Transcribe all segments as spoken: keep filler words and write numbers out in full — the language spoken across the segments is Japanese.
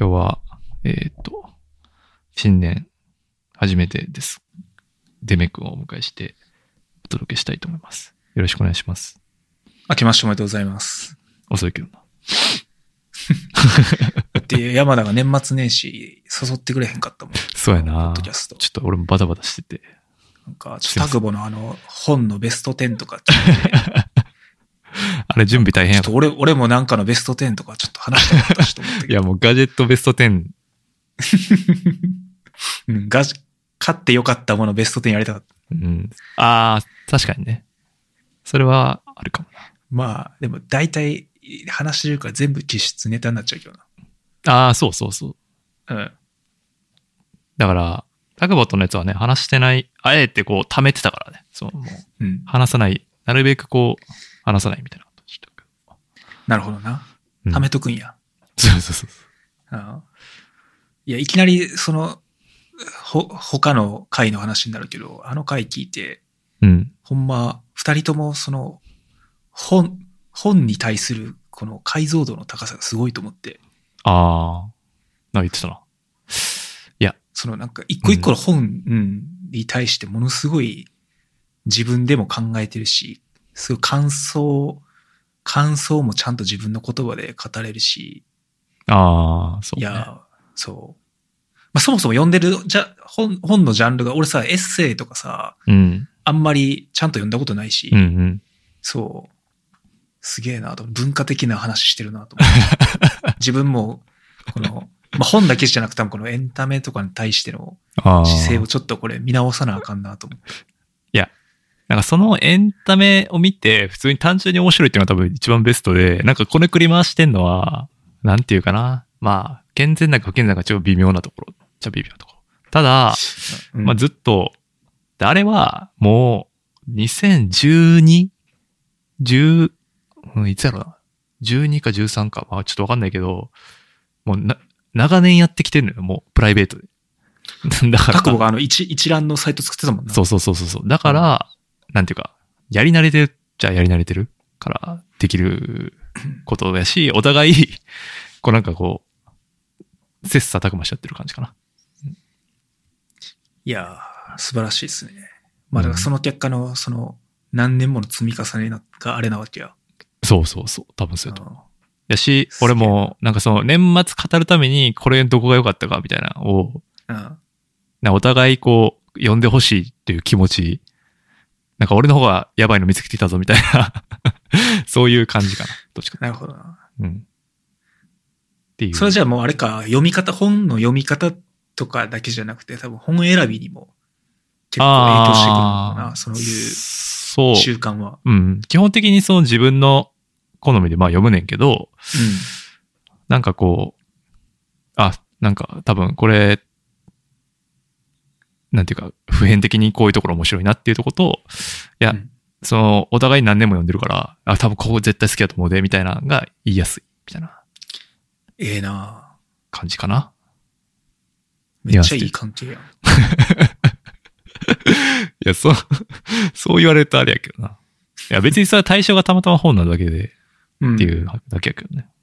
今日は、えっと、新年初めてです。デメ君をお迎えしてお届けしたいと思います。よろしくお願いします。 明けましておめでとうございます。 遅いけどな。 だって山田が年末年始誘ってくれへんかったもん。 そうやな。 ポッドキャスト。 ちょっと俺もバタバタしてて。 なんか、ちょっとタグボのあの、本のベストじゅうとか聞いて。 あれ準備大変やった。 ちょっと俺、俺もなんかのベストじゅうとかちょっと話したかったしと思ったけど。 いやもうガジェットベストじゅう。 うん、ガジ、買ってよかったものベストじゅうやりたかった。 うん。ああ、確かにね。それはあるかもな。 まあ、でも大体話してるから全部実質ネタになっちゃうけどな。 ああ、そうそうそう。 うん。 だから、タグボットのやつはね、話してない、あえてこう溜めてたからね。そう、もう、うん、話さない、なるべくこう、話さないみたいなことしたけど。 なるほどな。溜めとくんや。 うん、そうそうそう。 ああいや、いきなり、その、ほ、他の回の話になるけど、あの回聞いて、 うん。 ほんま、二人ともその、本、本に対するこの解像度の高さがすごいと思って。 ああ。何言ってたな。いや。 そのなんか一個一個の本、うん、に対してものすごい自分でも考えてるし、すごい感想、感想もちゃんと自分の言葉で語れるし。 ああ、そう、ね。 いや、そう。まあそもそも読んでるじゃ本、本のジャンルが、俺さ、エッセイとかさ、 うん、あんまりちゃんと読んだことないし、 うんうん、 そう。すげえなと、文化的な話してるなと思って。自分も、この、まあ、本だけじゃなくてもこのエンタメとかに対しての姿勢をちょっとこれ見直さなあかんなと思って。 いや、なんかそのエンタメを見て普通に単純に面白いっていうのは多分一番ベストで、なんかこねくり回してんのは、なんていうかな。まあ、健全なか不健全なかちょっと微妙なところ。じゃ微妙なところ。ただ、うん、まあずっと、あれはもうにせんじゅうに、じゅう、うん、いつやろな。じゅうにかじゅうさんか。まあちょっとわかんないけど、もうな、長年やってきてるのよ、もう、プライベートで。だから。 タクボがあの一、一覧のサイト作ってたもんな。 そうそうそうそう。だから、うん、なんていうか、やり慣れてるじゃやり慣れてるからできることやし、お互い、こうなんかこう、切磋琢磨しちゃってる感じかな。 うん、いやー、素晴らしいですね。まあだからその結果の、その、何年もの積み重ねがあれなわけや。 そうそうそう。多分そうやと思う。やし、俺も、なんかその年末語るためにこれどこが良かったかみたいなのを、うん、なお互いこう、読んでほしいっていう気持ち、なんか俺の方がやばいの見つけてきたぞみたいな、そういう感じかな。どっちか。 なるほどな。 うん。っていう。 それじゃあもうあれか、読み方、本の読み方とかだけじゃなくて、多分本選びにも結構影響してくるのかな、そういう習慣は。 うん。基本的にその自分の好みでまあ読むねんけど、うん、なんかこう、あ、なんか多分これ、なんていうか、普遍的にこういうところ面白いなっていうところと、いや、うん、その、お互い何年も読んでるから、あ、多分ここ絶対好きだと思うで、みたいなのが言いやすい、みたいな。 ええな感じかな。 めっちゃいい関係やん。いや、そう、そう言われるとあれやけどな。いや、別にそれは対象がたまたま本なだけで、っていうだけやけどね。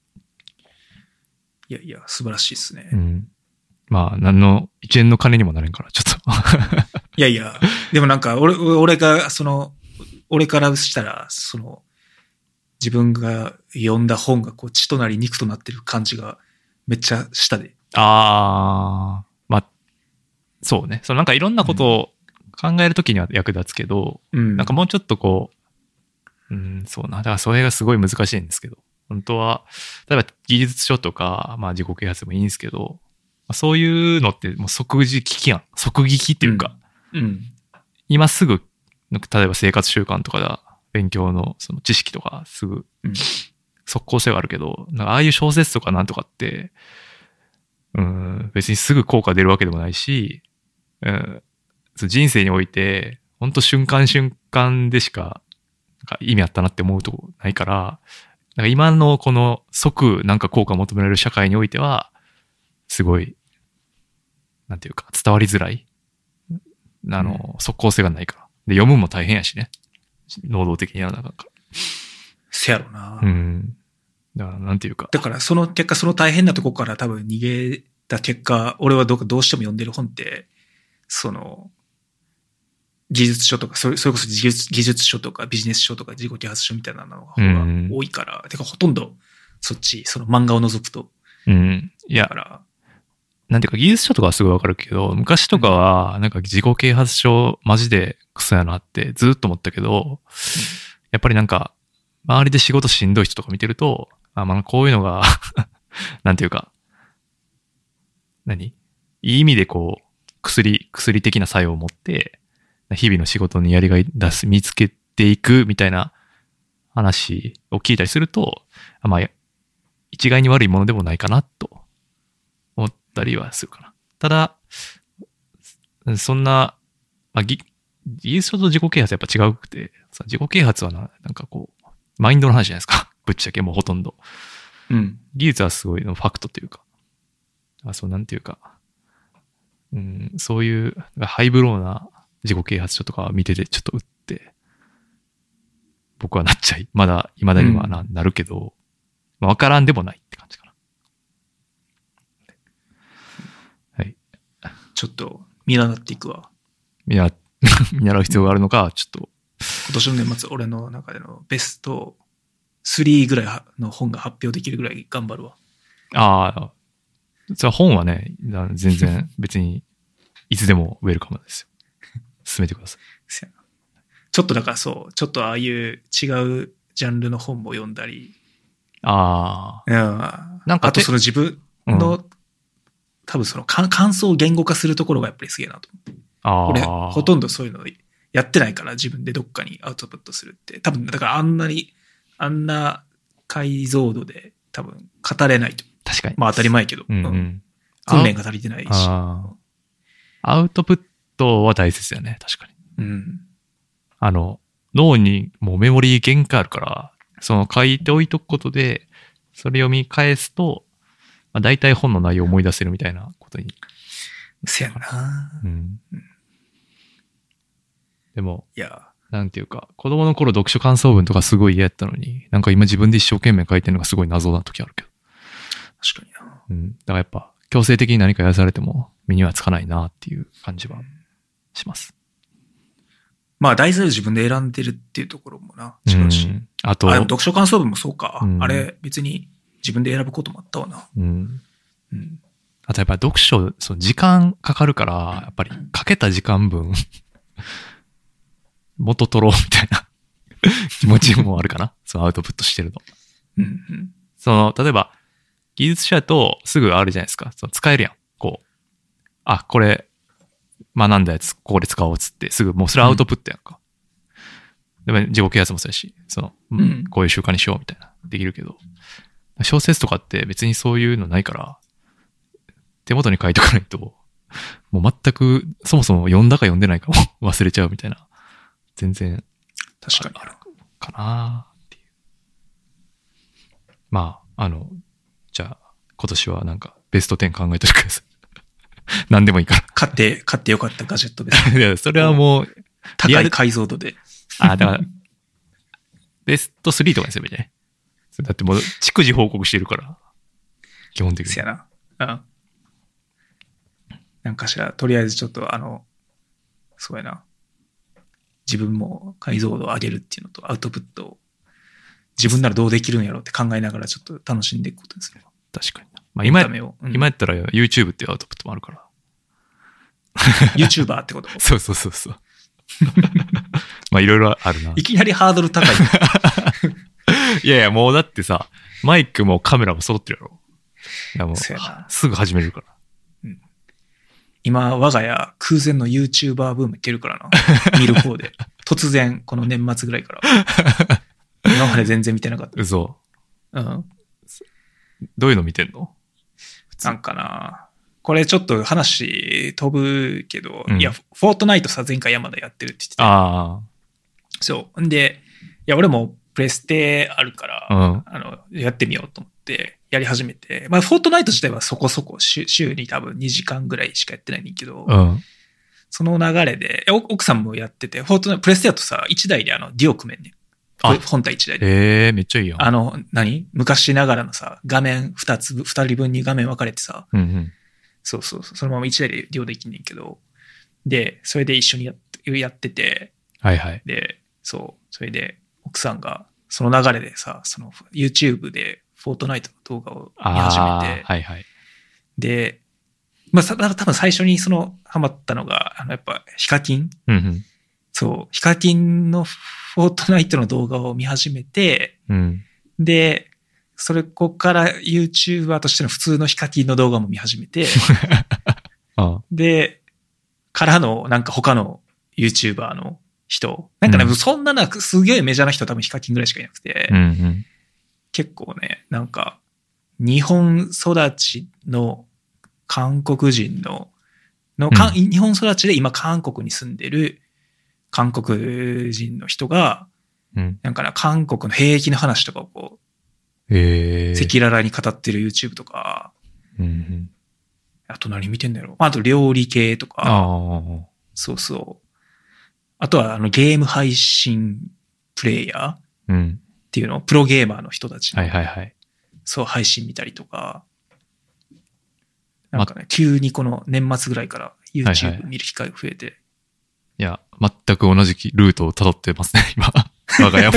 いやいや、素晴らしいですね。 うん。まあ、何の一円の金にもなれんから、ちょっと。 いやいや、でもなんか、俺、俺が、その、俺からしたら、その、自分が読んだ本が、こう、血となり肉となってる感じが、めっちゃしたで。 ああ、まあ、そうね。そのなんかいろんなことを考えるときには役立つけど、うん、なんかもうちょっとこう、うん、そうな。だからそれがすごい難しいんですけど、本当は、例えば技術書とか、まあ自己啓発もいいんですけど、そういうのってもう即時聞きやん。即聞きっていうか、うんうん、今すぐ、例えば生活習慣とかだ、勉強のその知識とかすぐ、即効性があるけど、なんかああいう小説とかなんとかって、うん、別にすぐ効果出るわけでもないし、うん、人生においてほんと瞬間瞬間でしか、なんか意味あったなって思うとこないから、なんか今のこの即なんか効果を求められる社会においては、すごい、なんていうか伝わりづらい。あの、うん、即効性がないから。で、読むも大変やしね。能動的にやらなあかんから。 せやろな。 うん。だからなんていうか。 だからその結果、その大変なとこから多分逃げた結果、俺はどうかどうしても読んでる本って、その、技術書とか、それそれこそ技術、技術書とかビジネス書とか自己啓発書みたいなのが多いから、うん、てかほとんどそっち、その漫画を除くと。 うん。いや、だからなんていうか技術書とかはすごいわかるけど、昔とかはなんか自己啓発書マジでクソやなってずっと思ったけど、うん、やっぱりなんか周りで仕事しんどい人とか見てると、あ、まあこういうのがなんていうか、何いい意味でこう、薬、薬的な作用を持って、日々の仕事にやりがい出す、見つけていくみたいな話を聞いたりすると、まあ、一概に悪いものでもないかなと思ったりはするかな。ただ、そんな、まあ、技術書と自己啓発はやっぱ違うくて、自己啓発はな、なんかこう、マインドの話じゃないですか。ぶっちゃけもうほとんど。 うん。 技術はすごいのファクトというか、あ、そうなんていうか、うん、そういうハイブローな自己啓発書とか見ててちょっと打って、僕はなっちゃい、まだ、未だには な,、うん、なるけど、まあ、わからんでもないって感じかな。はい。 ちょっと見習っていくわ。 見習、見習う必要があるのか、ちょっと。 今年の年末、俺の中でのベストスリーぐらいの本が発表できるぐらい頑張るわ。 ああ、それは本はね、全然別にいつでもウェルカムですよ。進めてください。 ちょっとだからそう、ちょっとああいう違うジャンルの本も読んだり。 ああ。 うん。なんかあとその自分の、うん、多分その感想を言語化するところがやっぱりすげえなと思って。ああ。俺、ほとんどそういうのやってないから自分でどっかにアウトプットするって。多分、だからあんなに、あんな解像度で多分語れないと。 確かに。 まあ当たり前けど。うん、うん。訓練が足りてないし。 あアウトプットは大切だよね。確かに。 うん。 あの、脳にもうメモリー限界あるから、その書いておいとくことで、それ読み返すと、まあ、大体本の内容を思い出せるみたいなことに。 せやな、 うん、うん。でも、 いや、 なんていうか、子供の頃読書感想文とかすごい嫌やったのに、なんか今自分で一生懸命書いてるのがすごい謎な時あるけど。 確かにな。 うん。だからやっぱ、強制的に何かやらされても身にはつかないなっていう感じはします。 まあ題材を自分で選んでるっていうところもな、違うし。うん、 あと、 あ、でも読書感想文もそうか、うん。あれ別に自分で選ぶこともあったわな。 うん。うん、あとやっぱ読書、そう、時間かかるから、やっぱりかけた時間分、元取ろうみたいな気持ちもあるかな。そのアウトプットしてるの。 うんうん、 その、例えば、技術書だとすぐあるじゃないですか。その使えるやん。こう。あ、これ、学んだやつ、ここで使おうっつって、すぐ、もうそれアウトプットやんか。うん、でも自己啓発もそうやし、その、うん、こういう習慣にしようみたいな、できるけど、小説とかって別にそういうのないから、手元に書いとかないと、もう全く、そもそも読んだか読んでないかも忘れちゃうみたいな、全然、 確かにあるかなっていう。まあ、あの、じゃあ、今年はなんか、ベストテン考えておいてください。何でもいいから。 買って、買ってよかったガジェットです。 いや、それはもう、 高い解像度で。 あ、だから、ベストスリーとかにすればいいね。だってもう、逐次報告してるから。基本的に。 そうやな。うん。なんかしら、とりあえずちょっとあの、そうやな。自分も解像度を上げるっていうのと、アウトプットを、自分ならどうできるんやろうって考えながらちょっと楽しんでいくことですね。 確かに。まあ今や、うん、今やったら YouTube っていうアウトプットもあるから。 YouTuber ってことそうそうそうそう。まあいろいろあるな。 いきなりハードル高い。 いやいや、もうだってさ、マイクもカメラも揃ってるやろ。いやもうすぐ始めれるから。 うん、今、我が家空前の YouTuber ブームいってるからな。見る方で。突然、この年末ぐらいから。今まで全然見てなかった。 嘘。 うん。 どういうの見てんの？ なんかな、 これちょっと話飛ぶけど、 うん、 いや、フォートナイトさ、前回山田やってるって言ってて。 ああ。 そう。んで、いや、俺もプレステあるから、 うん、 あの、やってみようと思ってやり始めて、まあ、フォートナイト自体はそこそこ週、週に多分にじかんぐらいしかやってないんだけど、 うん、 その流れで、奥さんもやってて、フォートナイト、プレステだとさ、いちだいであの、デュオ組めんねん。本体いちだいで。 ええー、めっちゃいいよ。 あの、何昔ながらのさ、画面ふたつ、ふたりぶんに画面分かれてさ、 うんうん、 そうそうそう、そのままいちだいで利用できんねんけど、で、それで一緒にやってやってて、 はいはい。 で、そう、それで奥さんが、その流れでさ、その YouTube でフォートナイトの動画を見始めて、 はいはい。 で、まあ、多分最初にその、ハマったのが、あの、やっぱ、ヒカキン、 うんうん、 そう、ヒカキンのフォートナイトの動画を見始めて、 うん、 で、それこから YouTuber としての普通のヒカキンの動画も見始めて、 ああで、からのなんか他の YouTuber の人、なんかね、 うん、 そんななすげえメジャーな人は多分ヒカキンぐらいしかいなくて、 うんうん、 結構ね、なんか、日本育ちの韓国人の、の、うん、日本育ちで今韓国に住んでる韓国人の人が、 うん、 なんかな、韓国の兵役の話とかをこう、えー、 赤裸々に語ってる YouTube とか、 うんうん、 あと何見てんだろう。あと料理系とか、 あそうそう。あとはあのゲーム配信プレイヤーっていうの、うん、プロゲーマーの人たちの、 はいはいはい、 そう配信見たりとか、なんかね、ま、急にこの年末ぐらいから YouTube 見る機会が増えて、はいはい、 いや、全く同じルートを辿ってますね、今。我が家も。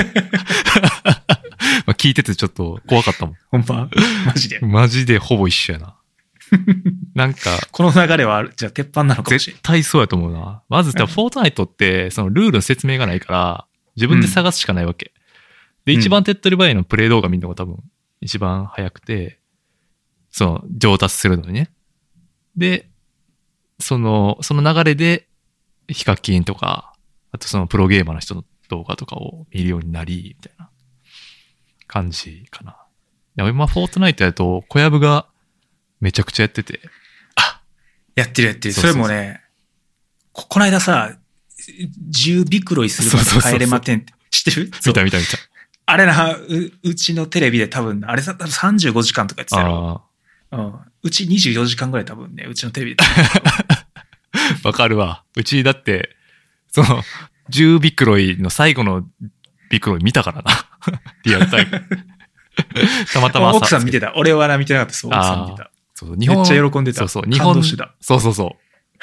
聞いててちょっと怖かったもん。 ほんまマジでマジでほぼ一緒やな。なんか。 この流れは、じゃあ鉄板なのかもしれない。 絶対そうやと思うな。まず、フォートナイトって、そのルールの説明がないから、自分で探すしかないわけ。うん、で、一番手っ取り早いのプレイ動画見るのが多分、一番早くて、その、上達するのにね。で、その、その流れで、ヒカキンとか、あとそのプロゲーマーの人の動画とかを見るようになり、みたいな感じかな。でも今、フォートナイトやと、小籔がめちゃくちゃやってて。 あ、やってるやってる。それもね、こ、この間さ、じゅうビクロイするまで帰れまてんって知ってる？ 見た見た見た。 あれな、う、うちのテレビで多分、あれさ、多分さんじゅうごじかんとかやってたよ。うん。うちにじゅうよじかんぐらい多分ね、うちのテレビで。 わかるわ。うちだって、その、じゅうビクロイの最後のビクロイ見たからな。リアルタイム。たまたま奥さん見てた。俺はな見てなかった。そう、奥さん見てた。 そうそう、日本。 めっちゃ喜んでた。 そうそう、日本。そうそうそう。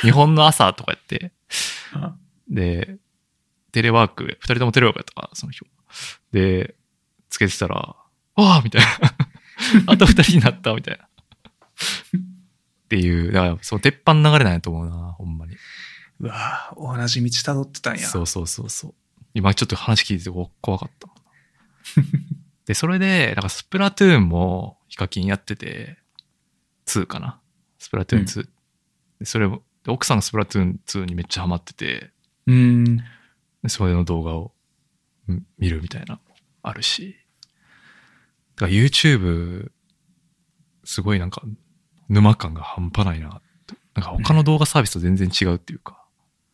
日本の朝とかやって。 あで、テレワーク、二人ともテレワークやったから、その日は。で、つけてたら、ああみたいな。あと二人になったみたいな。っていう、だから、その鉄板流れなんやと思うな、ほんまに。 うわぁ、同じ道辿ってたんや。 そうそうそうそう。今ちょっと話聞いてて怖かったもんな。で、それで、なんかスプラトゥーンもヒカキンやってて、ツーかな。スプラトゥーンツー。うん、でそれも、奥さんがスプラトゥーンツーにめっちゃハマってて、 うん。 でそれの動画を見るみたいな、あるし。だから YouTube、すごいなんか、沼感が半端ないな。なんか他の動画サービスと全然違うっていうか、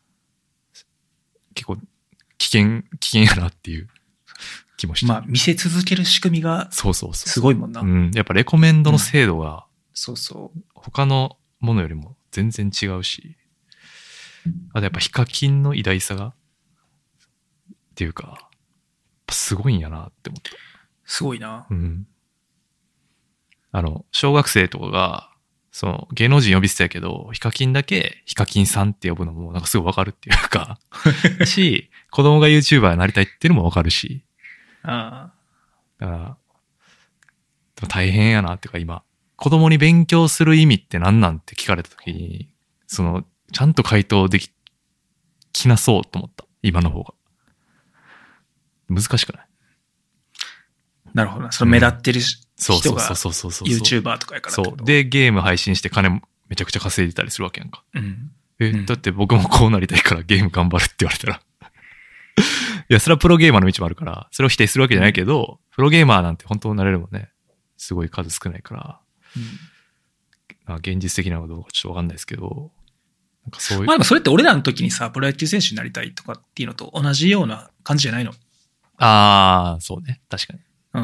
結構危険、危険やなっていう気もして。 まあ見せ続ける仕組みが、そうそうそう。すごいもんな。 うん。やっぱレコメンドの精度が、 そうそう。 他のものよりも全然違うし、あとやっぱヒカキンの偉大さが、っていうか、やっぱすごいんやなって思った。 すごいな。 うん。あの、小学生とかが、その芸能人呼び捨てやけど、ヒカキンだけヒカキンさんって呼ぶのもなんかすごいわかるっていうか、し、子供が YouTuber になりたいっていうのもわかるし。 ああ。だから、大変やなっていうか今、子供に勉強する意味って何なんって聞かれたときに、その、ちゃんと回答でき、きなそうと思った。今の方が。難しくない？ なるほどな。その目立ってる人が、 そうそうそうそう。 YouTuber とかやから。 そう。で、ゲーム配信して金めちゃくちゃ稼いでたりするわけやんか。 うん。 え、 うん、 だって僕もこうなりたいからゲーム頑張るって言われたら。いや、それはプロゲーマーの道もあるから、それを否定するわけじゃないけど、プロゲーマーなんて本当になれるもんね。すごい数少ないから。 まあ、現実的なのかどうかちょっとわかんないですけど、なんかそういう。 まあでもそれって俺らの時にさ、プロ野球選手になりたいとかっていうのと同じような感じじゃないの？ ああ、そうね。確かに。 うん。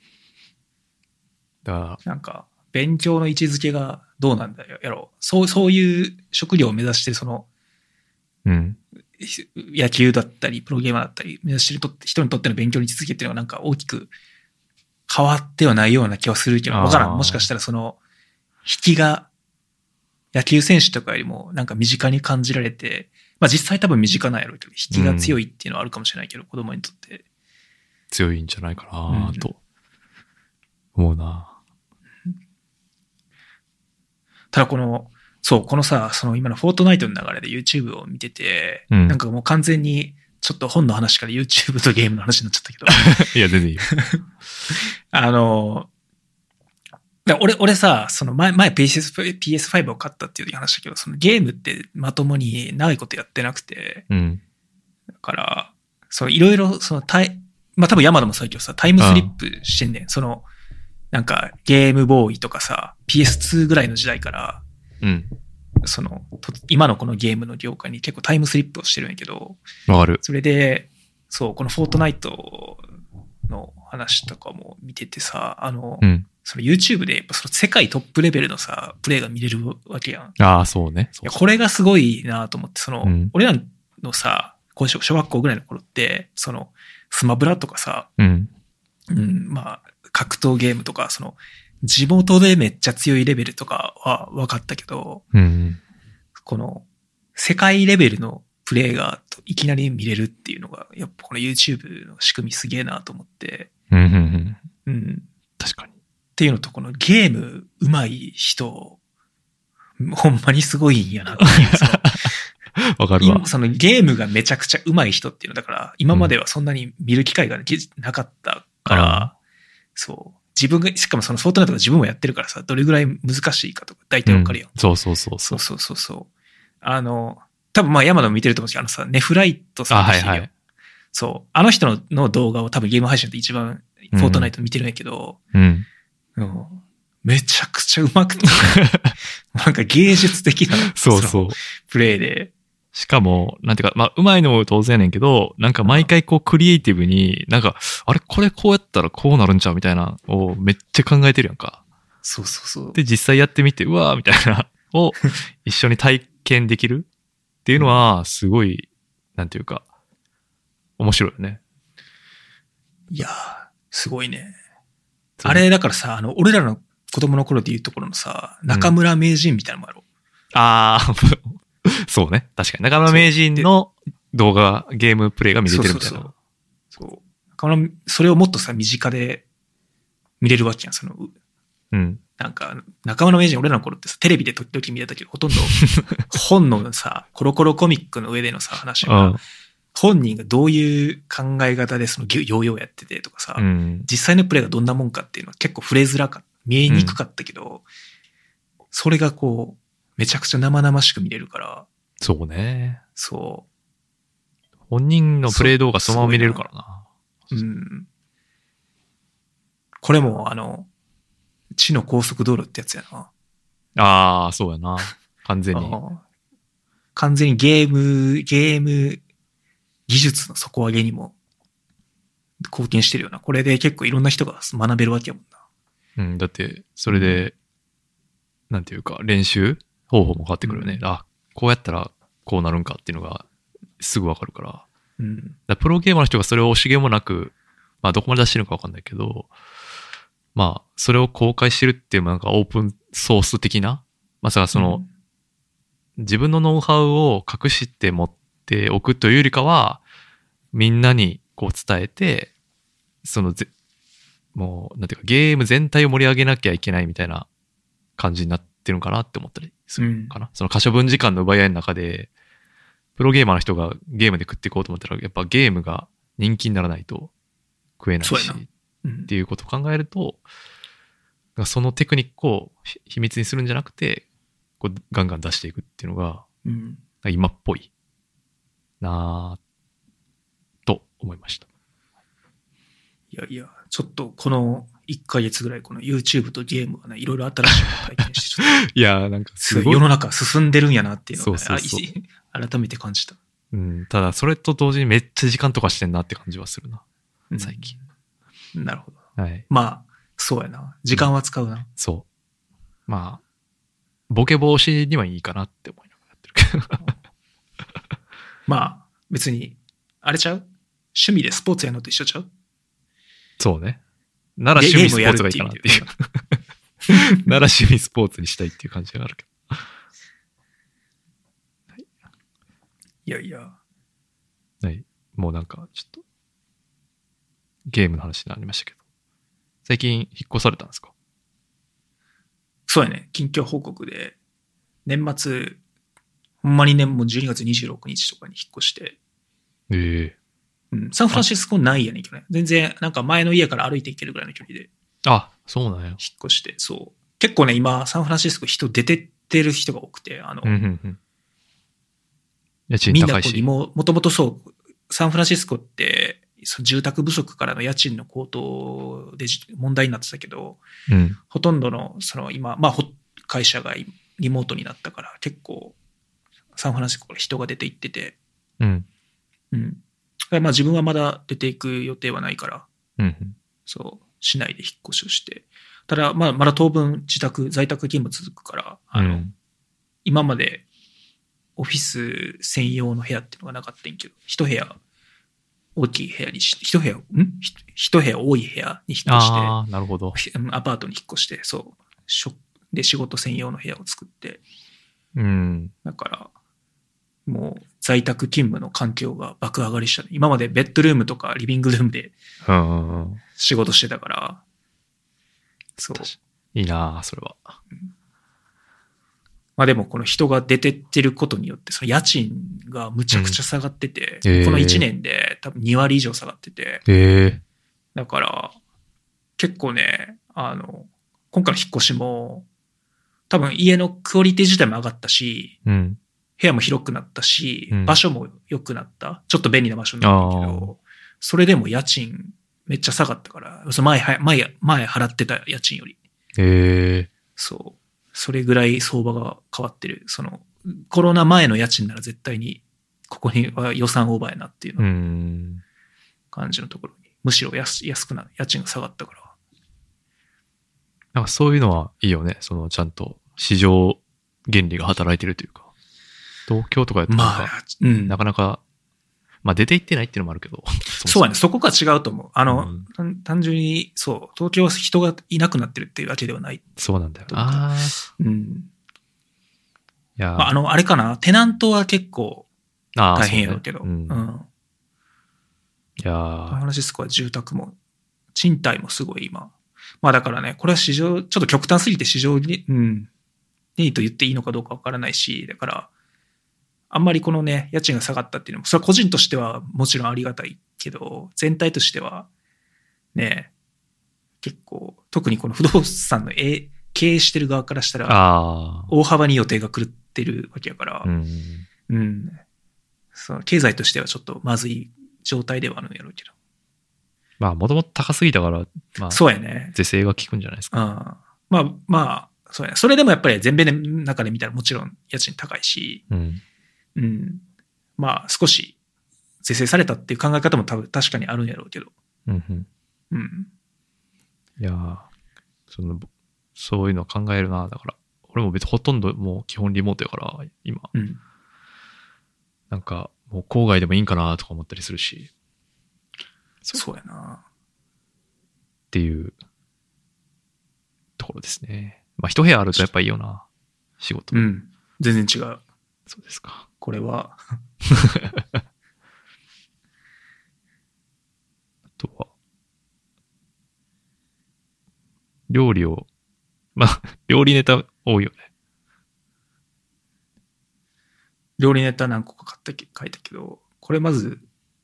だから。 なんか、勉強の位置づけがどうなんだよ、やろう。そう、そういう職業を目指して、その、 うん。 野球だったり、プロゲーマーだったり、目指してる人にとっての勉強に位置づけっていうのがなんか大きく変わってはないような気はするけど、わからん。もしかしたらその、引きが、野球選手とかよりもなんか身近に感じられて、まあ実際多分身近なんやろうけど、引きが強いっていうのはあるかもしれないけど、うん、子供にとって。 強いんじゃないかなと、思うな。 ただこの、そう、このさ、その今のフォートナイトの流れで YouTube を見てて、うん、なんかもう完全にちょっと本の話から YouTube とゲームの話になっちゃったけど。 いや、全然いいよ。 あの、俺、俺さ、その前、前 ピーエスファイブ を買ったっていう話だけど、そのゲームってまともに長いことやってなくて、 うん、 だから、そういろいろ、そのタイ、まあ多分山田もそうだけどさ、タイムスリップしてんねん。その、なんかゲームボーイとかさ、ピーエスツー ぐらいの時代から、 うん、 その、今のこのゲームの業界に結構タイムスリップをしてるんやけど、 わかる。 それで、そう、このフォートナイトの話とかも見ててさ、あの、うん、その YouTube でその世界トップレベルのさ、プレイが見れるわけやん。 ああ、そうね。そうそう。 いや、これがすごいなと思って、その、うん、俺らのさ、小学校ぐらいの頃って、その、スマブラとかさ、 うん、 うん、まあ、格闘ゲームとか、その、地元でめっちゃ強いレベルとかは分かったけど、 うん、 この、世界レベルのプレイがいきなり見れるっていうのが、やっぱこの YouTube の仕組みすげえなと思って、 うん、 うん、 確かに。 っていうのと、このゲーム上手い人、ほんまにすごいんやなっていう。 わかるわ。 そのゲームがめちゃくちゃ上手い人っていうのだから、今まではそんなに見る機会がなかったから、うん、そう。自分が、しかもそのフォートナイトが自分もやってるからさ、どれぐらい難しいかとか大体わかるよ、 うん。そうそうそうそう。そうそうそう。あの、多分まあ山田も見てると思うんですけど、あのさ、ネフライトさんって、 はいはい、 そう。あの人 の, の動画を多分ゲーム配信で一番フォートナイト見てるんやけど、 うんうん、めちゃくちゃ上手くて、なんか芸術的なそうそうプレイで。 しかも、なんていうか、まあ、上手いのも当然やねんけど、なんか毎回こうクリエイティブに、なんか、あれこれこうやったらこうなるんちゃうみたいなをめっちゃ考えてるやんか。 そうそうそう。 で、実際やってみて、うわーみたいな、を一緒に体験できるっていうのは、すごい、なんていうか、面白いよね。 いやー、すごいね。あれ、だからさ、あの、俺らの子供の頃で言うところのさ、中村名人みたいなのもある。うん、 ああ、そうね。確かに。中村名人の動画、ゲームプレイが見れてるみたいな。そうそうそう。そう中村、それをもっとさ、身近で見れるわけやん。その、 うん。 なんか、中村名人、俺らの頃ってさ、テレビで時々見れたけど、ほとんど本のさ、コロコロコミックの上でのさ、話が、本人がどういう考え方でそのヨーヨーやっててとかさ、 うん、 実際のプレイがどんなもんかっていうのは結構触れづらかった。見えにくかったけど、うん、それがこう、めちゃくちゃ生々しく見れるから。 そうね。 そう。 本人のプレイ動画そのまま見れるからな。 うん。これもあの、地の高速道路ってやつやな。 ああ、そうやな。完全に。 完全にゲーム、ゲーム技術の底上げにも貢献してるよな。これで結構いろんな人が学べるわけやもんな。 うん、だって、それで、うん、なんていうか、練習方法も変わってくるよね。うん、あ、こうやったらこうなるんかっていうのがすぐわかるから。 うん、 だプロゲーマーの人がそれを惜しげもなく、まあどこまで出してるのかわかんないけど、まあそれを公開してるっていうなんかオープンソース的な、まさかその、うん、自分のノウハウを隠して持っておくというよりかは、みんなにこう伝えて、そのぜ、もう、なんていうか、ゲーム全体を盛り上げなきゃいけないみたいな感じになってるのかなって思ったりするかな。うん、その可処分時間の奪い合いの中で、プロゲーマーの人がゲームで食っていこうと思ったら、やっぱゲームが人気にならないと食えないし、うん、っていうことを考えると、そのテクニックを秘密にするんじゃなくて、こうガンガン出していくっていうのが、 うん、 今っぽいなぁと思いました。 いやいや、ちょっとこのいっかげつぐらいこの YouTube とゲームがね、いろいろ新しいこと体験して、ちょっといや、なんかすごい。 世の中進んでるんやなっていうのを、ね、 そうそうそう。 改めて感じた。 うん。ただ、それと同時にめっちゃ時間とかしてんなって感じはするな。最近。 うん、なるほど。 はい。 まあ、そうやな。時間は使うな。うん、 そう。まあ、ボケ防止にはいいかなって思いながらやってるけど。 まあ、別に、あれちゃう？趣味でスポーツやるのと一緒ちゃう？ そうね。なら趣味スポーツがいいかなっていう。なら趣味スポーツにしたいっていう感じがあるけど。はい、 いやいや。 はい。もうなんか、ちょっと、ゲームの話になりましたけど。最近引っ越されたんですか？ そうやね。近況報告で、年末、ほんまにね、もうじゅうにがつにじゅうろくにちとかに引っ越して。 ええー。うん。サンフランシスコないやねんけどね。全然、なんか前の家から歩いて行けるぐらいの距離で。 あ、そうなんや。 引っ越して、そう。結構ね、今、サンフランシスコ人出てってる人が多くて、あの、 うんうんうん、家賃高いし。 みんなこう、もともとそう、サンフランシスコって、住宅不足からの家賃の高騰で問題になってたけど、 うん、 ほとんどの、その今、まあ、会社がリモートになったから、結構、サンフランシスコから人が出て行ってて、 うん。 うん。まあ自分はまだ出ていく予定はないから、 うん、 そう、市内で引っ越しをして、ただ、まあ、まだ当分自宅、在宅勤務続くから、あの、うん、今までオフィス専用の部屋っていうのがなかったんけど、一部屋、大きい部屋にして、一部屋、ん一部屋多い部屋に引っ越して、 ああ、なるほど。 アパートに引っ越して、そう、で、仕事専用の部屋を作って、 うん。 だから、もう在宅勤務の環境が爆上がりしたね。今までベッドルームとかリビングルームで仕事してたから、そう。 いいなぁ、それは。 うん、まあでもこの人が出てってることによって、その家賃がむちゃくちゃ下がってて、うんえー、このいちねんで多分にわり以上下がってて、 えー、 だから結構ね、あの、今回の引っ越しも多分家のクオリティ自体も上がったし、 うん、 部屋も広くなったし、うん、場所も良くなった。ちょっと便利な場所になったけど、それでも家賃めっちゃ下がったから、前、前、前払ってた家賃より。 へー。 そう。それぐらい相場が変わってる。その、コロナ前の家賃なら絶対に、ここには予算オーバーやなっていうの感じのところに。むしろ安、安くなる。家賃が下がったから。 なんかそういうのはいいよね。そのちゃんと市場原理が働いてるというか。東京とかやったらなんか、まあうん、なかなか、まあ出て行ってないっていうのもあるけど。 そうやね。そこが違うと思う。あの、うん、単純に、そう、東京は人がいなくなってるっていうわけではない。 そうなんだよな。 うん。 いや、 まあ、あの、あれかな。テナントは結構大変やろうけど。うね、うん。うん。 いやー。 サンフランシスコは住宅も、賃貸もすごい今。まあだからね、これは市場、ちょっと極端すぎて市場に、うん、いいと言っていいのかどうかわからないし、だから、あんまりこのね、家賃が下がったっていうのも、それは個人としてはもちろんありがたいけど、全体としては、ね、結構、特にこの不動産の経営してる側からしたら、大幅に予定が狂ってるわけやから、 うん、 うん、その経済としてはちょっとまずい状態ではあるんやろうけど。 まあ、もともと高すぎたから、まあ、 そうやね。 是正が効くんじゃないですか。 うん、まあ、まあ、そうやね。それでもやっぱり全米の中で見たらもちろん家賃高いし、 うんうん、まあ少し是正されたっていう考え方も多分確かにあるんやろうけど。 うんうん。 うん。 いやー、その、そういうの考えるな。だから、俺も別にほとんどもう基本リモートやから、今。 うん。 なんか、もう郊外でもいいんかなとか思ったりするし。 そうやな。 っていうところですね。まあ一部屋あるとやっぱいいよな。仕事。 うん。全然違う。 そうですか。 これは。 あとは、料理を、まあ、料理ネタ多いよね。 料理ネタ何個か買ったけ書いたけど、これまず、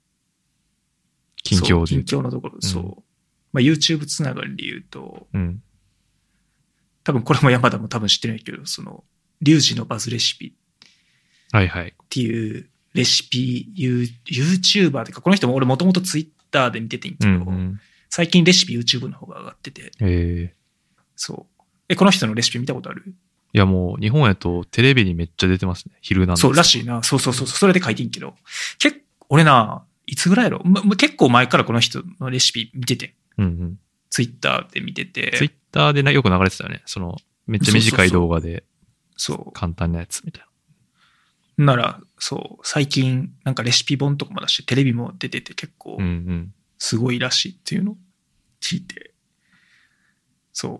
近況で。近況のところ、うん、そう。まあ YouTube つながりで言うと、 うん、 多分これも山田も多分知ってないけど、その、リュウジのバズレシピ。 はいはい。 っていうレシピ、ユー、YouTuber というか、この人も俺もともと Twitter で見ててんけど、 うんうん、 最近レシピ YouTube の方が上がってて。 えー、 そう。え、この人のレシピ見たことある？ いやもう日本やとテレビにめっちゃ出てますね。昼なんです。 そうらしいな。そうそうそう。それで書いてんけど。結構、俺な、いつぐらいやろ、ま、結構前からこの人のレシピ見てて。 うんうん。 ツイッターで見てて。 ツイッターでなよく流れてたよね。その、めっちゃ短い動画で。 そう。 簡単なやつみたいな。なら、そう。最近、なんかレシピ本とかも出して、テレビも出てて結構、すごいらしいっていうのを聞いて。そう。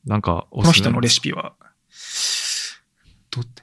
なんかこの人のレシピは、どうって。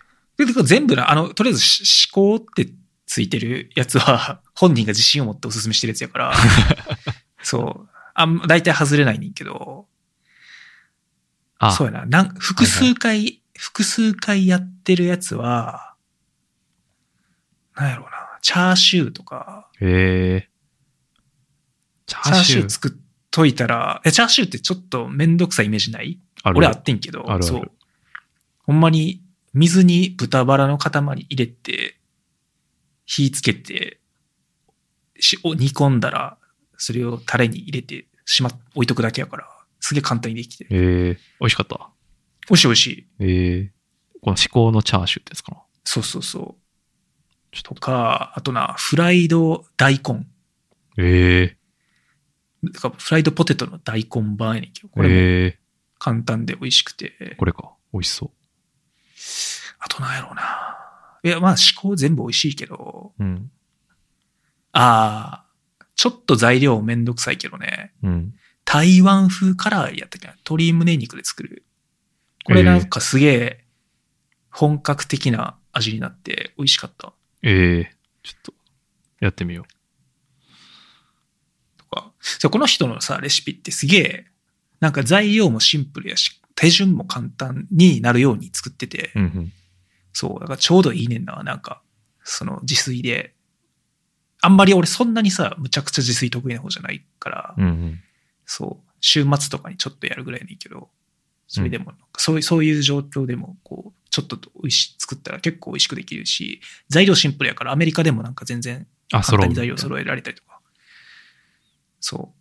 で、全部な、あの、とりあえず思考ってついてるやつは、本人が自信を持っておすすめしてるやつやから、そう。あん、大体外れないねんけど、あそうやな。なん複数回、はいはい、複数回やってるやつは、なんやろうな。チャーシューとか。 へえ。 チャーシュー。チャーシュー作っといたら、え、チャーシューってちょっとめんどくさいイメージない？ある俺あってんけど、 あるあるそう。ほんまに水に豚バラの塊入れて、火つけて、し煮込んだら、それをタレに入れてしま、置いとくだけやから、すげえ簡単にできて。 えー、美味しかった。 美味しい美味しい。 えー、この至高のチャーシューってやつかな。 そうそうそう。ちょっとか、あとな、フライド大根。 ええー。だからフライドポテトの大根版やねんけど、これも簡単で美味しくて。えー、 これか。美味しそう。 あとなんやろうな。いや、まあ、至高全部美味しいけど。 うん。 ああ。ちょっと材料めんどくさいけどね。 うん。 台湾風唐揚げやったっけな。鶏胸肉で作る。これなんかすげえ本格的な味になって美味しかった。 ええー、ちょっとやってみよう。 とか。この人のさ、レシピってすげえ、なんか材料もシンプルやし、手順も簡単になるように作ってて。 うんうん、 そう。だからちょうどいいねんな。なんか、その自炊で。あんまり俺そんなにさ、むちゃくちゃ自炊得意な方じゃないから、 うんうん、 そう、週末とかにちょっとやるぐらいねんけど、それでもなんかそういう、そういう状況でも、こう、ちょっと美味し、作ったら結構美味しくできるし、材料シンプルやからアメリカでもなんか全然簡単に材料揃えられたりとか。そう。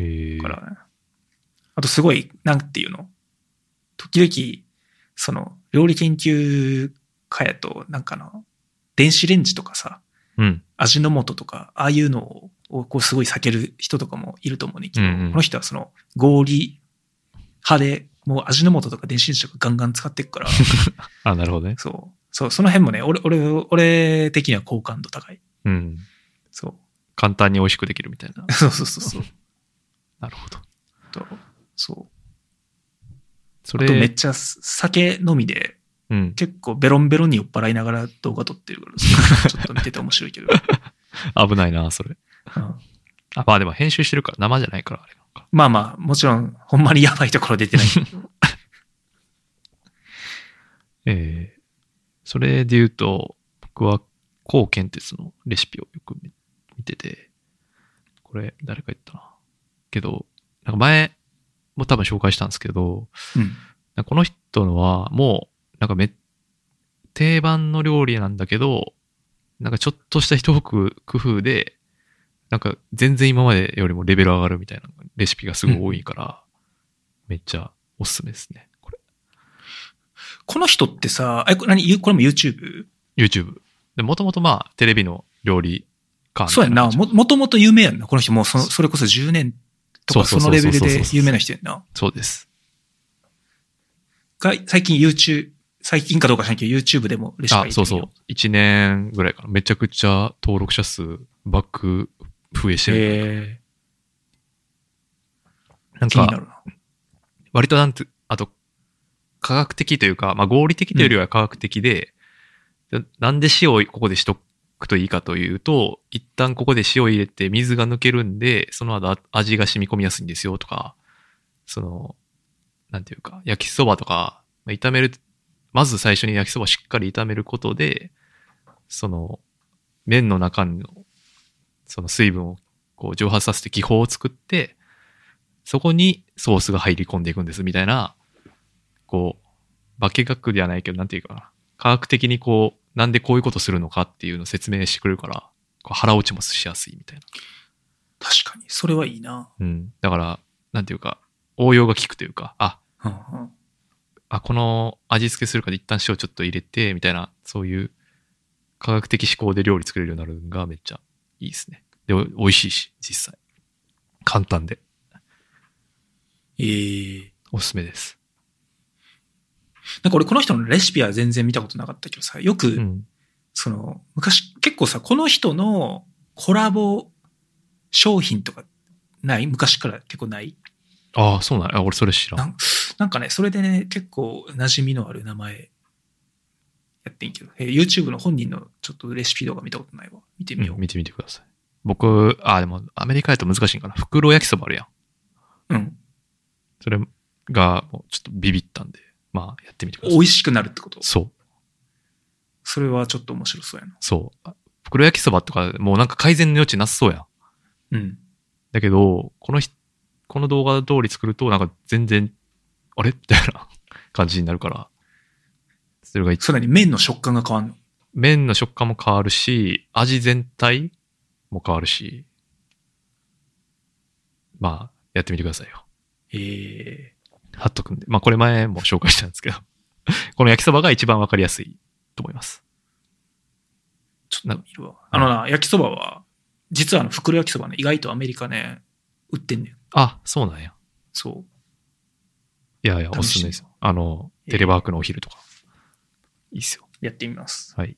へー。 だからね。あとすごい、なんていうの？時々、その、料理研究家やと、なんかの、電子レンジとかさ、 うん、 味の素とか、ああいうのをこうすごい避ける人とかもいると思うねんけど、うんうん、この人はその合理派で、もう味の素とか電子レンジとかガンガン使っていくから。 あ、なるほどね。 そう。そう、その辺もね、俺、俺、俺的には好感度高い。 うん。 そう。 簡単に美味しくできるみたいな。 そうそうそうそう。 なるほど。 と、そう。 それ。 あとめっちゃ酒飲みで、 うん、 結構ベロンベロンに酔っ払いながら動画撮ってるから、ちょっと見てて面白いけど。 危ないな、それ。うん、あ、まあでも編集してるから、生じゃないから、あれなんか。 まあまあ、もちろん、ほんまにやばいところ出てないけど。 えー、それで言うと、僕は、高健鉄のレシピをよく見てて、これ、誰か言ったな。けど、なんか前も多分紹介したんですけど、 うん、 この人のは、もう、なんかめ、定番の料理なんだけど、なんかちょっとした一工夫で、なんか全然今までよりもレベル上がるみたいなレシピがすごい多いから、うん、めっちゃおすすめですね、これ。 この人ってさ、え、何これも YouTube？YouTube。 で、もともとまあ、テレビの料理家そうやんな。も、もともと有名やんな。この人もうその、それこそじゅうねんとかそのレベルで有名な人やんな。 そうです。 が、最近 YouTube、最近かどうか知らんけど YouTube でもレシピあ、そうそう。いちねんぐらいかな。めちゃくちゃ登録者数バック増えしてる。 へー。なんか、気になるな。割となんて、あと、科学的というか、まあ合理的というよりは科学的で、うん、なんで塩をここでしとくといいかというと、一旦ここで塩を入れて水が抜けるんで、その後味が染み込みやすいんですよとか、その、なんていうか、焼きそばとか、炒める、まず最初に焼きそばしっかり炒めることで、その、麺の中の、その水分をこう蒸発させて気泡を作って、そこにソースが入り込んでいくんですみたいな、こう、化学ではないけど、なんていうかな。科学的にこう、なんでこういうことするのかっていうのを説明してくれるから、こう腹落ちもしやすいみたいな。 確かに。それはいいな。 うん。だから、なんていうか、応用が効くというか、あ、 うんうん、 あ、この味付けするから一旦塩ちょっと入れて、みたいな、そういう科学的思考で料理作れるようになるのがめっちゃいいですね。で、美味しいし、実際。簡単で。 えー、 おすすめです。 なんか俺この人のレシピは全然見たことなかったけどさ、よく、うん、その、昔結構さ、この人のコラボ商品とかない？昔から結構ない？ ああ、そうなんや。俺それ知らん。 な, なんかね、それでね、結構馴染みのある名前やってんけど、えー、YouTube の本人のちょっとレシピ動画見たことないわ。見てみよう。 うん、見てみてください。僕、あ、でもアメリカだと難しいんかな。袋焼きそばあるやん。 うん。 それがもうちょっとビビったんで、まあやってみてください。 美味しくなるってこと？ そう。 それはちょっと面白そうやな。 そう。袋焼きそばとかもうなんか改善の余地なさそうやん。 うん。 だけど、このこの動画通り作るとなんか全然、あれみたいな感じになるから。それが一それに麺の食感が変わるの？ 麺の食感も変わるし、味全体も変わるし。まあ、やってみてくださいよ。 ええー。 貼っとくんで。まあこれ前も紹介したんですけど、この焼きそばが一番わかりやすいと思います。 ちょっと見るわ。あのな、焼きそばは、実はあの、袋焼きそばね、意外とアメリカね、売ってんねん。 あ、そうなんや。 そう。 いやいや、おすすめですよ。あの、テレワークのお昼とか。いいっすよ。 やってみます。 はい。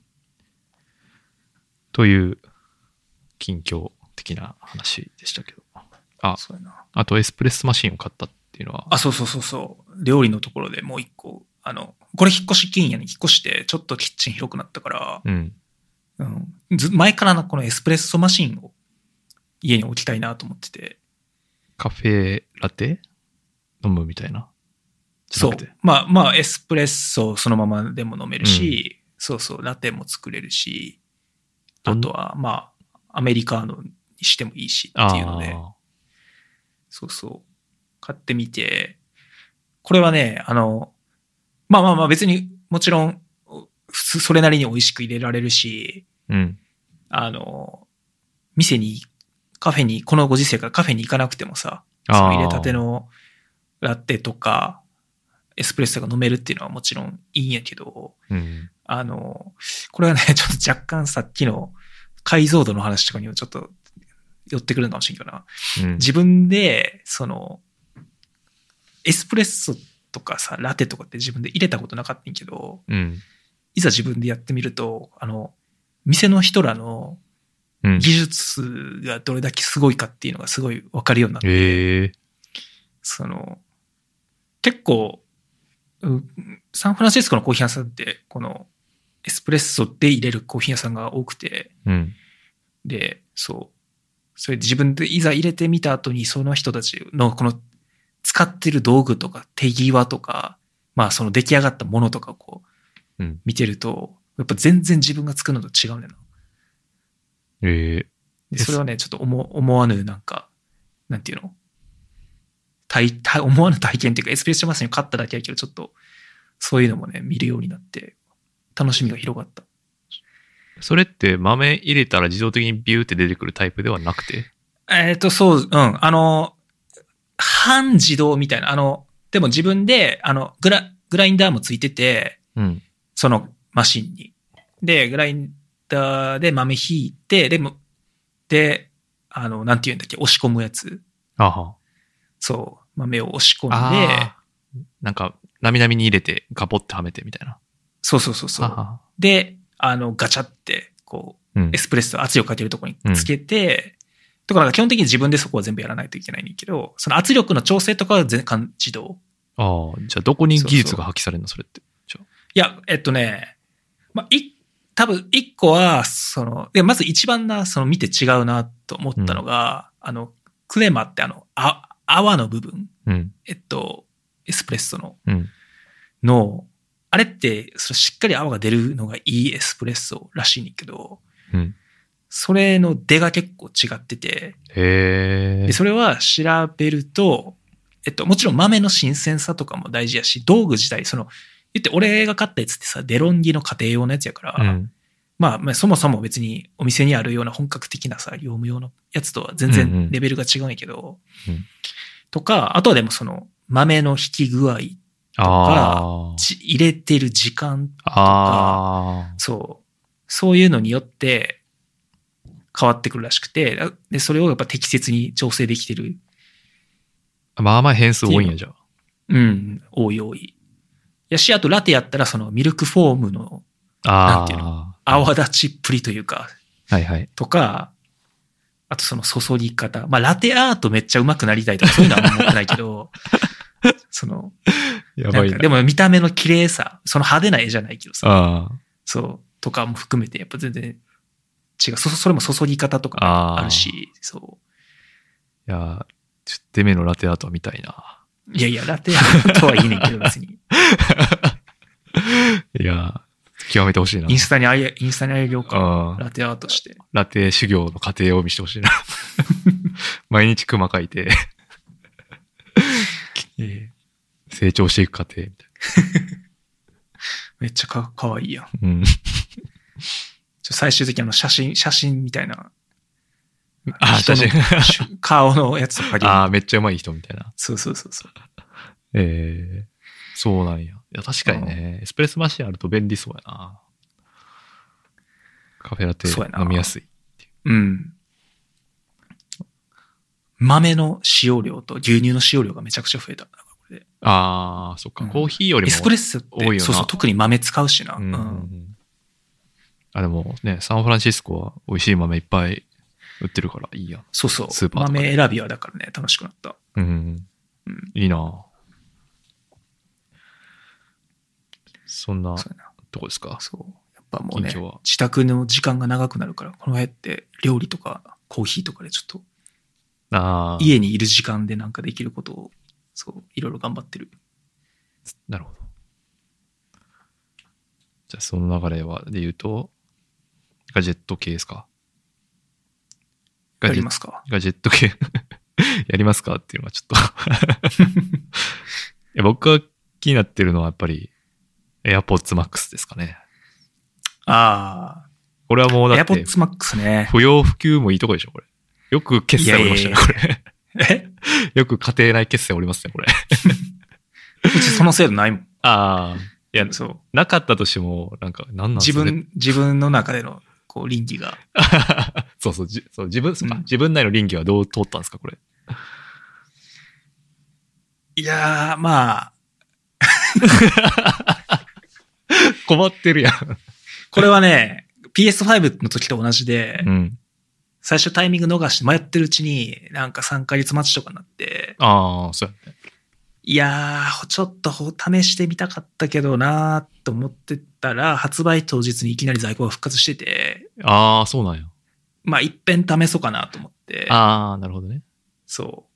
という、近況的な話でしたけど。あ、 そうやな。 あとエスプレッソマシンを買ったっていうのは。 あ、そうそうそうそう。料理のところでもう一個、あの、これ引っ越し一軒家に引っ越して、ちょっとキッチン広くなったから、 うん。 うん、ず前からなこのエスプレッソマシンを家に置きたいなと思ってて。 カフェラテ飲むみたいな。 そう。まあまあエスプレッソそのままでも飲めるし、うん、そうそうラテも作れるし、あとはまあアメリカーノにしてもいいしっていうので、そうそう買ってみて、これはねあのまあまあまあ別にもちろんそれなりに美味しく入れられるし、 うん、 あの、店に、カフェに、このご時世からカフェに行かなくてもさ、その入れたてのラテとか、エスプレッソが飲めるっていうのはもちろんいいんやけど、 うん、 あの、これはね、ちょっと若干さっきの解像度の話とかにもちょっと寄ってくるかもしれんけどな。 うん、 自分で、その、エスプレッソとかさ、ラテとかって自分で入れたことなかったんけど、 うんいざ自分でやってみると、あの、店の人らの技術がどれだけすごいかっていうのがすごい分かるようになって、 うんえー、 その、結構、サンフランシスコのコーヒー屋さんって、このエスプレッソで入れるコーヒー屋さんが多くて、 うん、 で、そう。それで自分でいざ入れてみた後にその人たちのこの使ってる道具とか手際とか、まあその出来上がったものとかをこう、 うん、 見てると、やっぱ全然自分が作るのと違うねんな。 えー、それはね、ちょっと思思わぬ、なんか、なんていうの体体思わぬ体験っていうか、エスプレッソマシンを買っただけやけど、ちょっと、そういうのもね、見るようになって、楽しみが広がった。 それって豆入れたら自動的にビューって出てくるタイプではなくてえっと、そう、うん。あの、半自動みたいな、あの、でも自分で、あの、グラ、グラインダーもついてて、 うん。 そのマシンに。で、グラインダーで豆ひいて、でも、で、あの、なんて言うんだっけ、押し込むやつ。 あは。 そう、豆を押し込んで、 なんか、なみなみに入れて、ガポってはめてみたいな。 そうそうそうそう。 ははで、あの、ガチャって、こう、うん、エスプレッソ圧力かけるところにつけて、うん、とか、なんか基本的に自分でそこは全部やらないといけないんだけど、その圧力の調整とかは全完自動。 ああ、じゃあどこに技術が発揮されるのそれって。 いや、えっとね、まあ、い、多分一個は、その、で、まず一番な、その見て違うなと思ったのが、うん、あの、クレマってあの、あ、泡の部分、 うん、 えっと、エスプレッソの、 うん、 の、あれって、そのしっかり泡が出るのがいいエスプレッソらしいねんけど、 うん、 それの出が結構違ってて、 へー。 で、それは調べると、えっと、もちろん豆の新鮮さとかも大事やし、道具自体、その、言って俺が買ったやつってさ、デロンギの家庭用のやつやから、 うん、 まあ、まあ、そもそも別にお店にあるような本格的なさ、業務用のやつとは全然レベルが違うんやけど、 うんうん、 とか、あとはでもその豆の引き具合とか、入れてる時間とか、そう、そういうのによって変わってくるらしくて、で、それをやっぱ適切に調整できてる。 まあまあ変数多いんやじゃん。 うん、多い多い。やし、あとラテやったらそのミルクフォームの、なんていうの、泡立ちっぷりというか、 はいはい。 とか、あとその注ぎ方。まあラテアートめっちゃ上手くなりたいとかそういうのはあんま思ってないけど、その、 やばいな。 でも見た目の綺麗さ、その派手な絵じゃないけどさ、 あそう、とかも含めてやっぱ全然違う。そ、それも注ぎ方とかあるし、そう。 いや、ちょっとデメのラテアートは見たいな。 いやいや、ラテアートはいいねんけど別に。 いや、極めてほしいな。 インスタにあげ、インスタにあげようか。ラテアートして。 ラテ修行の過程を見せてほしいな。毎日クマ描いて、成長していく過程みたいな。 めっちゃか、かわいいやん。 うん、 ちょ最終的にあの写真、写真みたいな。 あ、写真。 顔のやつとかああ、めっちゃうまい人みたいな。 そうそうそうそう。 ええー、そうなんや。いや、確かにね、エスプレッソマシンあると便利そうやな。カフェラテ飲みやすい。 うん。豆の使用量と牛乳の使用量がめちゃくちゃ増えた。これでああ、そっか、うん。コーヒーよりもエスプレッソって多いよな。 そうそう、特に豆使うしな。 うんうんうん。あ、でもね、サンフランシスコは美味しい豆いっぱい売ってるからいいや。 そうそう。 スーパーとか豆選びはだからね、楽しくなった。 うん。うん、いいな。そんなとこですか。 そう。やっぱもうね、自宅の時間が長くなるから、この辺って料理とかコーヒーとかでちょっと、 あ家にいる時間でなんかできることを、そう、いろいろ頑張ってる。 なるほど。じゃあその流れは、で言うと、ガジェット系ですか？ やりますか？ ガジェット系やりますかっていうのはちょっといや僕が気になってるのはやっぱり AirPods Max ですかね。 ああ。 これはもうだって AirPods Max ね。 不要不急もいいとこでしょこれ。よく決済おりましたね、これ。 えよく家庭内決済おりますね、これ。 うちその制度ないもん。 ああ。いや、 そう。 なかったとしても、なんか、なんなん自分、自分の中での、こう、倫理が。 そうそう、じそう自分、そうか、うん、自分内の倫理はどう通ったんですか、これ。 いやー、まあ。 困ってるやん。 これはね、ピーエスファイブ の時と同じで、 うん、 最初タイミング逃して迷ってるうちに、なんかさんかげつ待ちとかになって、 ああ、そうやね。 いやー、ちょっと試してみたかったけどなーと思ってたら、発売当日にいきなり在庫が復活してて、 ああ、そうなんや。 まあ、一遍試そうかなと思って。 ああ、なるほどね。 そう。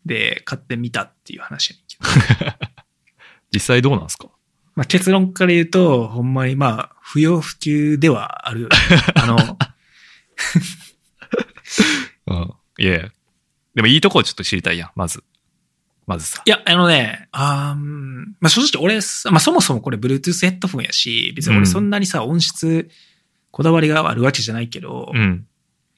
で、買ってみたっていう話やねんけど。 実際どうなんですか？ まあ、結論から言うと、ほんまにまあ、不要不急ではあるよね。あの、 うん。いやいや。でもいいとこをちょっと知りたいやん、まず。まずさ。 いや、あのね、あまあ正直俺、まあそもそもこれ Bluetooth ヘッドフォンやし、別に俺そんなにさ、うん、音質、こだわりがあるわけじゃないけど、 うん、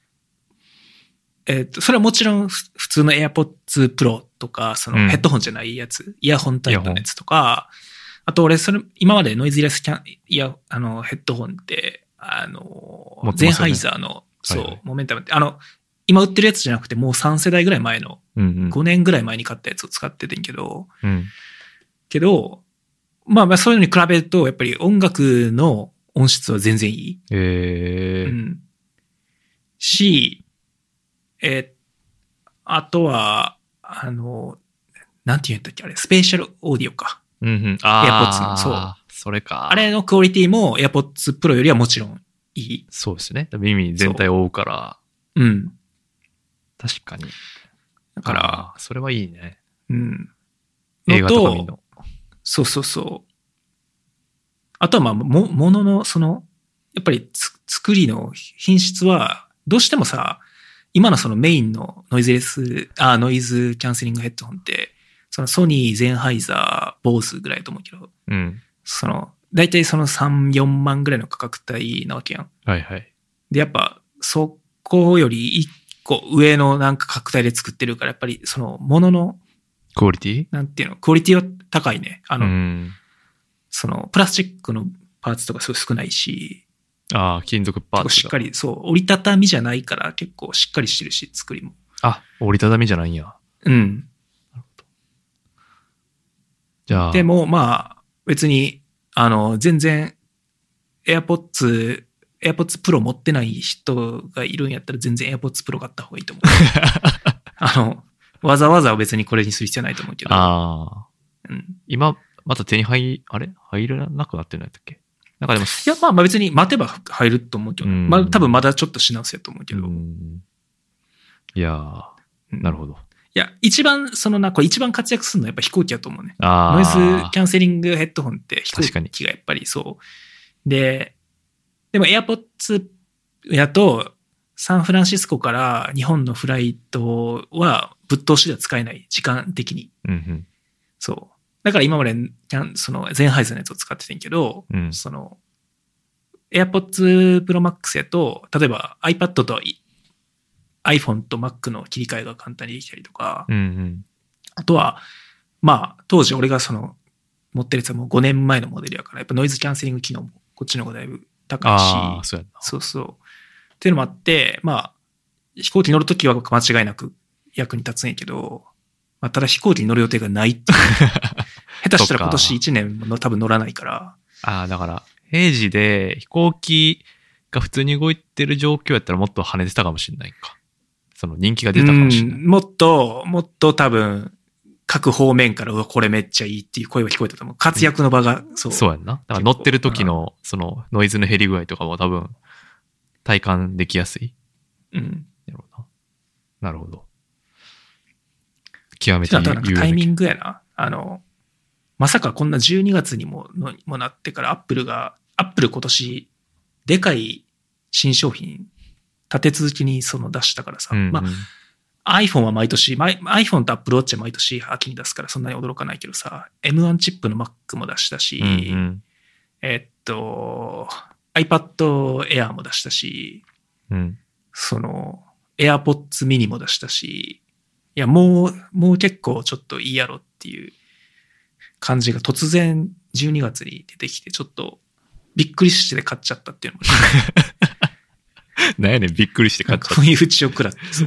えっと、それはもちろん普通の AirPods Pro とか、そのヘッドホンじゃないやつ、うん、イヤホンタイプのやつとか、あと俺それ、今までノイズレスキャン、いや、あの、ヘッドホンって、あの、ね、ゼンハイザーの、そう、はいはい、モメンタムって、あの、今売ってるやつじゃなくてもうさん世代ぐらい前の、ごねんぐらい前に買ったやつを使っててんけど、 うん、 けど、まあまあそういうのに比べると、やっぱり音楽の音質は全然いい。 へー。 うん。し、えー、あとは、あの、なんて言うんだっけあれ、スペーシャルオーディオか。 うんうん。あー。AirPods の、そう。 それか。 あれのクオリティも AirPods Pro よりはもちろんいい。 そうですね。耳全体を覆うから。 う。うん。 確かに。 だから、 それはいいね。 うん。 映画とか見るの。 そうそうそう。あとはまあ、も、ものの、その、やっぱりつ作りの品質は、どうしてもさ、今のそのメインのノイズレス、あ、ノイズキャンセリングヘッドホンって、そのソニー、ゼンハイザー、ボースぐらいだと思うけど、 うん。 その、 だいたいそのさん、よんまんぐらいの価格帯なわけやん。 はいはい。 で、やっぱ、そこより一個上のなんか価格帯で作ってるから、やっぱりそのものの、 クオリティなんていうの、クオリティは高いね。あの、 うん、 その、プラスチックのパーツとかすごい少ないし、 ああ、金属パーツ。 しっかり、そう、折りたたみじゃないから結構しっかりしてるし、作りも。 あ、折りたたみじゃないんや。 うん。なるほど。 じゃあ。 でも、まあ、別に、あの、全然、AirPods、AirPods Pro 持ってない人がいるんやったら全然 AirPods Pro 買った方がいいと思う。あの、わざわざ別にこれにする必要ないと思うけど。 ああ。 うん。 今、また手に入、あれ入らなくなってるんやったっけなんかでも。 いや、まあまあ別に待てば入ると思うけど、まあ多分まだちょっと品薄やと思うけど。 うんいやー、なるほど。 いや、一番、そのな、これ一番活躍するのはやっぱ飛行機やと思うね。 あノイズキャンセリングヘッドホンって飛行機がやっぱりそう。で、でも AirPods やと、サンフランシスコから日本のフライトはぶっ通しでは使えない、時間的に。 うんうん、 そう。だから今まで、その、ゼンハイズのやつを使ってたんけど、 うん、 その、AirPods Pro Max やと、例えば iPad と iPhone と Mac の切り替えが簡単にできたりとか、 うんうん、 あとは、まあ、当時俺がその、持ってるやつはもうごねんまえのモデルやから、やっぱノイズキャンセリング機能もこっちの方がだいぶ高いし、 あそうやな。 そうそう。っていうのもあって、まあ、飛行機乗るときは間違いなく役に立つんやけど、まあ、ただ飛行機に乗る予定がないっていう。下手したら今年いちねんも多分乗らないから。 ああ、だから、平時で飛行機が普通に動いてる状況やったらもっと跳ねてたかもしれないか。その人気が出たかもしれない。 もっと、もっと多分、各方面から、うわ、これめっちゃいいっていう声は聞こえたと思う。活躍の場が、そう。 そうやんな。だから乗ってる時の、その、ノイズの減り具合とかも多分、体感できやすい。 うん。 なるほど。なるほど。極めて有益。タイミングやな。あの、まさかこんなじゅうにがつにも、のもなってからアップルが、アップル今年、でかい新商品、立て続きにその出したからさ。うんうん、まあ、iPhone は毎年、iPhone と Apple Watch は毎年秋に出すからそんなに驚かないけどさ、エムワン チップの Mac も出したし、 うんうん、 えっと、iPad Air も出したし、 うん、 その、AirPods mini も出したし、いや、もう、もう結構ちょっといいやろっていう感じが突然じゅうにがつに出てきて、ちょっとびっくりして買っちゃったっていうのも。 なんやねん、びっくりして買っちゃった。 不意打ちを食らって、そう。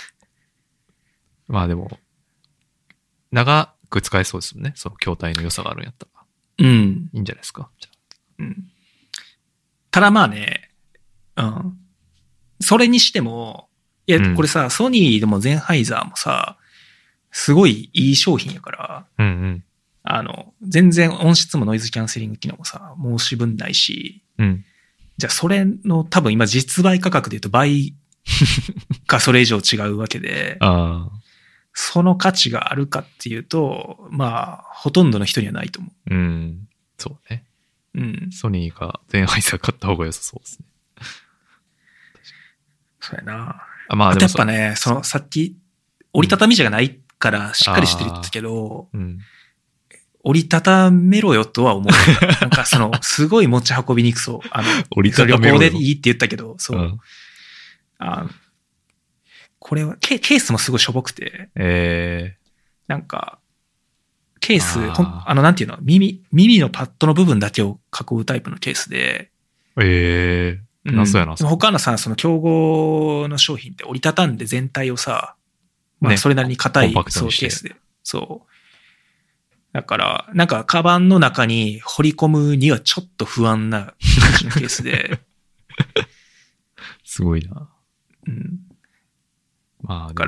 まあでも、長く使えそうですもんね。その筐体の良さがあるんやったら。 うん。 いいんじゃないですか。じゃあうん。ただまあね、うん。それにしても、いや、うん、これさ、ソニーでもゼンハイザーもさ、すごいいい商品やから、 うんうん、 あの、全然音質もノイズキャンセリング機能もさ、申し分ないし、 うん、 じゃあそれの多分今実売価格で言うと倍かそれ以上違うわけで、 あその価値があるかっていうと、まあ、ほとんどの人にはないと思う。うん、そうね。 うん。 ソニーがゼンハイザー買った方が良さそうですね。 そうやな。 あ、まあでもやっぱね、そのさっき折りたたみじゃないからしっかりしてるってけど、 うん、 折りたためろよとは思う。なんかその、すごい持ち運びにくそう。あの、 折りたためろよ。 旅行でいいって言ったけど、そう。うん、あこれはケ、ケースもすごいしょぼくて。 えー、 なんか、ケース、あ, あの、なんていうの、耳、耳のパッドの部分だけを囲うタイプのケースで。 ええー、なんそうやな。 うん、他のさ、その競合の商品って折りたたんで全体をさ、まあ、それなりに硬い、ね、そうケースで。そう。だから、なんか、カバンの中に掘り込むにはちょっと不安な感じのケースで。 すごいな。 うん。 まあ、 だから、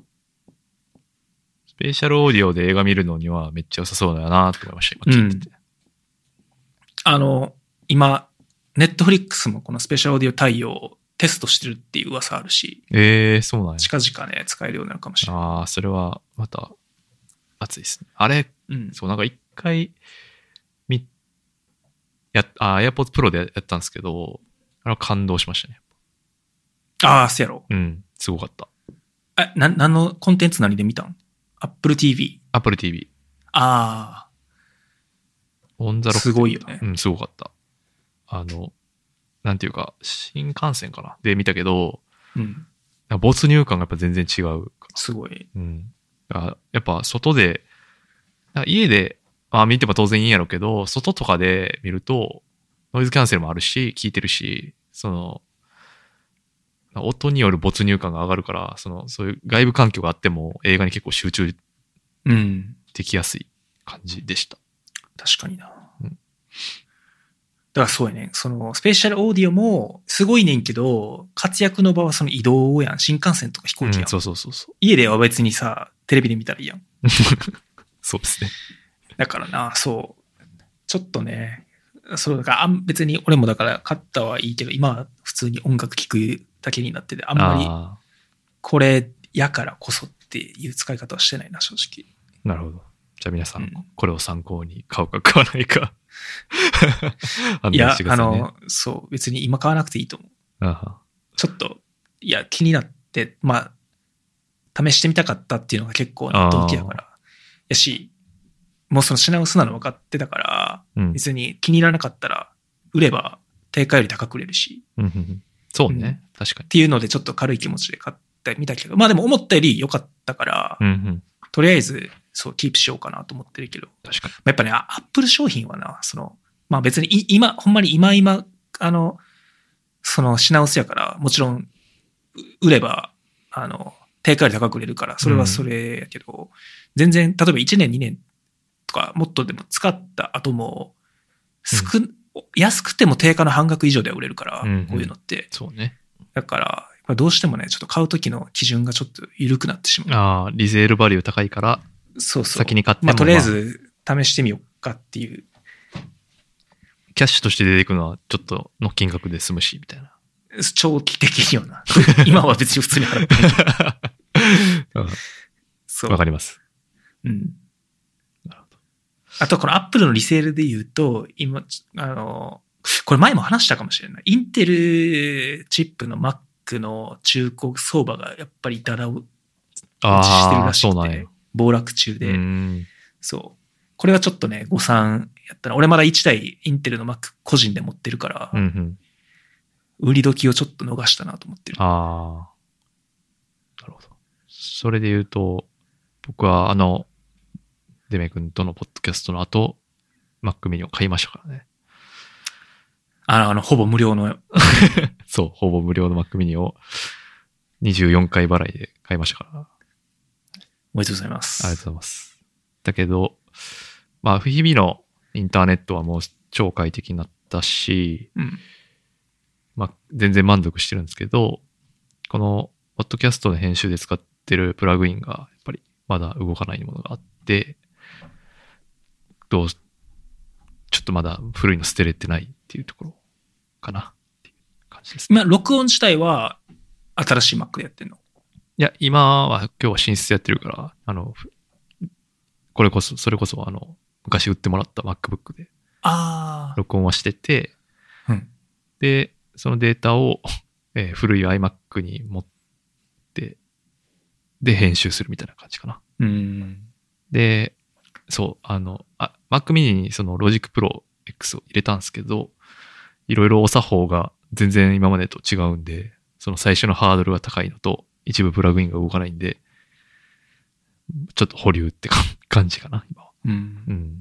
スペシャルオーディオで映画見るのにはめっちゃ良さそうだよなと思いました、今聞いてて。うん、 あの、今、ネットフリックスもこのスペシャルオーディオ対応をテストしてるっていう噂あるし。 ええー、そうなんや。 近々ね、使えるようになるかもしれない。 ああ、それはまた熱いですね。あれ、うん、そう、なんか一回、み、や、あ、AirPods Pro でやったんですけど、あれは感動しましたね。 ああ、そうやろ。 うん、すごかった。 え、な、何のコンテンツ何で見たん？ Apple ティーブイ。 Apple ティーブイ。 ああ。 オンザロック。 すごいよね。 うん、すごかった。あの、なんていうか、新幹線かなで見たけど、 うん。 没入感がやっぱ全然違う。 すごい。 うん。やっぱ外で、家で、まあ見ても当然いいんやろうけど、外とかで見ると、ノイズキャンセルもあるし、聞いてるし、その、音による没入感が上がるから、その、そういう外部環境があっても映画に結構集中できやすい感じでした。 うん、確かにな。うん、だからそうやね。その、スペシャルオーディオもすごいねんけど、活躍の場はその移動やん。新幹線とか飛行機やん。 うん、そうそうそうそう。 家では別にさ、テレビで見たらいいやん。 そうですね。 だからな、そう。ちょっとね、そうだから別に俺もだから買ったはいいけど、今は普通に音楽聴くだけになってて、あんまりこれやからこそっていう使い方はしてないな、正直。 なるほど。じゃあ皆さん、うん、これを参考に買うか買わないかいや、あの、そう、別に今買わなくていいと思う。 あちょっと、いや、気になって、まあ、試してみたかったっていうのが結構な動機だから。やし、もうその品薄なの分かってたから、うん、別に気に入らなかったら、売れば定価より高く売れるし。 うんうん、そうね、うん、確かに。 っていうのでちょっと軽い気持ちで買ってみたけど、まあでも思ったより良かったから、 うんうん、 とりあえず、そう、キープしようかなと思ってるけど。 確かに。 やっぱね、アップル商品はな、その、まあ別に今、ほんまに今今、あの、その品薄やから、もちろん、売れば、あの、定価より高く売れるから、それはそれやけど、うん、全然、例えばいちねんにねんとか、もっとでも使った後も、少、うん、安くても定価の半額以上では売れるから、うんうん、こういうのって。 そうね。 だから、どうしてもね、ちょっと買う時の基準がちょっと緩くなってしまう。 ああ、リゼールバリュー高いから、 そうそう。 先に買っても、 まあ、とりあえず試してみようかっていう。 キャッシュとして出てくるのはちょっとの金額で済むし、みたいな。 長期的にはな。今は別に普通に払ってる。 そう。わかります。 うん。なるほど。あと、このアップルのリセールで言うと、今、あの、これ前も話したかもしれない。インテルチップの Mac の中古相場がやっぱりダダ落ちしてるらしくて。そうなんや。暴落中で、そう。これはちょっとね、誤算やったら、俺まだいちだいインテルの Mac 個人で持ってるから、 うんうん、 売り時をちょっと逃したなと思ってる。 ああ。なるほど。それで言うと、僕はあの、デメ君とのポッドキャストの後、Mac mini を買いましたからね。 あの、あのほぼ無料の。 そう、ほぼ無料の Mac mini をにじゅうよんかい払いで買いましたから。 おめでとうございます。 ありがとうございます。だけど、まあ、日々のインターネットはもう超快適になったし、 うん、 まあ、全然満足してるんですけど、この、ポッドキャストの編集で使ってるプラグインが、やっぱりまだ動かないものがあって、どう、ちょっとまだ古いの捨てれてないっていうところかなっていう感じですね。 今、録音自体は新しい Mac でやってんの？ いや、今は、今日は寝室やってるから、あの、これこそ、それこそ、あの、昔売ってもらった MacBook で、録音はしてて、 うん、 で、そのデータを、えー、古い iMac に持って、で、編集するみたいな感じかな。 うん、 で、そう、あの、あ Mac mini にその Logic Pro X を入れたんですけど、いろいろお作法が全然今までと違うんで、その最初のハードルが高いのと、一部プラグインが動かないんで、ちょっと保留って感じかな、今は。 うん。 うん。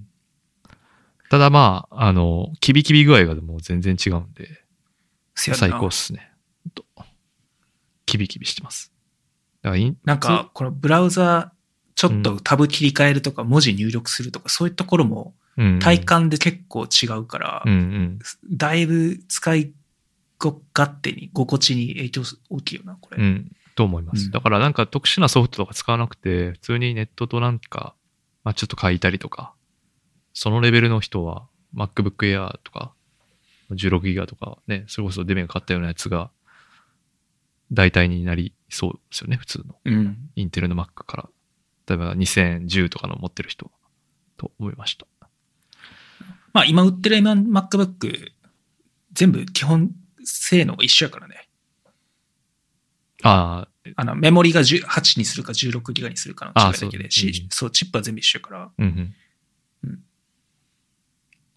ただまあ、あの、キビキビ具合がもう全然違うんで、最高っすね。キビキビしてます。だからなんか、このブラウザ、ちょっとタブ切り替えるとか、文字入力するとか、そういうところも、体感で結構違うから、 うんうん、 だいぶ使い勝手に、心地に影響大きいよな、これ。 うん。と思います。だからなんか特殊なソフトとか使わなくて、普通にネットとなんか、まあちょっと書いたりとか、そのレベルの人は MacBook Air とか、じゅうろくギガとかね、それこそデメが買ったようなやつが、代替になりそうですよね、普通の。 うん、 インテルの Mac から。例えばにせんじゅうとかの持ってる人は、と思いました。 まあ今売ってる MacBook、全部基本性能が一緒やからね。 ああ。あの、メモリがじゅうはちにするかじゅうろくギガにするかの違いだけで、そう、うん、そう、チップは全部一緒やから。 うんうん。うん。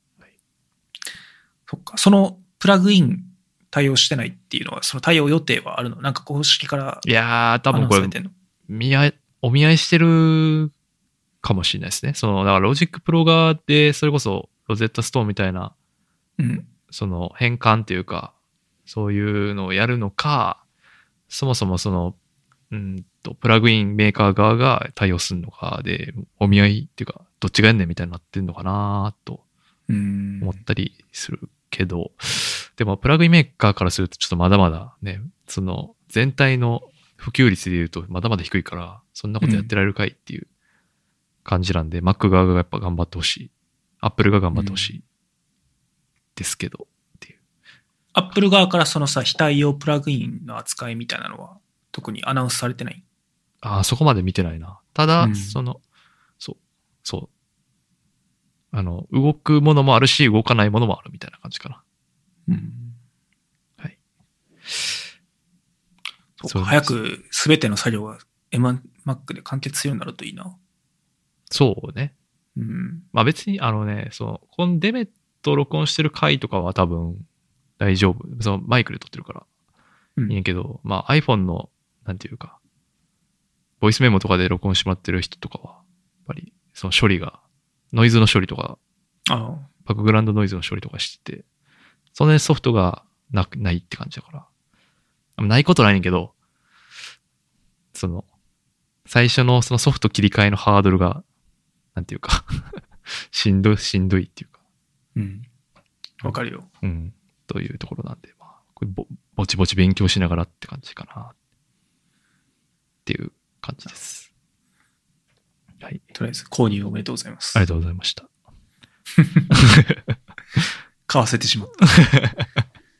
そっか。そのプラグイン対応してないっていうのは、その対応予定はあるの？なんか公式からいやー、多分これ、見合い、お見合いしてるかもしれないですね。その、だからロジックプロ側で、それこそロゼッタストーンみたいな、 うん、 その変換っていうか、そういうのをやるのか、そもそもその、うんと、プラグインメーカー側が対応するのかで、お見合いっていうか、どっちがやんねんみたいになってんのかなと思ったりするけど、でもプラグインメーカーからするとちょっとまだまだね、その全体の普及率で言うとまだまだ低いから、そんなことやってられるかいっていう感じなんで、うん、Mac 側がやっぱ頑張ってほしい。Apple が頑張ってほしい。ですけど、っていう。 Apple 側からそのさ、非対応プラグインの扱いみたいなのは特にアナウンスされてない？ ああ、そこまで見てないな。ただ、うん、その、そう、そう。あの、動くものもあるし、動かないものもあるみたいな感じかな。 うん。 はい。 そうか、早くすべての作業が Mac で完結するようになるといいな。 そうね。 うん。 まあ別に、あのね、その、このデメット録音してる回とかは多分大丈夫。そのマイクで撮ってるから。うん、いいんやけど、まあ iPhone の、なんていうか、ボイスメモとかで録音してもらってる人とかは、やっぱり、その処理が、ノイズの処理とか、 ああバックグラウンドノイズの処理とかしてて、そのソフトがなないって感じだから。ないことないねんけど、その、最初のそのソフト切り替えのハードルが、なんていうか、しんどい、しんどいっていうか。 うん。わかるよ。 うん。というところなんで、まあ、これぼ、ぼちぼち勉強しながらって感じかな。っていう感じです。はい。 とりあえず、購入おめでとうございます。 ありがとうございました。 買わせてしまった。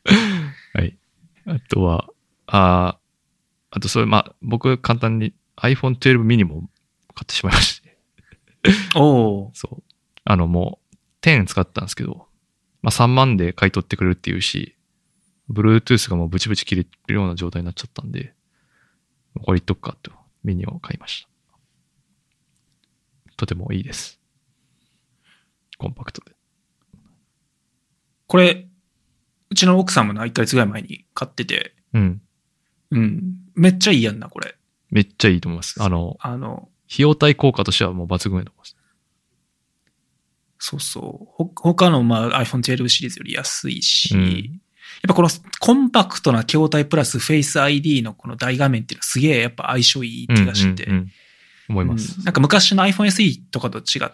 はい。あとは、ああとそれ、まあ、僕簡単に iPhone じゅうに mini も買ってしまいまして。 おー。 そう。あのもう、じゅう使ったんですけど、まあさんまんで買い取ってくれるっていうし、Bluetooth がもうブチブチ切れるような状態になっちゃったんで、これ言っとくかと、ミニを買いました。とてもいいです。コンパクトで。 これ、うちの奥さんもないっかげつぐらい前に買ってて、 うん。 うん。めっちゃいいやんな、これ。 めっちゃいいと思います。あの、 あの、 費用対効果としてはもう抜群だと思います。 そうそう。ほ他の、まあ、iPhone じゅうに シリーズより安いし、うん、やっぱこのコンパクトな筐体プラス Face アイディー のこの大画面っていうのはすげえやっぱ相性いい気がして、うんうんうん、 思います、 うん。なんか昔の iPhone エスイー とかと違って、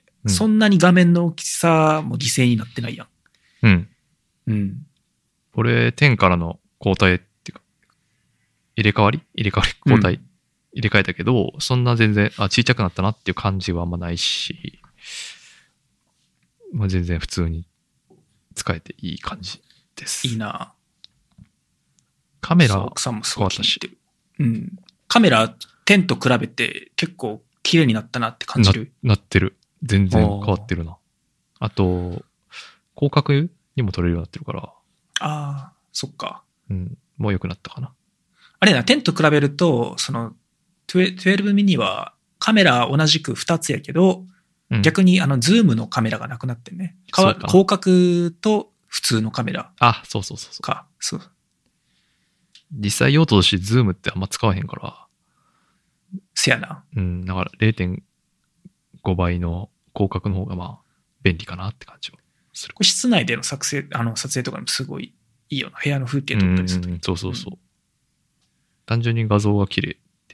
うん、そんなに画面の大きさも犠牲になってないやん。 うん。 うん。 これじゅうからの交代っていうか、入れ替わり入れ替わり交代、うん、入れ替えたけど、そんな全然、あ、小さくなったなっていう感じはあんまないし、まあ、全然普通に使えていい感じです。 いいな。 カメラ、 奥さんもそう聞いてる。うん。カメラじゅうと比べて結構綺麗になったなって感じる。 な、なってる。全然変わってるな。あと、広角にも撮れるようになってるから。ああ、そっか。 うん。もう良くなったかな。 あれな、じゅうと比べると、その、じゅうに mini はカメラ同じくふたつやけど、うん、逆にあの、ズームのカメラがなくなってね。広角と普通のカメラ。 あ、そうそうそうそう。 か。そう。 実際用途としてズームってあんま使わへんから。 せやな。 うん。だから れいてんご 倍の広角の方がまあ、便利かなって感じはする。 室内での作成、あの、撮影とかもすごいいいよな。部屋の風景撮ったりすると、うん。 そうそうそう。うん、単純に画像が綺麗って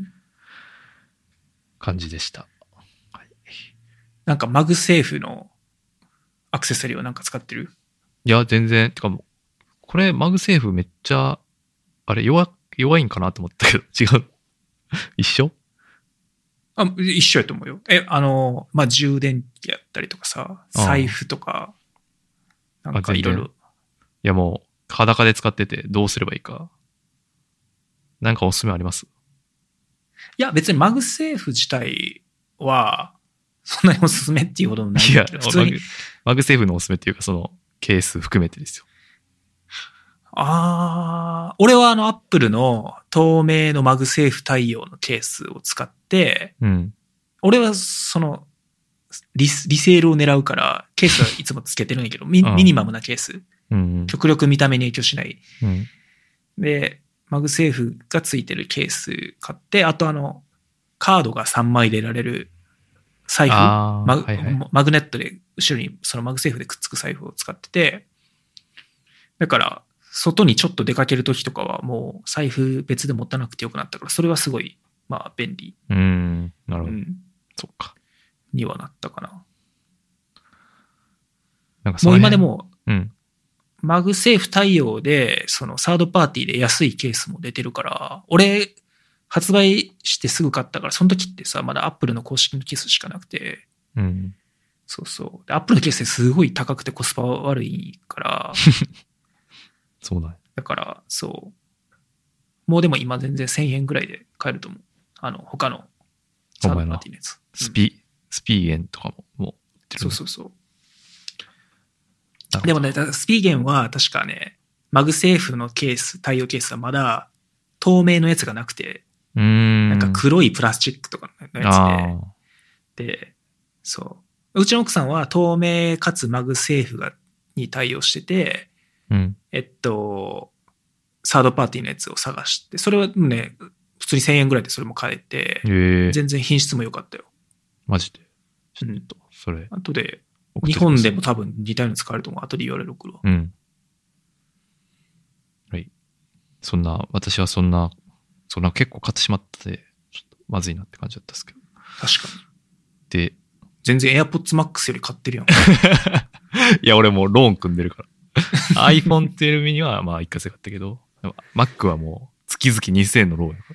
感じでした。はい、 なんかマグセーフのアクセサリーはなんか使ってる？ いや、全然。てかもう、これマグセーフめっちゃ、あれ弱、弱いんかなと思ったけど、違う。一緒？ あ、一緒やと思うよ。え、あの、まあ、充電器やったりとかさ、財布とか、なんかいろいろ。いやもう、裸で使っててどうすればいいか。なんかおすすめあります？ いや、別にマグセーフ自体は、そんなにおすすめっていうほどもないけど。いや、 普通にマグ、マグセーフのおすすめっていうか、その、ケース含めてですよ。 ああ、俺はあのアップルの透明のマグセーフ対応のケースを使って、 うん、 俺はそのリス、リセールを狙うから、ケースはいつもつけてるんやけど、ミ, ミニマムなケース、 うんうん、 極力見た目に影響しない。 うん、で、 マグセーフがついてるケース買って、あとあの、カードがさんまい入れられる財布、マグ、はいはい、マグネットで後ろにそのマグセーフでくっつく財布を使ってて、だから外にちょっと出かけるときとかはもう財布別で持たなくてよくなったから、それはすごいまあ便利。 うん、なるほど。うん、そっか。 にはなったかな。 なんかそもう今でも、 うん、 マグセーフ対応でそのサードパーティーで安いケースも出てるから、俺発売してすぐ買ったから、その時ってさ、まだアップルの公式のケースしかなくて、 うん、 そうそう。アップルのケースですごい高くてコスパ悪いから、 そうだね。 だから、そう。もうでも今全然せんえんぐらいで買えると思う。あの、他のサードパーティーのやつ。 スピ、うん、スピーゲンとかも、もう、 そうそうそう。でもね、スピーゲンは確かね、マグセーフのケース、対応ケースはまだ透明のやつがなくて、 うーんなんか黒いプラスチックとかのやつで、で、そう。うちの奥さんは透明かつマグセーフがに対応してて、 うん、 えっと、サードパーティーのやつを探して、それはね、普通にせんえんぐらいでそれも買えて、 えー、 全然品質も良かったよ。 マジで。 ちょっと、 それ。 後で、日本でも多分似たように使えると思う。後で言われるから。 うん。はい。そんな、私はそんな、そんな結構買ってしまってて、ちょっとまずいなって感じだったんですけど。 確かに。 で、 全然 AirPods Max より買ってるやん。 いや、俺もうローン組んでるから。iPhone じゅうにはまあ一回使ったけど、Mac はもう月々にせんえんのローンやから。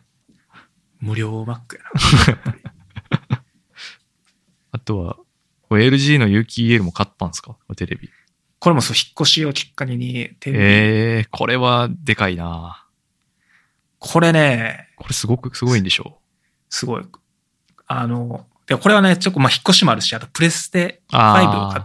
無料 Mac やな。 あとは、エルジー の有機 イーエル も買ったんですか？テレビ。 これもそう、引っ越しをきっかけにテレビ。 えー、これはでかいな。 これね。 これすごく、すごいんでしょう？ すごい。あの、でこれはね、ちょっとまあ引っ越しもあるし、あとプレステファイブを買って、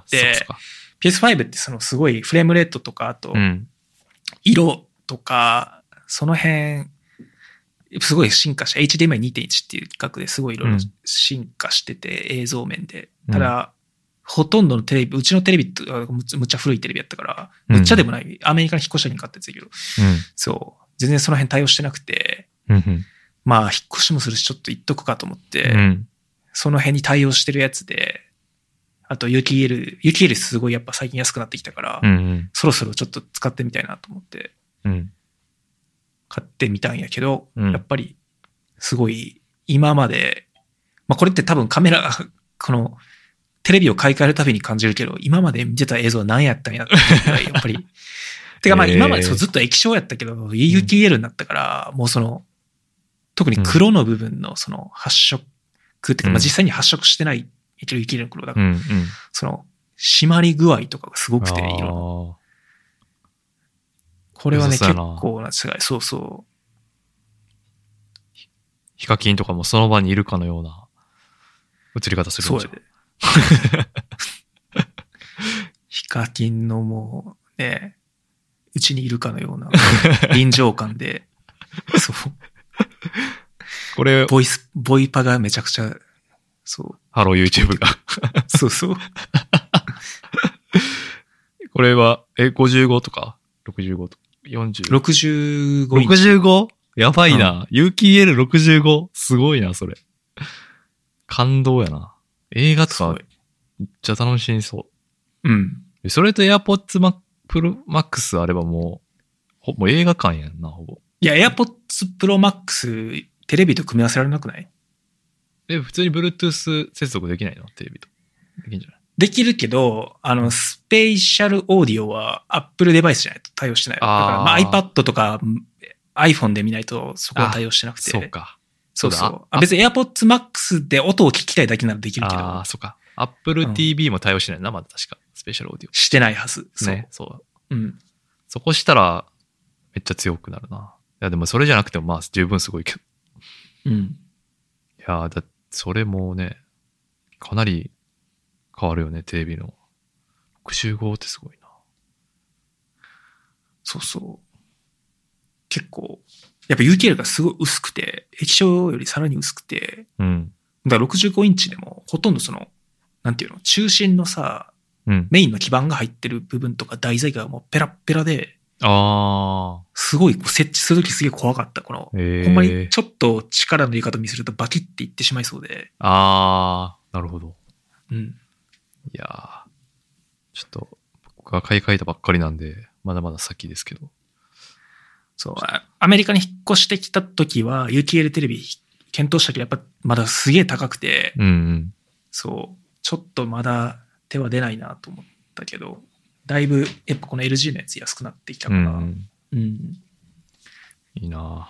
ピーエスファイブ ってそのすごいフレームレートとか、あと、色とか、その辺、すごい進化して、エイチディーエムアイにてんいち っていう規格ですごいいろいろ進化してて、映像面で。ただ、ほとんどのテレビ、うちのテレビってむっちゃ古いテレビやったから、むっちゃでもない、アメリカに引っ越したに買ったやつだけど、そう、全然その辺対応してなくて、まあ、引っ越しもするし、ちょっと言っとくかと思って、その辺に対応してるやつで、あと、有機 イーエル、有機 イーエル すごいやっぱ最近安くなってきたから、 うんうん、そろそろちょっと使ってみたいなと思って、買ってみたんやけど、うん、やっぱり、すごい、今まで、まあこれって多分カメラ、この、テレビを買い替えるたびに感じるけど、今まで見てた映像は何やったんやっていうぐらい、やっぱり。てかまあ今までそうずっと液晶やったけど、有機 イーエル になったから、もうその、特に黒の部分のその発色っていうか、まあ実際に発色してない有機 イーエル の黒だから、 うんうん、 その、締まり具合とかがすごくて、色の。これはね、結構な違い。そうそう。 ヒカキンとかもその場にいるかのような映り方するんじゃん。そうヒカキンのもうね、うちにいるかのような臨場感で、そう。 これ、 ボイス、ボイパがめちゃくちゃ、そう。 ハロー YouTube が。 そうそう。 これは、え、ごじゅうごとか ?ろくじゅうご とか ?よんじゅう? ろくじゅうごインチ。 ろくじゅうご? やばいな。うん、有機 イーエルろくじゅうご? すごいな、それ。感動やな。映画とか、めっちゃ楽しそう。 うん。 それと AirPods Pro Max あればもう、ほもう映画館やんな、ほぼ。 いや、AirPods Pro Max、テレビと組み合わせられなくない？ え、普通に Bluetooth 接続できないの？テレビと。できんじゃない？ できるけど、あの、スペーシャルオーディオは Apple デバイスじゃないと対応してない。だからまあ iPad とか iPhone で見ないとそこは対応してなくて。 そうか。 そうそう。あ、別に AirPods Max で音を聞きたいだけならできるけど。 ああ、そうか。Apple ティーブイ も対応してないな、まだ確か。スペシャルオーディオ。 してないはず。 そう。ね、そう。 うん。 そこしたら、めっちゃ強くなるな。いや、でもそれじゃなくてもまあ十分すごいけど。 うん。いや、だそれもね、かなり変わるよね、テレビの。ろくじゅうごってすごいな。 そうそう。結構、やっぱ ユーケーエル がすごい薄くて、液晶よりさらに薄くて、 うん。 からろくじゅうごインチでもほとんどその、なんていうの、中心のさ、 うん。 メインの基板が入ってる部分とか台材がもうペラッペラで、 ああ。 すごいこう設置するときすげえ怖かった。この、 へーほんまにちょっと力の入れ方見せるとバキっていってしまいそうで。 ああ、なるほど。 うん。 いやー、ちょっと、僕が買い替えたばっかりなんで、まだまだ先ですけど。 そう、あアメリカに引っ越してきたときは、ユーティーエル テレビ検討したけど、やっぱまだすげえ高くて、 うんうん。 そう、ちょっとまだ手は出ないなと思ったけど、だいぶやっぱこの エルジー のやつ安くなってきたから、 うんうんうん、 いいな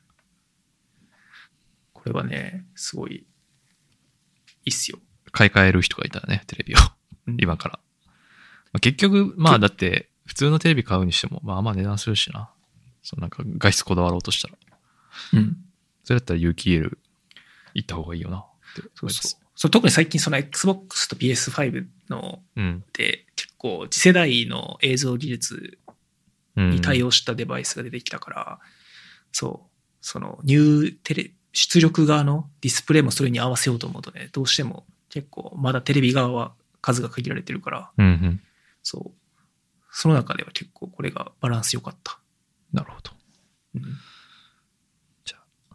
これはね、すごいいいっすよ。 買い替える人がいたらね、テレビを。 うん今から。まあ結局、まあだって、普通のテレビ買うにしても、まあまあ値段するしな。そうなんか画質こだわろうとしたら。 うん。 それだったら ユーティーエル 行った方がいいよなってそうそ思います。 う。そう特に最近その Xbox と ピーエスファイブ のうん。 で結構次世代の映像技術うん。 に対応したデバイスが出てきたから、そう、そのニューテレ、出力側のディスプレイもそれに合わせようと思うとね、どうしても結構まだテレビ側は数が限られてるから、 うんうん。 そう。その中では結構これがバランス良かった。 なるほど。 うん、 じゃあ、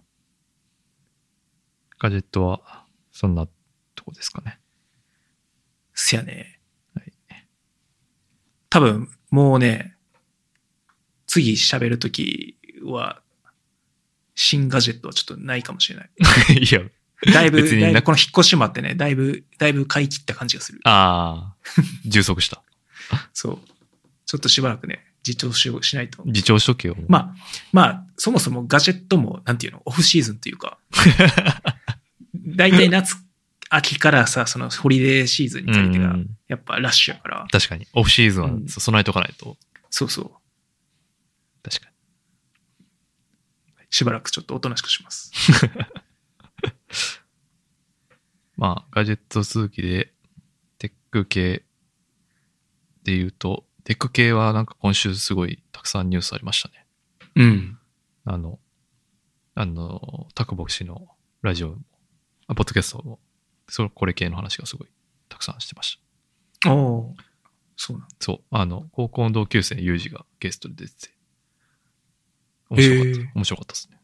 ガジェットはそんなとこですかね。 せやね。 はい。 多分もうね、次喋るときは、新ガジェットはちょっとないかもしれない。 いや、 だいぶ、 別になだいぶこの引っ越しもあってね、だいぶ、だいぶ買い切った感じがする。 ああ、充足した。 そう。ちょっとしばらくね、自重しようしないと。 自重しとけよ。 まあ、まあ、そもそもガジェットも、なんていうの、オフシーズンというか、だいたい夏、秋からさ、そのホリデーシーズンにかけてがうん、 やっぱラッシュやから、 確かに。オフシーズンはうん備えとかないと。 そうそう。 確かに。 しばらくちょっとおとなしくします。 まあ、ガジェット続きで、テック系で言うと、テック系はなんか今週すごいたくさんニュースありましたね。 うん。 あの、あの、タクボク氏のラジオも、あポッドキャストも、それこれ系の話がすごいたくさんしてました。 おお、そうなんだ。 そう、あの、高校の同級生のユージがゲストで出てて、面白かった、 へー面白かったですね。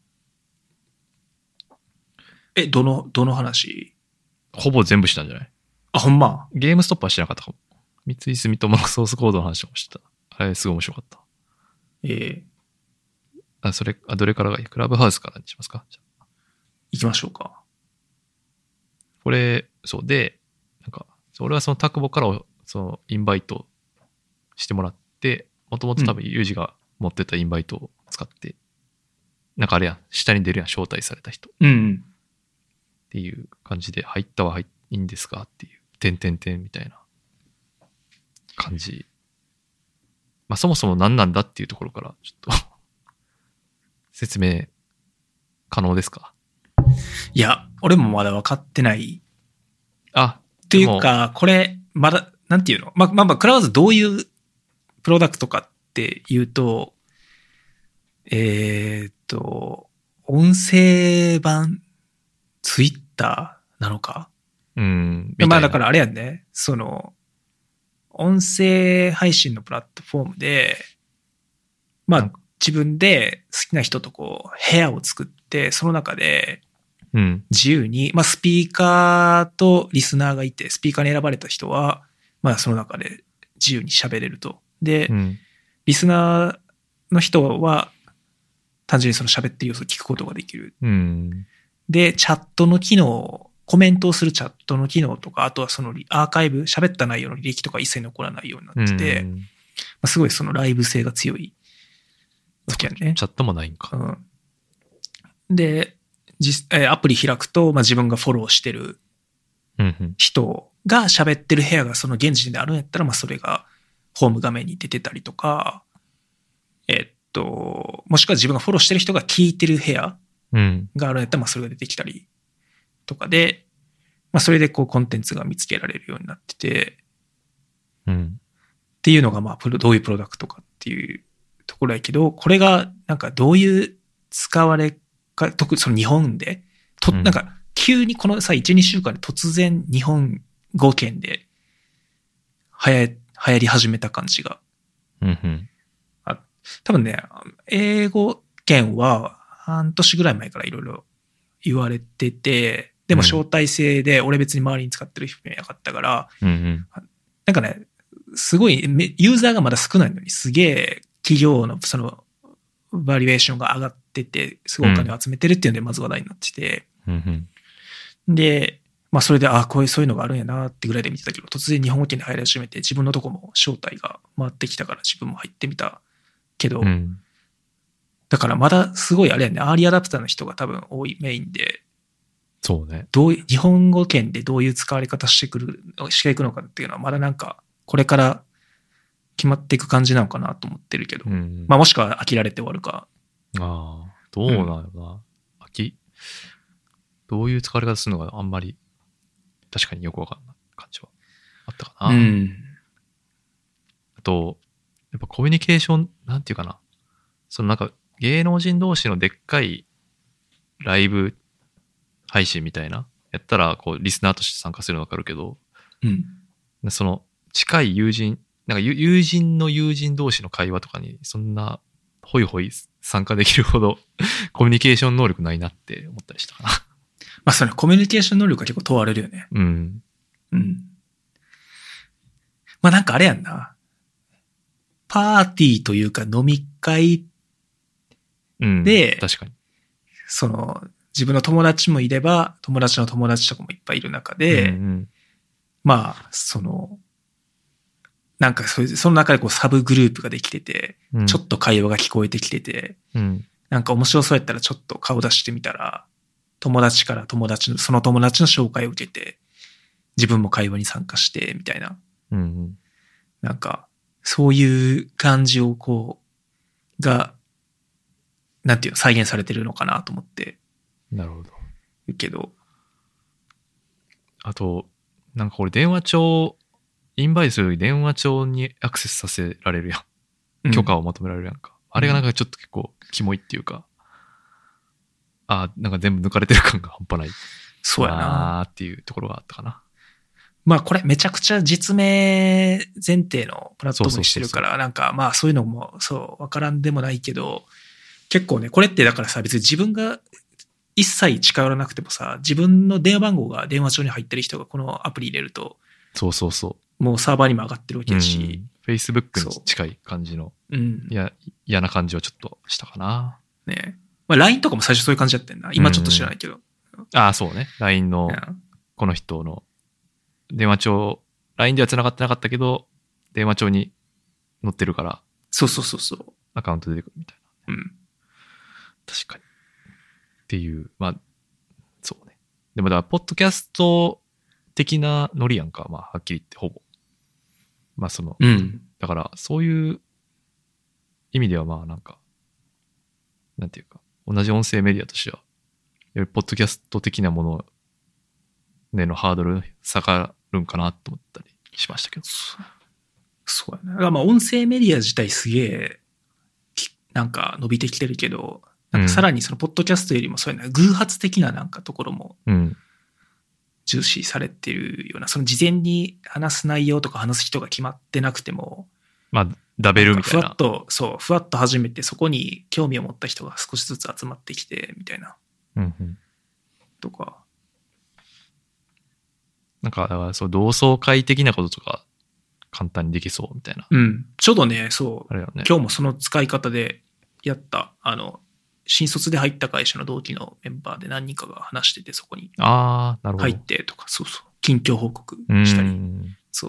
え、どの、どの話？ ほぼ全部したんじゃない？ あ、ほんま。 ゲームストップはしてなかったかも。三井住友のソースコードの話もしてた。あれすごい面白かった。 えー、 あ、それ、あ、どれからがいい？クラブハウスからにしますか？じゃあ行きましょうか。 これ、そうで、なんか、俺はそのタクボからそのインバイトしてもらって、もともと多分ユージが持ってたインバイトを使って、うん、なんかあれやん、下に出るやん、招待された人。 うん。 っていう感じで、入ったは入いいんですかっていう、てんてんてんみたいな感じ。まあそもそも何なんだっていうところから、ちょっと、説明可能ですか？ いや、俺もまだ分かってない。 あ、 というか、これ、まだ、なんていうの？まあ、まあ、まあ、クラウドどういうプロダクトかっていうと、えーっと、音声版、ツイッターなのか？ うん。 まあだからあれやんね、その、音声配信のプラットフォームで、まあ自分で好きな人とこう部屋を作って、その中で自由に、まあスピーカーとリスナーがいて、スピーカーに選ばれた人は、まあその中で自由に喋れると。で、 うん、 リスナーの人は単純にその喋ってる様子を聞くことができる。 うん、で、 チャットの機能、コメントをするチャットの機能とか、あとはそのアーカイブ、喋った内容の履歴とか一切残らないようになってて、 うんまあ、すごいそのライブ性が強いわけやね。 チャットもないんか。 うん、で、実えアプリ開くと、まあ、自分がフォローしてる人が喋ってる部屋がその現時点であるんやったら、まあ、それがホーム画面に出てたりとか、えっと、もしくは自分がフォローしてる人が聞いてる部屋があるんやったら、まあ、それが出てきたりとかで、まあ、それでこうコンテンツが見つけられるようになってて、 うん、 っていうのが、まあ、どういうプロダクトかっていうところやけど、これがなんかどういう使われか、特にその日本で、と、なんか、 急にこのさ、いち、にしゅうかんで突然日本語圏で流行、流行り始めた感じが。 うんうん。 あ、多分ね、英語圏は半年ぐらい前からいろいろ言われてて、でも招待制で俺別に周りに使ってる人いなかったから、 うんうん、 なんかね、すごい、ユーザーがまだ少ないのにすげえ企業のそのバリエーションが上がってて、すごいお金を集めてるっていうのでまず話題になってて、 うんうん、で、まあそれで、あ、こういうそういうのがあるんやなってぐらいで見てたけど、突然日本語圏に入り始めて自分のとこも招待が回ってきたから自分も入ってみたけど、うん、だからまだすごいあれやね、アーリーアダプターの人が多分多いメインで、 そうね。 どういう、日本語圏でどういう使われ方してくる、していくのかっていうのはまだなんか、これから決まっていく感じなのかなと思ってるけど、うん、まあもしくは飽きられて終わるか。 ああ、どうなのな、うん、飽き、どういう使われ方するのかあんまり、確かによくわかんない感じはあったかな。うん。あと、やっぱコミュニケーション、なんていうかな。そのなんか芸能人同士のでっかいライブ配信みたいな、やったらこうリスナーとして参加するのわかるけど、 うん。 その近い友人、なんか友人の友人同士の会話とかにそんなホイホイ参加できるほどコミュニケーション能力ないなって思ったりしたかな。 まあそのコミュニケーション能力が結構問われるよね。 うん。 うん。まあなんかあれやんな。パーティーというか飲み会で、 うん、確かに。 その自分の友達もいれば、友達の友達とかもいっぱいいる中で、 うんうん、 まあその、なんかそれその中でこうサブグループができてて、うん、ちょっと会話が聞こえてきてて、 うん、 なんか面白そうやったらちょっと顔出してみたら、友達から友達の、その友達の紹介を受けて、自分も会話に参加して、みたいな。 うんうん、 なんか、そういう感じをこう、が、なんていうの、再現されてるのかなと思って。 なるほど。 けど。 あと、なんかこれ電話帳、インバイトするとき電話帳にアクセスさせられるやん。許可を求められるやんか。うん、あれがなんかちょっと結構キモいっていうか、あ、なんか全部抜かれてる感が半端ない。 そうやなーっていうところがあったかな。 まあこれめちゃくちゃ実名前提のプラットフォームにしてるから、なんかまあそういうのもそうわからんでもないけど、結構ね、これってだからさ、別に自分が一切近寄らなくてもさ、自分の電話番号が電話帳に入ってる人がこのアプリ入れると、 そうそうそう。 もうサーバーにも上がってるわけだし、 うん、Facebook に近い感じの、うん、いや、嫌な感じはちょっとしたかな。 ね。まあ ライン とかも最初そういう感じだったんな。今ちょっと知らないけど。 うん、ああ、そうね。ライン の、この人の電話帳、ライン では繋がってなかったけど、電話帳に載ってるから。 そうそうそうそう。 アカウント出てくるみたいな。うん。 確かに。っていう、まあ、そうね。でもだから、ポッドキャスト的なノリやんか。まあ、はっきり言ってほぼ。まあ、その、 うん。 だから、そういう意味ではまあ、なんか、なんていうか、同じ音声メディアとしては、ポッドキャスト的なものでのハードル下がるんかなと思ったりしましたけど。 そうやね。だからまあ音声メディア自体すげえ、なんか伸びてきてるけど、なんかさらにそのポッドキャストよりもそういうな偶発的ななんかところも重視されてるような、その事前に話す内容とか話す人が決まってなくても、 まあ、ダベルみたいな。 ふわっと、そう、ふわっと始めて、そこに興味を持った人が少しずつ集まってきて、みたいな。 うんうん。 とか。 なんか、だからそう、同窓会的なこととか、簡単にできそうみたいな。 うん。ちょうどね、そう。 あれよね。 今日もその使い方でやった、あの、新卒で入った会社の同期のメンバーで何人かが話してて、そこに。 ああ、なるほど。 入ってとか、そうそう。近況報告したり。そう。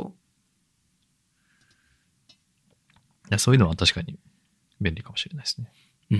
いや、そういうのは確かに便利かもしれないですね。 うん。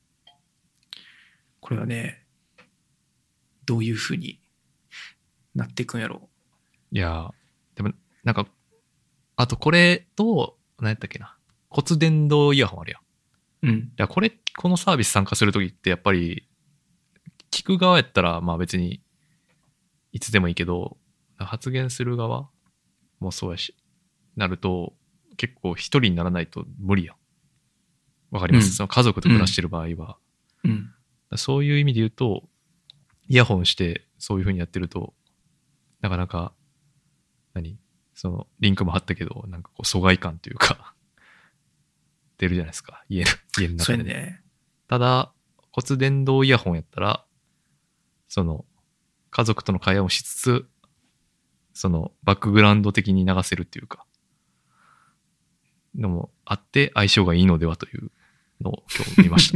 これはね、どういう風になっていくんやろう。いや、でも、なんか、あとこれと、何やったっけな。骨伝導イヤホンあるやん。うん。いや、これ、このサービス参加するときってやっぱり、聞く側やったら、まあ別に、いつでもいいけど、発言する側もそうやし、なると、結構一人にならないと無理やん。わかります、うん、その家族と暮らしてる場合は。 うん。 そういう意味で言うと、 イヤホンしてそういう風にやってると、なかなか、何その、リンクも貼ったけど、なんかこう、疎外感というか、出るじゃないですか。家の、家の中で。 そうやね。 ただ、骨伝導イヤホンやったら、その、家族との会話をしつつ、その、バックグラウンド的に流せるっていうか、のもあって、相性がいいのではというのを今日見ました。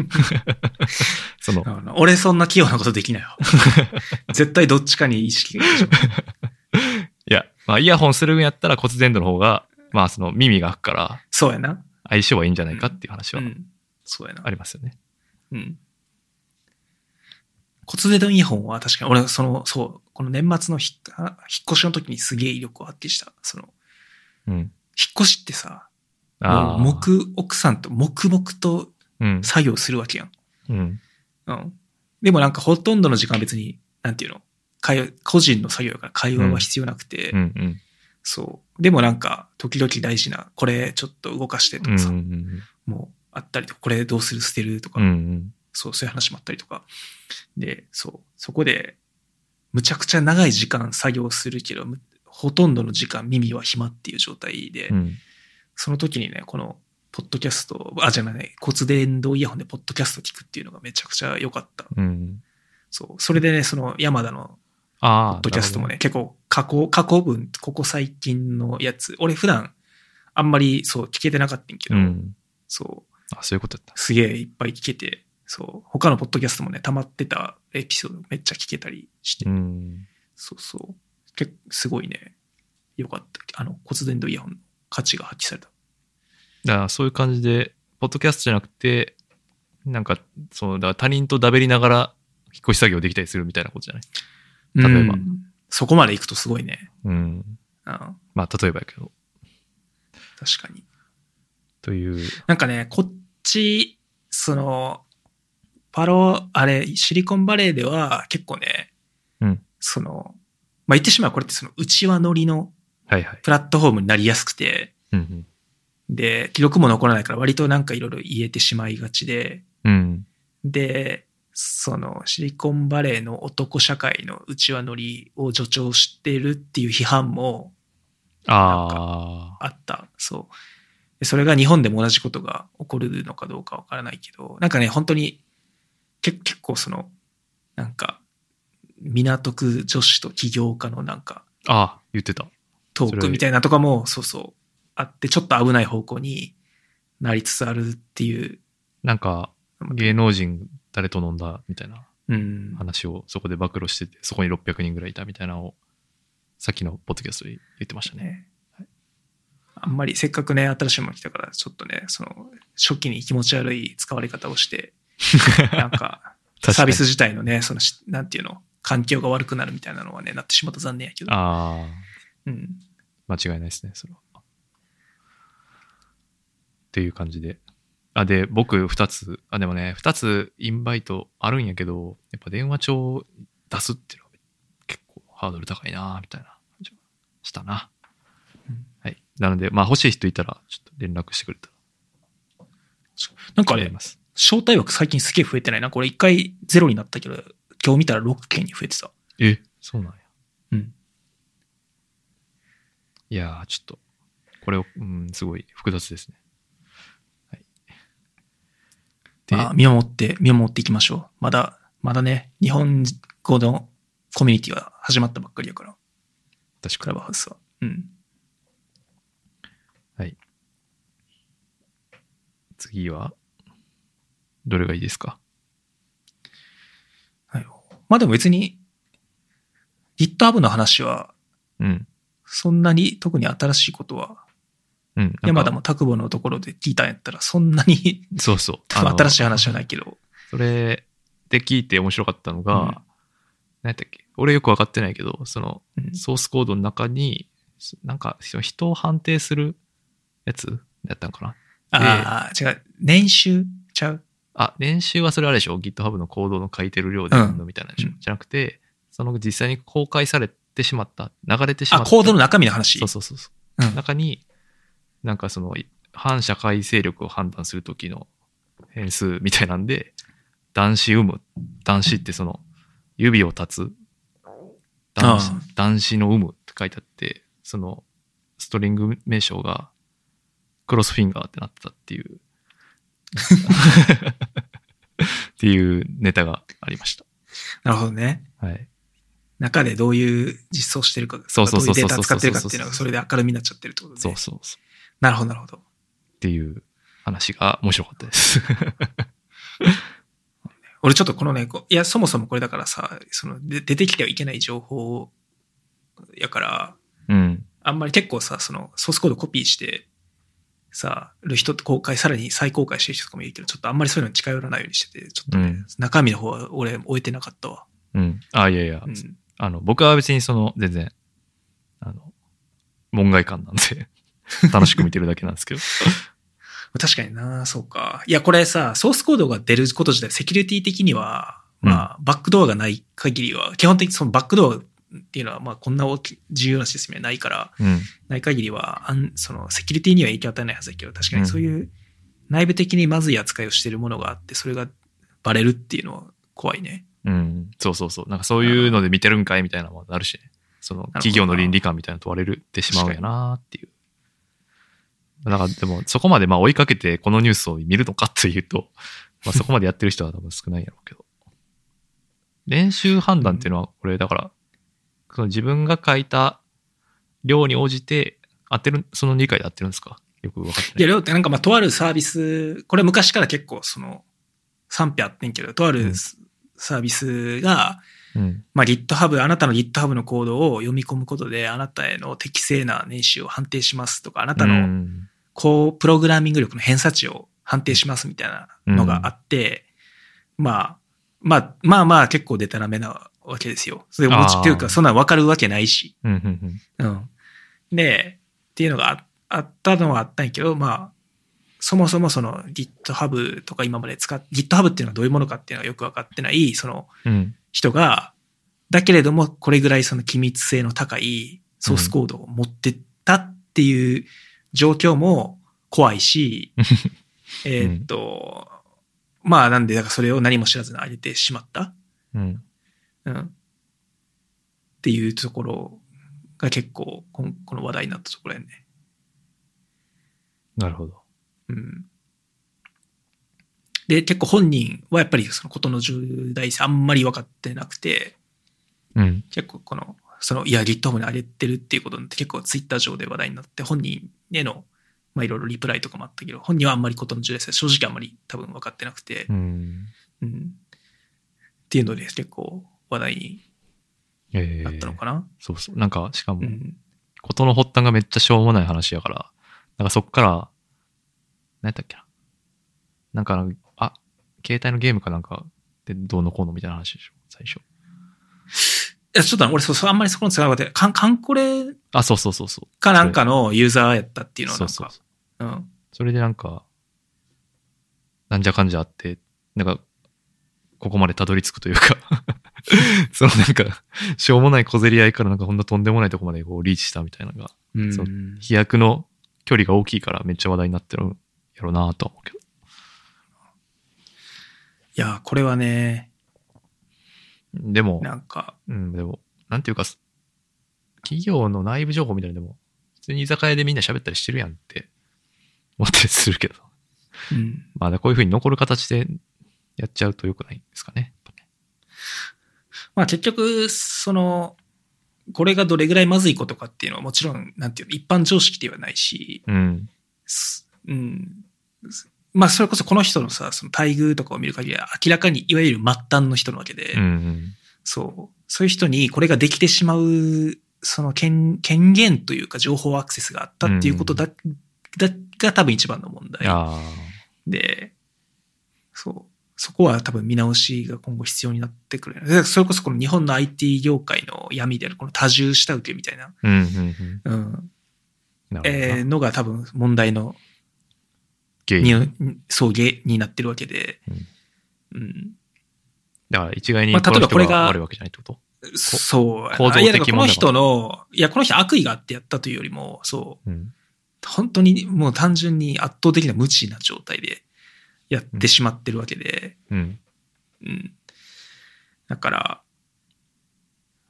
その、 俺そんな器用なことできないわ。絶対どっちかに意識がいる。 いや、まあ、イヤホンするんやったら骨伝導の方が、まあ、その耳が開くから、 そうやな。 相性はいいんじゃないかっていう話は、 うんうん、そうやな。 ありますよね。 うん。骨伝導イヤホンは確かに、俺、その、そう、この年末のひ引っ越しの時にすげえ威力を発揮した。その、 うん。 引っ越しってさ、もう黙、奥さんと黙々と作業するわけやん。 うん。 うん。でもなんかほとんどの時間は別に、なんていうの、会個人の作業だから会話は必要なくて、 うんうんうん、 そう。でもなんか、時々大事な、これちょっと動かしてとかさ、 うんうんうん、 もうあったりとか、これどうする捨てるとか、 うんうん、 そう、そういう話もあったりとか。で、そう、そこで、むちゃくちゃ長い時間作業するけど、ほとんどの時間耳は暇っていう状態で、うん、その時にね、この、ポッドキャスト、あ、じゃない、骨伝導イヤホンでポッドキャスト聞くっていうのがめちゃくちゃ良かった。 うん、 そう。それでね、その山田の、ポッドキャストもね、結構過去、過去文、ここ最近のやつ、俺普段あんまりそう聞けてなかったんけど、うん、そう。 あ、そういうことだった。 すげえいっぱい聞けて、そう。他のポッドキャストもね、溜まってたエピソードめっちゃ聞けたりして、うん、そうそう。結構すごいね、良かった。あの骨伝導イヤホンの価値が発揮された。 だからそういう感じで、ポッドキャストじゃなくて、なんか、その、だから他人とだべりながら引っ越し作業できたりするみたいなことじゃない？例えば、うん。 そこまで行くとすごいね。 うん。あまあ、例えばやけど。 確かに。 という。 なんかね、こっち、その、パロ、あれ、シリコンバレーでは結構ね、 うん。 その、まあ、言ってしまうこれってその内輪乗りのはいはい。 プラットフォームになりやすくて、 うんうんで、記録も残らないから割となんかいろいろ言えてしまいがちで、 うん、 で、そのシリコンバレーの男社会の内輪乗りを助長してるっていう批判もなんかあった。そう。それが日本でも同じことが起こるのかどうかわからないけど、なんかね、本当に結構その、なんか港区女子と起業家のなんか、 ああ、言ってた。 トークみたいなとかも、そうそう。あって、ちょっと危ない方向になりつつあるっていう。 なんか、芸能人誰と飲んだみたいな話をそこで暴露してて、そこにろっぴゃくにんぐらいいたみたいなのを、さっきのポッドキャストで言ってましたね。ねはい、あんまりせっかくね、新しいもの来たから、ちょっとね、その、初期に気持ち悪い使われ方をして、なんか、サービス自体のね、その、なんていうの、環境が悪くなるみたいなのはね、なってしまった残念やけど。 ああ。 うん。 間違いないですね、それは。っていう感じで。あ、で、僕二つ、あ、でもね、二つインバイトあるんやけど、やっぱ電話帳出すっていうのは結構ハードル高いなみたいな感じがしたな。うん、はい。なので、まあ欲しい人いたら、ちょっと連絡してくれたら。 なんかあれ、招待枠最近すげえ増えてないな。これ一回ゼロになったけど、今日見たらろっけんに増えてた。 え、そうなんや。 うん。 いやー、ちょっと、これを、うん、すごい複雑ですね。 まあ、見守って、見守っていきましょう。まだ、まだね、日本語のコミュニティは始まったばっかりやから。 確かに。 クラブハウスは。うん。 はい。次は、どれがいいですか？ はい。まあでも別に、GitHub の話は、 うん。 そんなに特に新しいことは、 うん、 山田も田久保のところで聞いたんやったら、そんなにそうそう。 多分新しい話はないけど。 それで聞いて面白かったのが、うん、何やったっけ？俺よく分かってないけど、その、ソースコードの中に、なんか、人を判定するやつやったのかな？ ああ、違う。年収ちゃう？ あ、年収はそれあれでしょ？ GitHub のコードの書いてる量でやるのみたいなでしょ、うん、じゃなくて、その実際に公開されてしまった、流れてしまった。 あ、コードの中身の話？ そうそうそうそう、うん。中に、なんかその反社会勢力を判断するときの変数みたいなんで、男子有無、男子ってその指を立つ男子、男子の有無って書いてあって、そのストリング名称がクロスフィンガーってなってたっていうっていうネタがありました。 なるほどね。 はい。 中でどういう実装してるか、 そうそうそうそう、 どういうデータ使ってるかっていうのがそれで明るみになっちゃってるってことね。 そうそうそう。 なるほどなるほど。 っていう話が面白かったです。 俺ちょっとこのね、いやそもそもこれだからさ、そので出てきてはいけない情報やから、 うん、 あんまり結構さ、そのソースコードコピーしてさ、る人って公開、さらに再公開してる人とかもいるけど、ちょっとあんまりそういうのに近寄らないようにしてて、ちょっとね、うん、中身の方は俺終えてなかったわ。 うん。あ、いやいや、うん、あの、僕は別にその、全然、あの、門外漢なんで、楽しく見てるだけなんですけど。 確かにな、そうか。いや、これさ、ソースコードが出ること自体、セキュリティ的には、まあ、うん、バックドアがない限りは、基本的にそのバックドアっていうのは、まあ、こんな大き重要なシステムはないから、 うん、 ない限りは、あんその、セキュリティには影響を与えないはずだけど、確かにそういう内部的にまずい扱いをしているものがあって、それがバレるっていうのは怖いね。 うん、そうそうそう。なんかそういうので見てるんかいみたいなのもあるしね。その、企業の倫理観みたいなの問われるってしまうんやなっていう。だからでもそこまでまあ追いかけてこのニュースを見るのかというと、まあそこまでやってる人は多分少ないやろうけど。練習判断っていうのはこれだから、その自分が書いた量に応じて当てる、その理解で合ってるんですか？よく分かってない。 いや、量ってなんかまあとあるサービス、これ昔から結構その賛否あってんけど、とあるサービスが、 うん、 まあ GitHub、あなたの GitHub のコードを読み込むことであなたへの適正な年収を判定しますとか、あなたのこうプログラミング力の偏差値を判定しますみたいなのがあって、うん、まあ、まあまあまあ結構デタラメなわけですよ。それもちっていうかそんな分かるわけないし。 うんうんうん、で、っていうのが あ, あったのはあったんやけど、まあ、そもそもその GitHub とか今まで使っ、GitHub っていうのはどういうものかっていうのがよく分かってない、その人が、だけれどもこれぐらいその機密性の高いソースコードを持ってったっていう状況も怖いし、えっと、まあなんで、だからそれを何も知らずに上げてしまった。 うん。 うん。っていうところが結構この話題になったところやね。 なるほど。 うん。で、結構本人はやっぱりそのことの重大性あんまり分かってなくて、 うん、 結構この、その、いや、GitHub に上げてるっていうことって結構ツイッター上で話題になって、本人への、まあいろいろリプライとかもあったけど、本人はあんまりことの重大性、正直あんまり多分分かってなくて、 うん。 うん、っていうので結構話題になったのかな、えー、 そうそう。なんか、しかも、うん、ことの発端がめっちゃしょうもない話やから、なんかそっから、何やったっけな。なんか、あ、携帯のゲームかなんかでどうのこうのみたいな話でしょ、最初。 いや、ちょっと俺、そう、そう、あんまりそこのつながって、カン、カンコレあ、そうそうそうそう。 かなんかのユーザーやったっていうのはなんか、 そうそうそう。うん。 それでなんか、なんじゃかんじゃあって、なんか、ここまでたどり着くというか、そのなんか、しょうもない小競り合いからなんかほんととんでもないとこまでこうリーチしたみたいなのが、 うん、 その飛躍の距離が大きいからめっちゃ話題になってるやろうなと思うけど。 いや、これはね、 でも、 なんか、 うん、でも、なんていうか、企業の内部情報みたいなのでも、普通に居酒屋でみんな喋ったりしてるやんって思ったりするけど。 うん、 まあ、こういうふうに残る形でやっちゃうと良くないですかね。 まあ結局、その、これがどれぐらいまずいことかっていうのはもちろん、なんていうの、一般常識ではないし、 うん。 うん。まあそれこそこの人のさ、その待遇とかを見る限りは明らかにいわゆる末端の人なわけで、 うんうん、 そう。そういう人にこれができてしまう、その権、権限というか情報アクセスがあったっていうことだ、うん、だが多分一番の問題。で、そう。そこは多分見直しが今後必要になってくる。それこそこの日本の アイティー 業界の闇であるこの多重下請けみたいな、 うんうんうんうんえー、のが多分問題の原因そう原になってるわけで、うんうん、 だから一概にこの人が悪いわけじゃないってこと？ まあ、そう。 構造的問題。 いやこの人のいやこの人悪意があってやったというよりもそう、 うん、 本当にもう単純に圧倒的な無知な状態で。やってしまってるわけで、 うん。 うん。だから、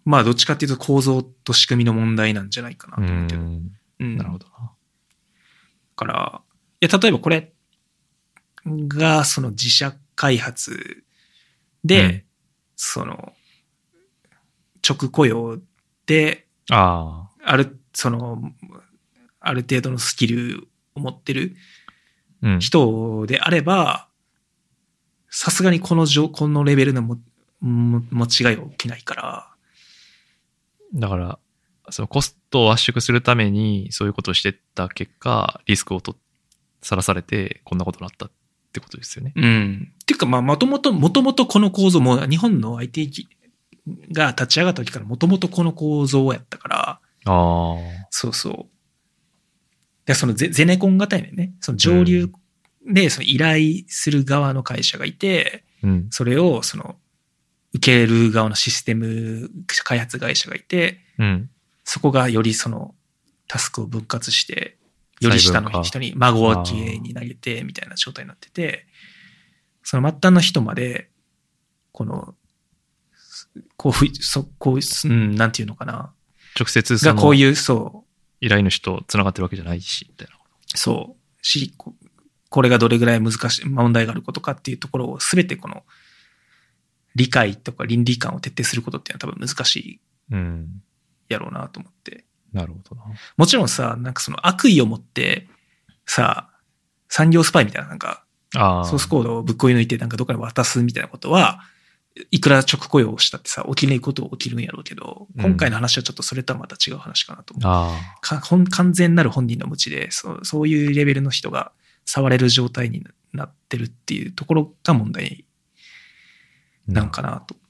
まあどっちかっていうと構造と仕組みの問題なんじゃないかなと思うけど。 うんうん、 なるほどな。 だから、いや、例えばこれがその自社開発で、うん、その、直雇用で、 ああ。 ある、その、ある程度のスキルを持ってる人であれば、さすがにこの状、このレベルのも、も、間違いは起きないから。 だから、そのコストを圧縮するためにそういうことをしてった結果、リスクをとさらされてこんなことになったってことですよね。 うん。っていうか、まあ、もともと、もともとこの構造も、日本の アイティー が立ち上がった時からもともとこの構造やったから、ああ。 そうそう。で、そのゼ、ゼネコン型やね、その上流で、その依頼する側の会社がいて、 うん、 それを、その、受ける側のシステム開発会社がいて、 うん、 そこがよりそのタスクを分割して、より下の人に孫分けに投げてみたいな状態になってて、その末端の人まで、この、こうふ、そ、こう、うん、なんていうのかな。 直接その、 がこういう、そう。 依頼主と繋がってるわけじゃないし、みたいな。 そう。し、これがどれぐらい難しい、問題があることかっていうところをすべてこの、理解とか倫理観を徹底することっていうのは多分難しいやろうなと思って。 うん、なるほどな。 もちろんさ、なんかその悪意を持ってさ、産業スパイみたいななんか、ソースコードをぶっこい抜いてなんかどっかに渡すみたいなことは、いくら直雇用をしたってさ、起きないこと起きるんやろうけど、今回の話はちょっとそれとはまた違う話かなと思う。 あか完全なる本人の無知でそう、そういうレベルの人が触れる状態になってるっていうところが問題なんかなと。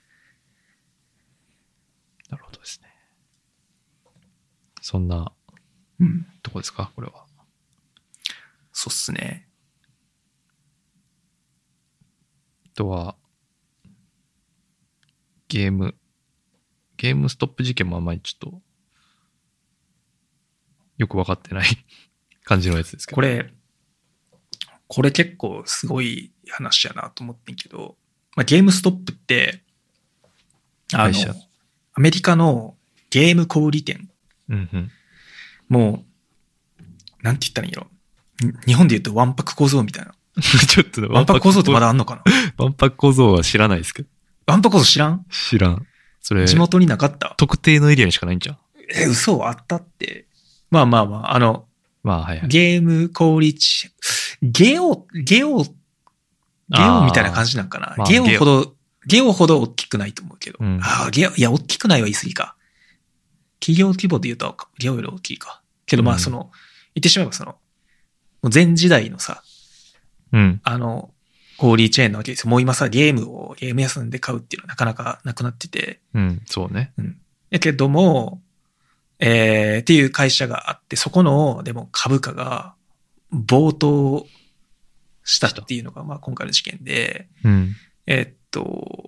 なるほどですね。そんなとこですか、これは。 そうっすね。 あとは、ゲーム、ゲームストップ事件もあんまりちょっと、よくわかってない感じのやつですけど。 これ、これ結構すごい話やなと思ってんけど、まあ、ゲームストップって、あの、アメリカのゲーム小売店。 うんうん、 もう、なんて言ったらいいんやろ。日本で言うとワンパク小僧みたいな。 ちょっとワンパク小僧ってまだあんのかな。 ワンパク小僧は知らないですけど。 ワンパク小僧知らん？ 知らん。それ。 地元になかった？ 特定のエリアにしかないんじゃん。 え、嘘あったって。まあまあまあ、あの、 まあはいはい、 ゲーム小売地、ゲオ、ゲオ、ゲオみたいな感じなんかな。まあ、ゲオほど、ゲオほど大きくないと思うけど。うん、ああ、ゲオ、いや、大きくないは言い過ぎか。企業規模で言うと、ゲオより大きいか。けどまあ、その、うん、言ってしまえばその、もう前時代のさ、 うん、 あの、小売チェーンなわけですよ。もう今さ、ゲームをゲーム屋さんで買うっていうのはなかなかなくなってて。 うん、そうね。 うん。やけども、えー、っていう会社があって、そこの、でも株価が暴騰したっていうのが、まあ今回の事件で、 うん、 えー、っと、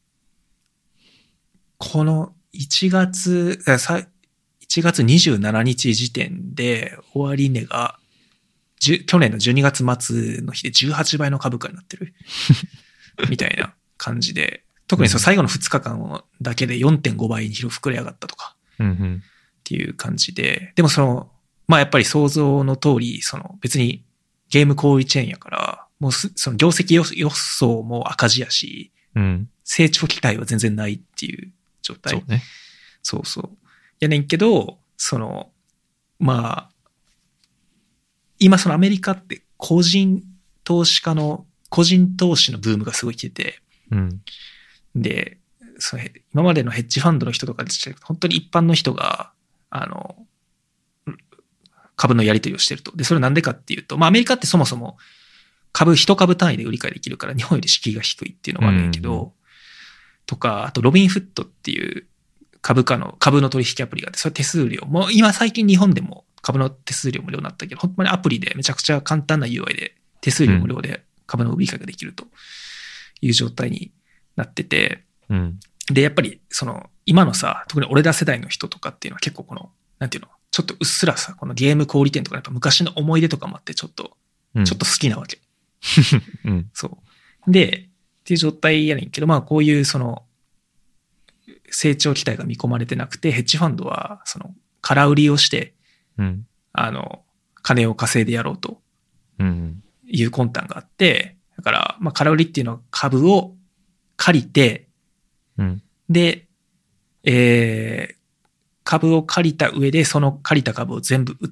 このいちがつ、いちがつにじゅうしちにち時点で終値が、去年のじゅうにがつ末の日でじゅうはちばいの株価になってるみたいな感じで、特にその最後のふつかかんだけで よんてんごばいに膨れ上がったとかっていう感じで、でもその、まあやっぱり想像の通り、その別にゲーム小売チェーンやから、もうその業績予想も赤字やし、 うん、 成長期待は全然ないっていう状態。 そうね。 そうそう。やねんけど、その、まあ、今そのアメリカって個人投資家の、個人投資のブームがすごい来てて、 うん、 で、その今までのヘッジファンドの人とかで本当に一般の人が、あの、株のやり取りをしてると。で、それなんでかっていうと、まあアメリカってそもそも株、一株単位で売り買いできるから日本より敷居が低いっていうのがあるんやけど、うんうん、とか、あとロビンフットっていう株価の、株の取引アプリがあって、それ手数料。もう今最近日本でも株の手数料無料になったけど、本当にアプリでめちゃくちゃ簡単な ユーアイ で手数料無料で株の売り買いができるという状態になってて、 うん、 で、やっぱりその今のさ、特に俺ら世代の人とかっていうのは結構この、なんていうの、ちょっとうっすらさ、このゲーム小売店とかやっぱ昔の思い出とかもあってちょっと、うん、ちょっと好きなわけ。 うん、 そう。で、っていう状態やねんけど、まあこういうその、 成長期待が見込まれてなくて、ヘッジファンドはその空売りをして、 うん、 あの、金を稼いでやろうという魂胆があって、だから、まあ、空売りっていうのは株を借りて、 うん、 で、えー、株を借りた上で、その借りた株を全部売って、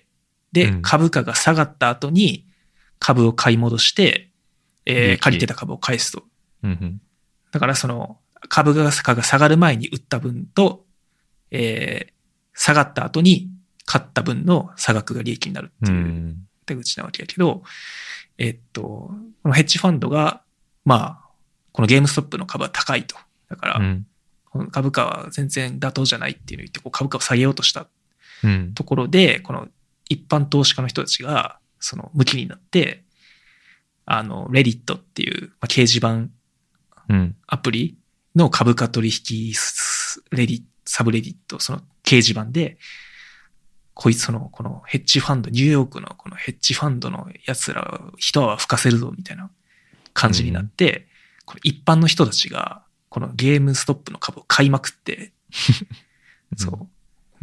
で、うん、株価が下がった後に株を買い戻して、えー、借りてた株を返すと。 うんうん、 だからその株が下がる前に売った分と、えー、下がった後に買った分の差額が利益になるっていう手口なわけだけど、えっと、このヘッジファンドが、まあ、このゲームストップの株は高いと。だから、うん、この株価は全然妥当じゃないっていうのを言って、こう株価を下げようとしたところで、うん、この一般投資家の人たちが、その、向きになって、あの、レディットっていう、まあ、掲示板アプリの株価取引レディ、サブレディット、その掲示板で、こいつの、このヘッジファンド、ニューヨークのこのヘッジファンドの奴らを一泡吹かせるぞみたいな感じになって、うん、これ一般の人たちが、このゲームストップの株を買いまくって、そう。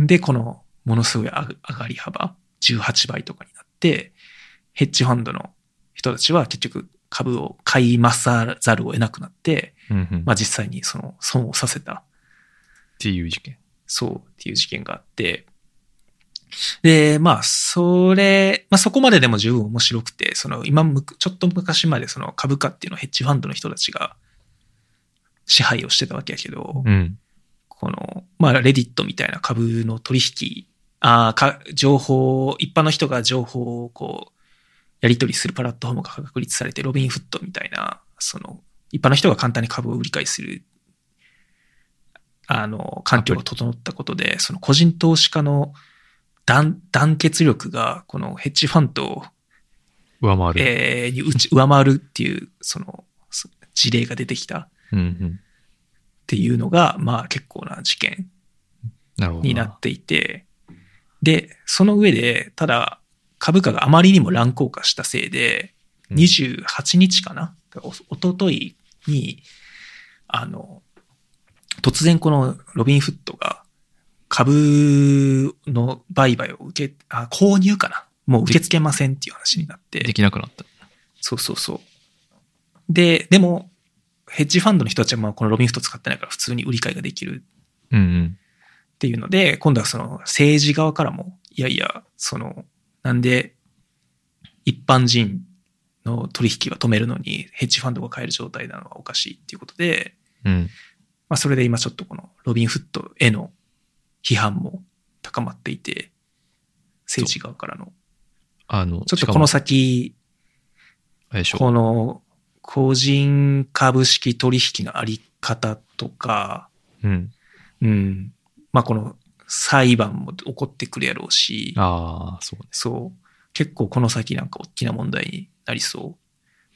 で、このものすごい上がり幅、じゅうはちばいとかになって、ヘッジファンドの人たちは結局株を買いまさざるを得なくなって、 うんうん、 まあ実際にその損をさせた。 っていう事件。 そうっていう事件があって、で、まあそれ、まあそこまででも十分面白くて、その今ちょっと昔までその株価っていうのをヘッジファンドの人たちが支配をしてたわけやけど、 うん、 この、まあレディットみたいな株の取引、あか情報、一般の人が情報をこう、やり取りするプラットフォームが確立されて、ロビンフットみたいな、その、一般の人が簡単に株を売り買いする、あの、環境が整ったことで、その個人投資家の団、団結力が、このヘッジファンドを、 上回る。 えー、に上回るっていう、その、事例が出てきた。 うんうん、 っていうのが、まあ結構な事件になっていて、で、その上で、ただ、株価があまりにも乱高下したせいで、にじゅうはちにちかな、うん、お, おとといに、あの、突然このロビンフットが株の売買を受け、あ、購入かなもう受け付けませんっていう話になって。 できなくなった。 そうそうそう。で、でも、ヘッジファンドの人たちはまあこのロビンフット使ってないから普通に売り買いができる。 うんうん。 っていうので、今度はその政治側からも、いやいや、その、なんで一般人の取引は止めるのにヘッジファンドが買える状態なのはおかしいっていうことで、 うん、 まあそれで今ちょっとこのロビンフットへの批判も高まっていて、政治側からの。 あの、 ちょっとこの先、この個人株式取引のあり方とか、 うん。 うん。まあこの裁判も起こってくるやろうし、 ああ、そうね。 そう。結構この先なんか大きな問題になりそう。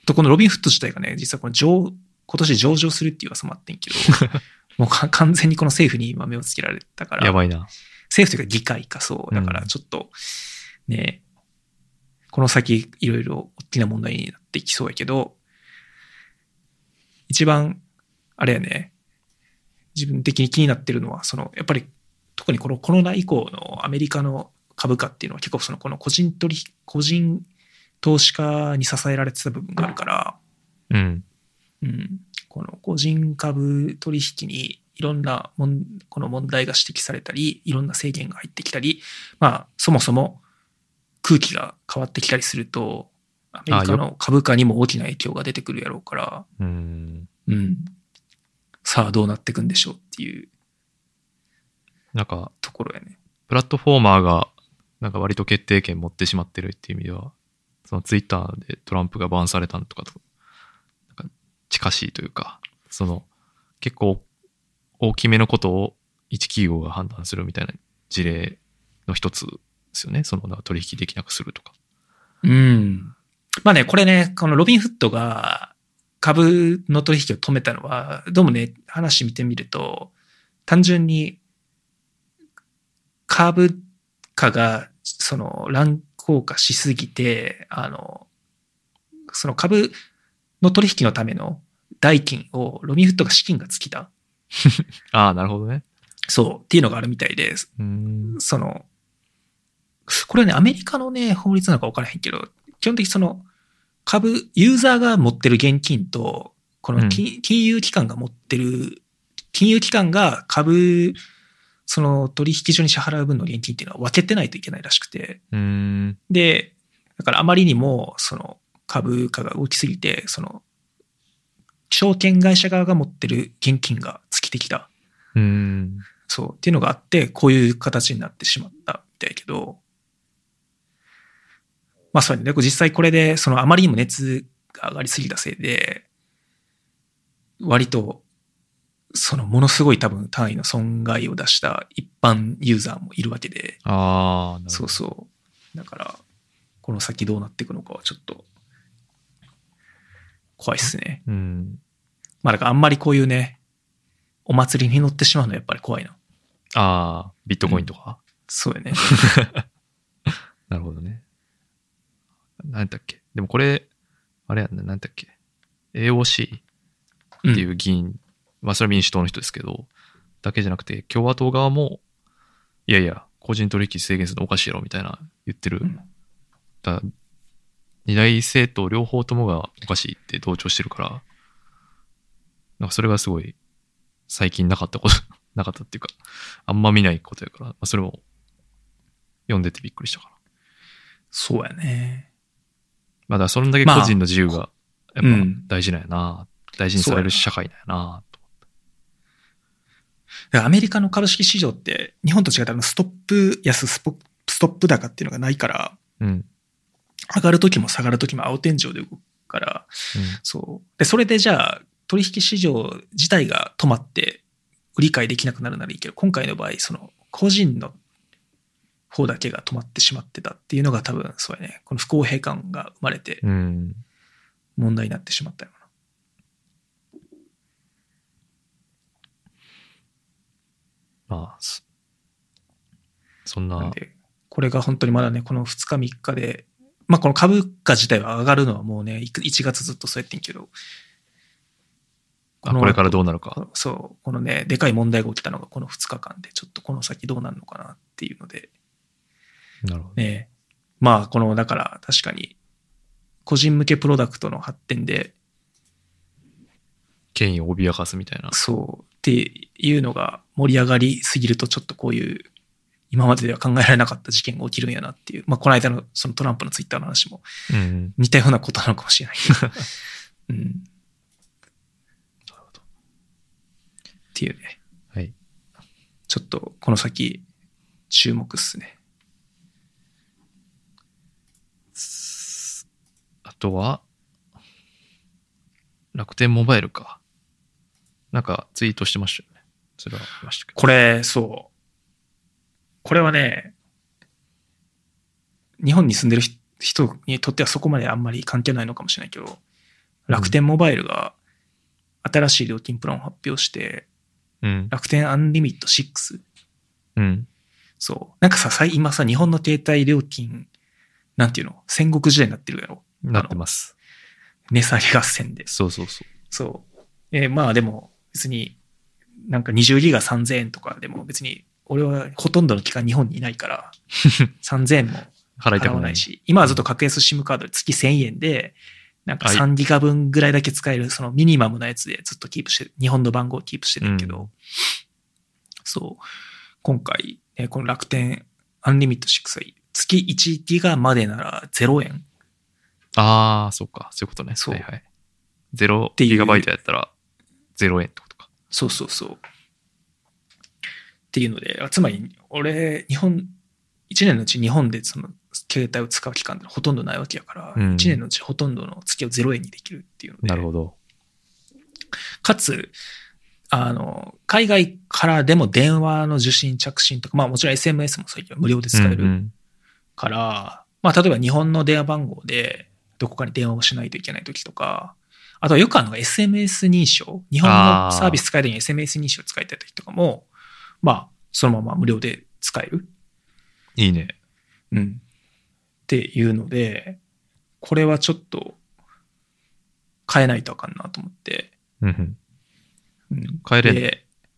と、このロビンフット自体がね、実はこの上、今年上場するっていう噂もあってんけど、もう完全にこの政府に今目をつけられたから。 やばいな。 政府というか議会かそう。だからちょっと、ね、うん、この先いろいろ大きな問題になっていきそうやけど、一番、あれやね、自分的に気になってるのは、その、やっぱり、特にこのコロナ以降のアメリカの株価っていうのは結構その、この個人取引、個人投資家に支えられてた部分があるから、 うん。 うん。この個人株取引にいろんなもん、この問題が指摘されたり、いろんな制限が入ってきたり、まあ、そもそも空気が変わってきたりすると、アメリカの株価にも大きな影響が出てくるやろうから、 うん。 うん。さあどうなっていくんでしょうっていう。 なんか、 ところやね。 プラットフォーマーが、なんか割と決定権持ってしまってるっていう意味では、そのツイッターでトランプがバンされたのとかと、なんか近しいというか、その結構大きめのことを一企業が判断するみたいな事例の一つですよね。その取引できなくするとか。 うん。まあね、これね、このロビンフットが株の取引を止めたのは、どうもね、話見てみると、単純に株価がその乱高下しすぎて、あの、その株の取引のための代金をロビンフットが資金が尽きた。 ああ、なるほどね。 そう、っていうのがあるみたいで、 うん、 その、これはね、アメリカのね、法律なのか分からへんけど、基本的にその、株、ユーザーが持ってる現金と、この金、うん、金融機関が持ってる、金融機関が株、その取引所に支払う分の現金っていうのは分けてないといけないらしくて。 うん、 で、だからあまりにも、その株価が動きすぎて、その、証券会社側が持ってる現金が尽きてきた。 うん、 そう。っていうのがあって、こういう形になってしまったみたいけど、まあそうね。実際これで、そのあまりにも熱が上がりすぎたせいで、割と、そのものすごい多分単位の損害を出した一般ユーザーもいるわけで。 ああ、なるほど。 そうそう。だから、この先どうなっていくのかはちょっと、怖いっすね。 うん。 まあだからあんまりこういうね、お祭りに乗ってしまうのはやっぱり怖いな。 ああ、ビットコインとか、うん、 そうやね。 なるほどね。なんだっけ。でもこれ、あれやんね、なんだっけ。エーオーシー っていう議員、うん、まあそれは民主党の人ですけど、だけじゃなくて、共和党側も、いやいや、個人取引制限するのおかしいやろみたいな言ってる。うん、だ二大政党両方ともがおかしいって同調してるから、なんかそれがすごい最近なかったこと、なかったっていうか、あんま見ないことやから、まあ、それも読んでてびっくりしたかな。 そうやね。 まあだそれだけ個人の自由がやっぱ大事なんやな、まあうん、大事にされる社会なんやなと思って。アメリカの株式市場って日本と違ってストップ安スポストップ高っていうのがないから、 うん、 上がるときも下がるときも青天井で動くから、うん、そうでそれでじゃあ取引市場自体が止まって売り買いできなくなるならいいけど、今回の場合その個人の方だけが止まってしまってたっていうのが多分そうやね、この不公平感が生まれて問題になってしまったよな。まあそんな。 なんでこれが本当にまだねこのふつかみっかで、まあこの株価自体は上がるのはもうねいちがつずっとそうやってんけど、 こ, これからどうなるか。 そうこのねでかい問題が起きたのがこのふつかかんで、ちょっとこの先どうなるのかなっていうので。 なるほどね。まあこのだから確かに個人向けプロダクトの発展で権威を脅かすみたいな、 そうっていうのが盛り上がりすぎると、ちょっとこういう今まででは考えられなかった事件が起きるんやなっていう、まあこの間のそのトランプのツイッターの話も似たようなことなのかもしれないけど、うん、なるほどっていうね。 はい。 ちょっとこの先注目っすね。 あとは楽天モバイルか。なんかツイートしてましたよね。それは見ましたけど。 これ、そう。これはね、日本に住んでる人にとってはそこまであんまり関係ないのかもしれないけど、楽天モバイルが新しい料金プランを発表して、 うん、 楽天アンリミットシックス。 うん。 そう。なんかさ、今さ、日本の携帯料金、なんていうの、戦国時代になってるやろ。 なってます。 値下げ合戦で。 そうそうそう。 そう。えー、まあでも別になんかにじゅうギガさんぜんえんとかでも別に俺はほとんどの期間日本にいないからさんぜんえんも払わないし、今はずっと格安 SIM カードで月せんえんでなんかさんギガ分ぐらいだけ使えるそのミニマムなやつでずっとキープしてる、日本の番号をキープしてるけど、うん、そう今回、ね、この楽天アンリミットシックスは月いちギガまでならゼロえん。 ああ、そうか。そういうことね。 そう。 はいはい。ゼロギガバイトやったらゼロえんってことか。 そうそうそう。っていうので、つまり俺、日本、いちねんのうち日本でその携帯を使う期間ってほとんどないわけやから、うん、いちねんのうちほとんどの月をゼロえんにできるっていうので。 なるほど。 かつ、あの、海外からでも電話の受信着信とか、まあもちろん エスエムエス も最近は無料で使えるから、うんうん、まあ例えば日本の電話番号で、どこかに電話をしないといけないときとか、あとはよくあるのが エスエムエス 認証。日本のサービス使えるように エスエムエス 認証使いたいときとかも、まあ、そのまま無料で使える。 いいね。 うん。っていうので、これはちょっと変えないとあかんなと思って。 うんうん。変えれる。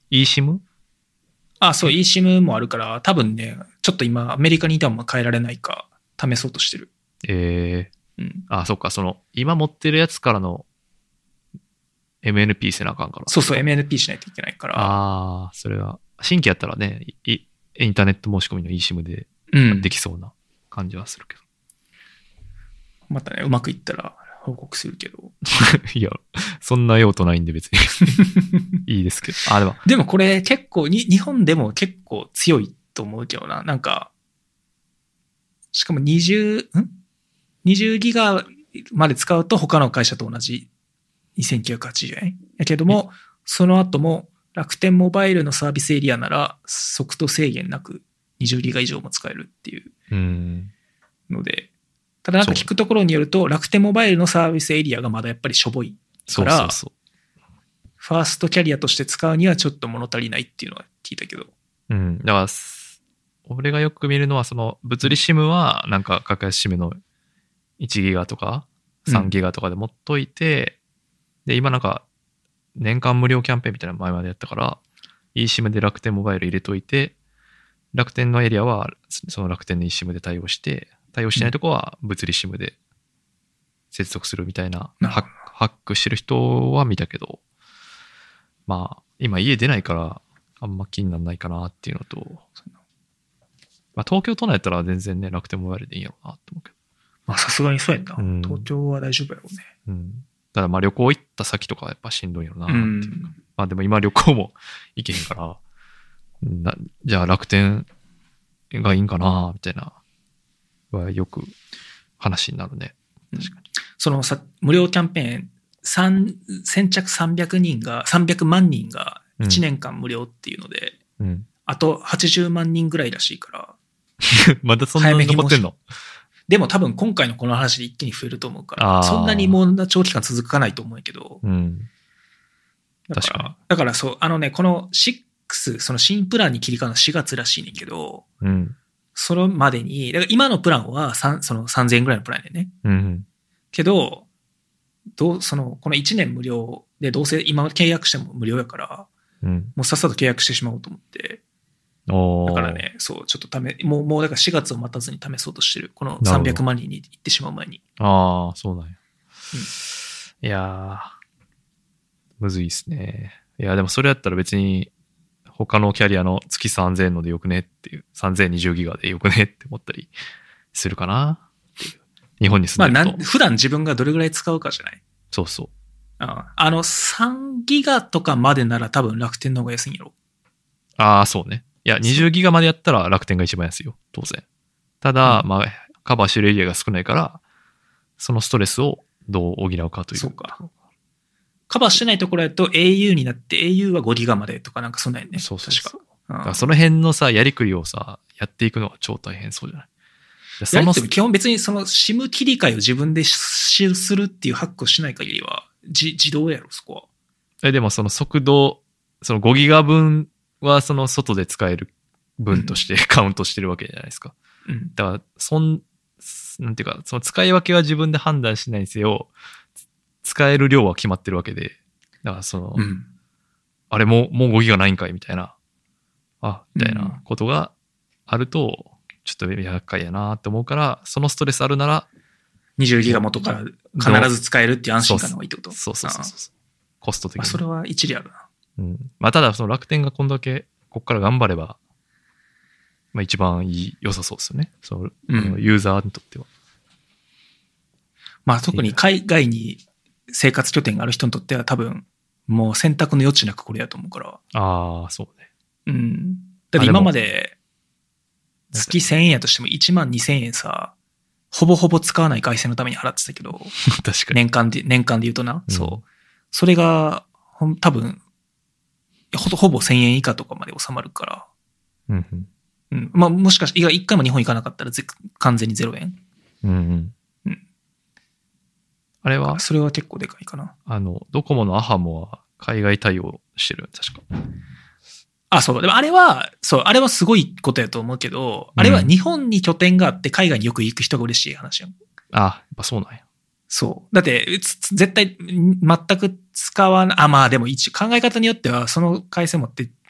eSIM？ あ、そう、eSIM もあるから、多分ね、ちょっと今、アメリカにいても変えられないか、試そうとしてる。 ええー。うん。 あ、そっか、その、今持ってるやつからの エムエヌピー せなあかんから。 そうそう、エムエヌピー しないといけないから。 ああ、それは、新規やったらね、いインターネット申し込みの eSIM でできそうな感じはするけど。 うん、またね、うまくいったら報告するけど。 いや、そんな用途ないんで別にいいですけど。あ、でも。 でもこれ結構に、日本でも結構強いと思うけどな。なんか、しかもにじゅう、ん ?にじゅう ギガまで使うと他の会社と同じにせんきゅうひゃくはちじゅうえん。やけども、その後も楽天モバイルのサービスエリアなら速度制限なくにじゅうギガ以上も使えるっていうので、ただなんか聞くところによると楽天モバイルのサービスエリアがまだやっぱりしょぼいから、そうそうそう、ファーストキャリアとして使うにはちょっと物足りないっていうのは聞いたけど。 うん。だから、俺がよく見るのはその物理 SIM はなんか格安 SIM のいちギガとかさんギガとかで持っといて、うん、で、今なんか年間無料キャンペーンみたいなの前までやったから、eSIM で楽天モバイル入れといて、楽天のエリアはその楽天の eSIM で対応して、対応してないとこは物理 SIM で接続するみたいな、うん、ハック、ハックしてる人は見たけど、まあ、今家出ないからあんま気にならないかなっていうのと、まあ東京都内やったら全然ね、楽天モバイルでいいんやろうなって思うけど。 まあさすがにそうやんな、うん。東京は大丈夫やろうね。 うん。ただまあ旅行行った先とかはやっぱしんどいやろうなっていう、うん。まあでも今旅行も行けへんから、なじゃあ楽天がいいんかなみたいなはよく話になるね。確かに。 そのさ、無料キャンペーン、三先着さんびゃくにんが、さんびゃくまんにんがいちねんかん無料っていうので、うん、あとはちじゅうまんにんぐらいらしいから、 まだそんなに残ってんの？ でも多分今回のこの話で一気に増えると思うから、そんなにもう長期間続かないと思うけど、うん、だから、確かに。だからそう、あのね、このろく、その新プランに切り替わるのはしがつらしいねんけど、うん、それまでに、だから今のプランはさんそのさんぜんえんぐらいのプランでね。うん、けど、どう、その、このいちねん無料でどうせ今契約しても無料やから、うん、もうさっさと契約してしまおうと思って、だからね、そう、ちょっとため、もう、もうだからしがつを待たずに試そうとしてる。このさんびゃくまんにんに行ってしまう前に。 ああ、そうなんや。うん、いやー、むずいっすね。いや、でもそれやったら別に、他のキャリアの月さんぜんえんのでよくねっていう、さんぜんにじゅうギガでよくねって思ったりするかなっていう。日本に住んでると。 まあ、普段自分がどれぐらい使うかじゃない？ そうそう。 あ, あの、さんギガとかまでなら多分楽天の方が安いんやろ。 ああ、そうね。いや、にじゅうギガまでやったら楽天が一番安いよ、当然。ただ、うん、まあ、カバーしてるエリアが少ないから、そのストレスをどう補うかという。 そうか。カバーしてないところやと エーユー になって エーユー はごギガまでとかなんかそんなんやね。 そうそうそう。 確か。 だからその辺のさ、やりくりをさ、やっていくのが超大変そうじゃない？ その基本別にその SIM 切り替えを自分でするっていうハックをしない限りは、じ自動やろ、そこは。 え、でもその速度、そのごギガ分はその外で使える分としてカウントしてるわけじゃないですか。うん。だから、そん、なんていうか、その使い分けは自分で判断しないにせよ、使える量は決まってるわけで、だからその、うん、あれもう、もうごギガないんかいみたいな、あ、みたいなことがあると、ちょっと厄介やなって思うから、そのストレスあるなら、 にじゅうギガ元から必ず使えるっていう安心感の方がいいってこと？ そうそうそうそう。コスト的に。 まあ、それは一理あるな。 うん。まあ、ただ、その楽天がこんだけ、こっから頑張れば、まあ一番いい、良さそうですよね。その、うん、ユーザーにとっては。 まあ特に海外に生活拠点がある人にとっては多分、もう選択の余地なくこれやと思うから。 ああ、そうね。 うん。だって今まで、月せんえんやとしてもいちまんにせんえんさ、ほぼほぼ使わない回線のために払ってたけど、 確かに。 年間で、年間で言うとな、うん、そう。それが、ほん、多分、ほ, ほぼせんえん以下とかまで収まるから。うん、うんうん。まあ、もしかして、一回も日本行かなかったら完全にゼロえん。うんうん。うん。 あれはそれは結構でかいかな。 あの、ドコモのアハモは海外対応してる、確か。 あ、そう。でもあれは、そう、あれはすごいことやと思うけど、あれは日本に拠点があって海外によく行く人が嬉しい話やん。 あ、やっぱそうなんや。 そう。だって、絶対全く使わない、あ、まあでも一考え方によっては、その回線持って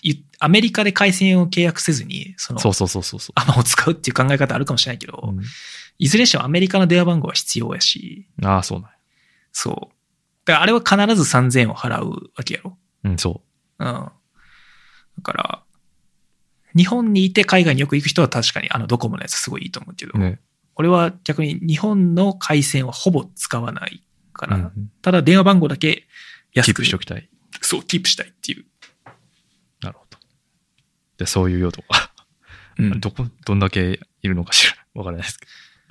アメリカで回線を契約せずに、その、 そうそうそうそうそう。 アマを使うっていう考え方あるかもしれないけど、 うん、 いずれにしてもアメリカの電話番号は必要やし。 ああ、そうなんや。 そう。だからあれは必ずさんぜんえんを払うわけやろ。 うん、そう。 うん。だから、日本にいて海外によく行く人は確かにあのドコモのやつすごいいいと思うけど、 ね、 俺は逆に日本の回線はほぼ使わないから、 うん、 ただ電話番号だけ安く。 キープしておきたい。 そう、キープしたいっていう。 なるほど。で、そういう用途が、うん、どこ、どんだけいるのかしらわからないですけ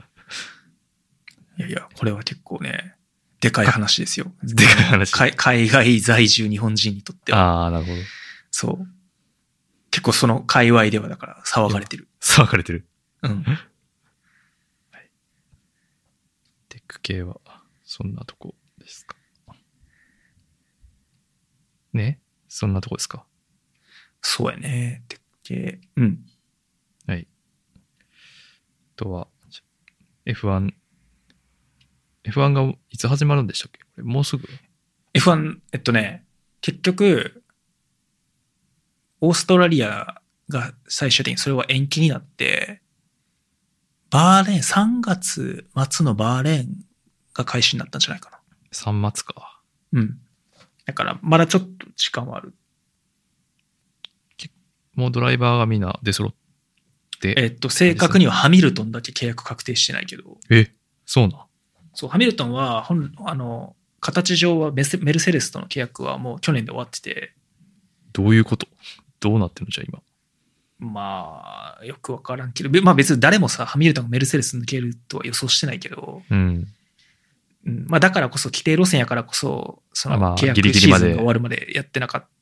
ど。いやいや、これは結構ね、でかい話ですよ。 でかい話。 海外在住日本人にとっては。 ああ、なるほど。 そう。結構その界隈ではだから騒がれてる。 騒がれてる。 うん。はい、 テック系はそんなとこですか。ね、そんなとこですか。 そうやね。テック系。うん。 はい。あとは エフワン。エフワン がいつ始まるんでしたっけ？これもうすぐエフワン、えっとね、結局、オーストラリアが最終的にそれは延期になって、バーレーン、さんがつ末のバーレーンが開始になったんじゃないかな。 さんがつか。 うん。だから、まだちょっと時間はある。 もうドライバーがみんな出揃って。 えっと、正確にはハミルトンだけ契約確定してないけど。 え、そうなん？ そう、ハミルトンは、ほん、あの、形上はメルセデスとの契約はもう去年で終わってて。 どういうこと？どうなってるのじゃあ今。 まあ、よくわからんけど、まあ別に誰もさ、ハミルトンがメルセデス抜けるとは予想してないけど、 うん。 うん、まあだからこそ、規定路線やからこそ、その契約ギリギシリまでーズンが終わるまでやってなかった。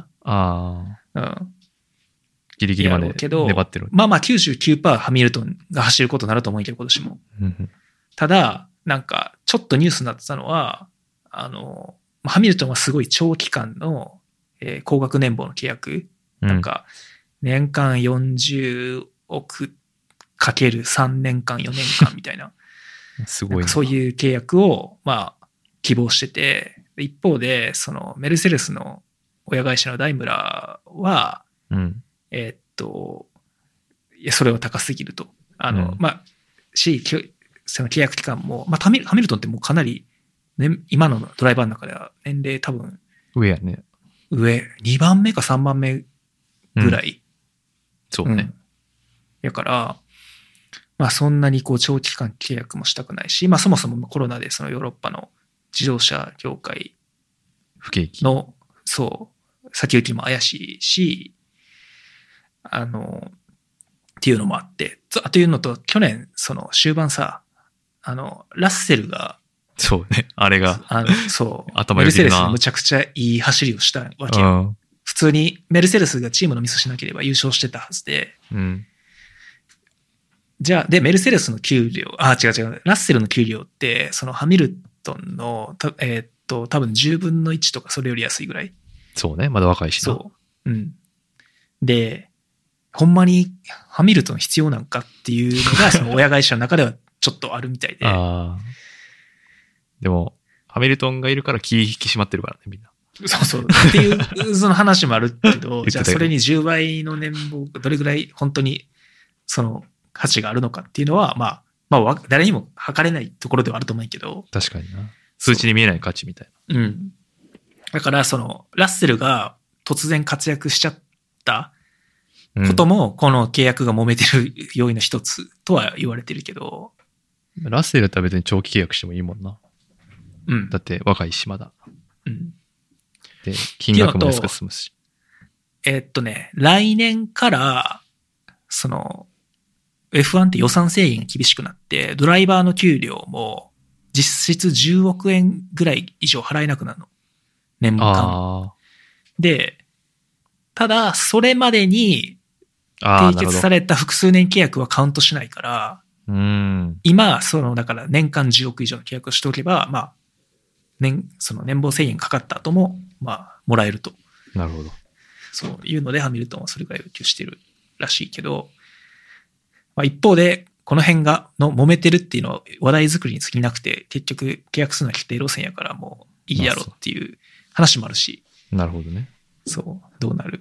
ああ。 うん。 ギリギリまで粘ってる。 まあまあ きゅうじゅうきゅうパーセント ハミルトンが走ることになると思うけど、今年も。 うん、 ただ、なんか、ちょっとニュースになってたのは、あの、ハミルトンはすごい長期間の、えー、高額年俸の契約。なんか、年間よんじゅうおくかけるさんねんかんよねんかんみたいな。 すごいな。 そういう契約を、まあ、希望してて、一方で、その、メルセデスの親会社のダイムラーは、 うん、 えー、っと、いや、それは高すぎると。あの、うん、まあ、し、その契約期間も、まあ、ハミルトンってもうかなり、ね、今のドライバーの中では年齢多分、 上やね。 上、にばんめかさんばんめぐらい。うん、 そうね。 うん。だから、まあそんなにこう長期間契約もしたくないし、まあそもそもコロナでそのヨーロッパの自動車業界不景気の、そう、先行きも怪しいし、あの、っていうのもあって、というのと、去年、その終盤さ、あの、ラッセルが、 そうね、あれが、 あの、そう、 頭良すぎるな。 メルセデスむちゃくちゃいい走りをしたわけよ。うん、普通にメルセデスがチームのミスしなければ優勝してたはずで、 うん、 じゃあ、で、メルセデスの給料、あ、違う違う、ラッセルの給料って、そのハミルトンの、えー、っと、多分じゅうぶんのいちとかそれより安いぐらい。 そうね、まだ若いしな。 そう。うん。で、ほんまにハミルトン必要なんかっていうのが、その親会社の中ではちょっとあるみたいで。 ああ。でも、ハミルトンがいるから気引き締まってるからね、みんな。 そうそう。っていう、その話もあるけど、じゃあそれにじゅうばいの年俸、どれぐらい本当に、その価値があるのかっていうのは、まあ、まあ、誰にも測れないところではあると思うけど。 確かにな。数値に見えない価値みたいな。うん。だから、その、ラッセルが突然活躍しちゃったことも、この契約が揉めてる要因の一つとは言われてるけど。 うん、ラッセルだったら別に長期契約してもいいもんな。 うん。 だって若いし、まだ。 うん。 で、金額も安く済むし。 えー、っとね、来年から、その、エフワン って予算制限が厳しくなって、ドライバーの給料も実質じゅうおくえんぐらい以上払えなくなるの。年間。で、ただ、それまでに締結された複数年契約はカウントしないから、 うん、 今、その、だから年間じゅうおく以上の契約をしておけば、まあ、年、その年俸制限かかった後も、まあ、もらえると。 なるほど。 そういうので、ハミルトンはそれぐらい要求してるらしいけど、まあ、一方で、この辺が、の揉めてるっていうのは話題作りに過ぎなくて、結局契約するのは規定路線やからもういいやろっていう話もあるし。 なるほどね。 そう、どうなる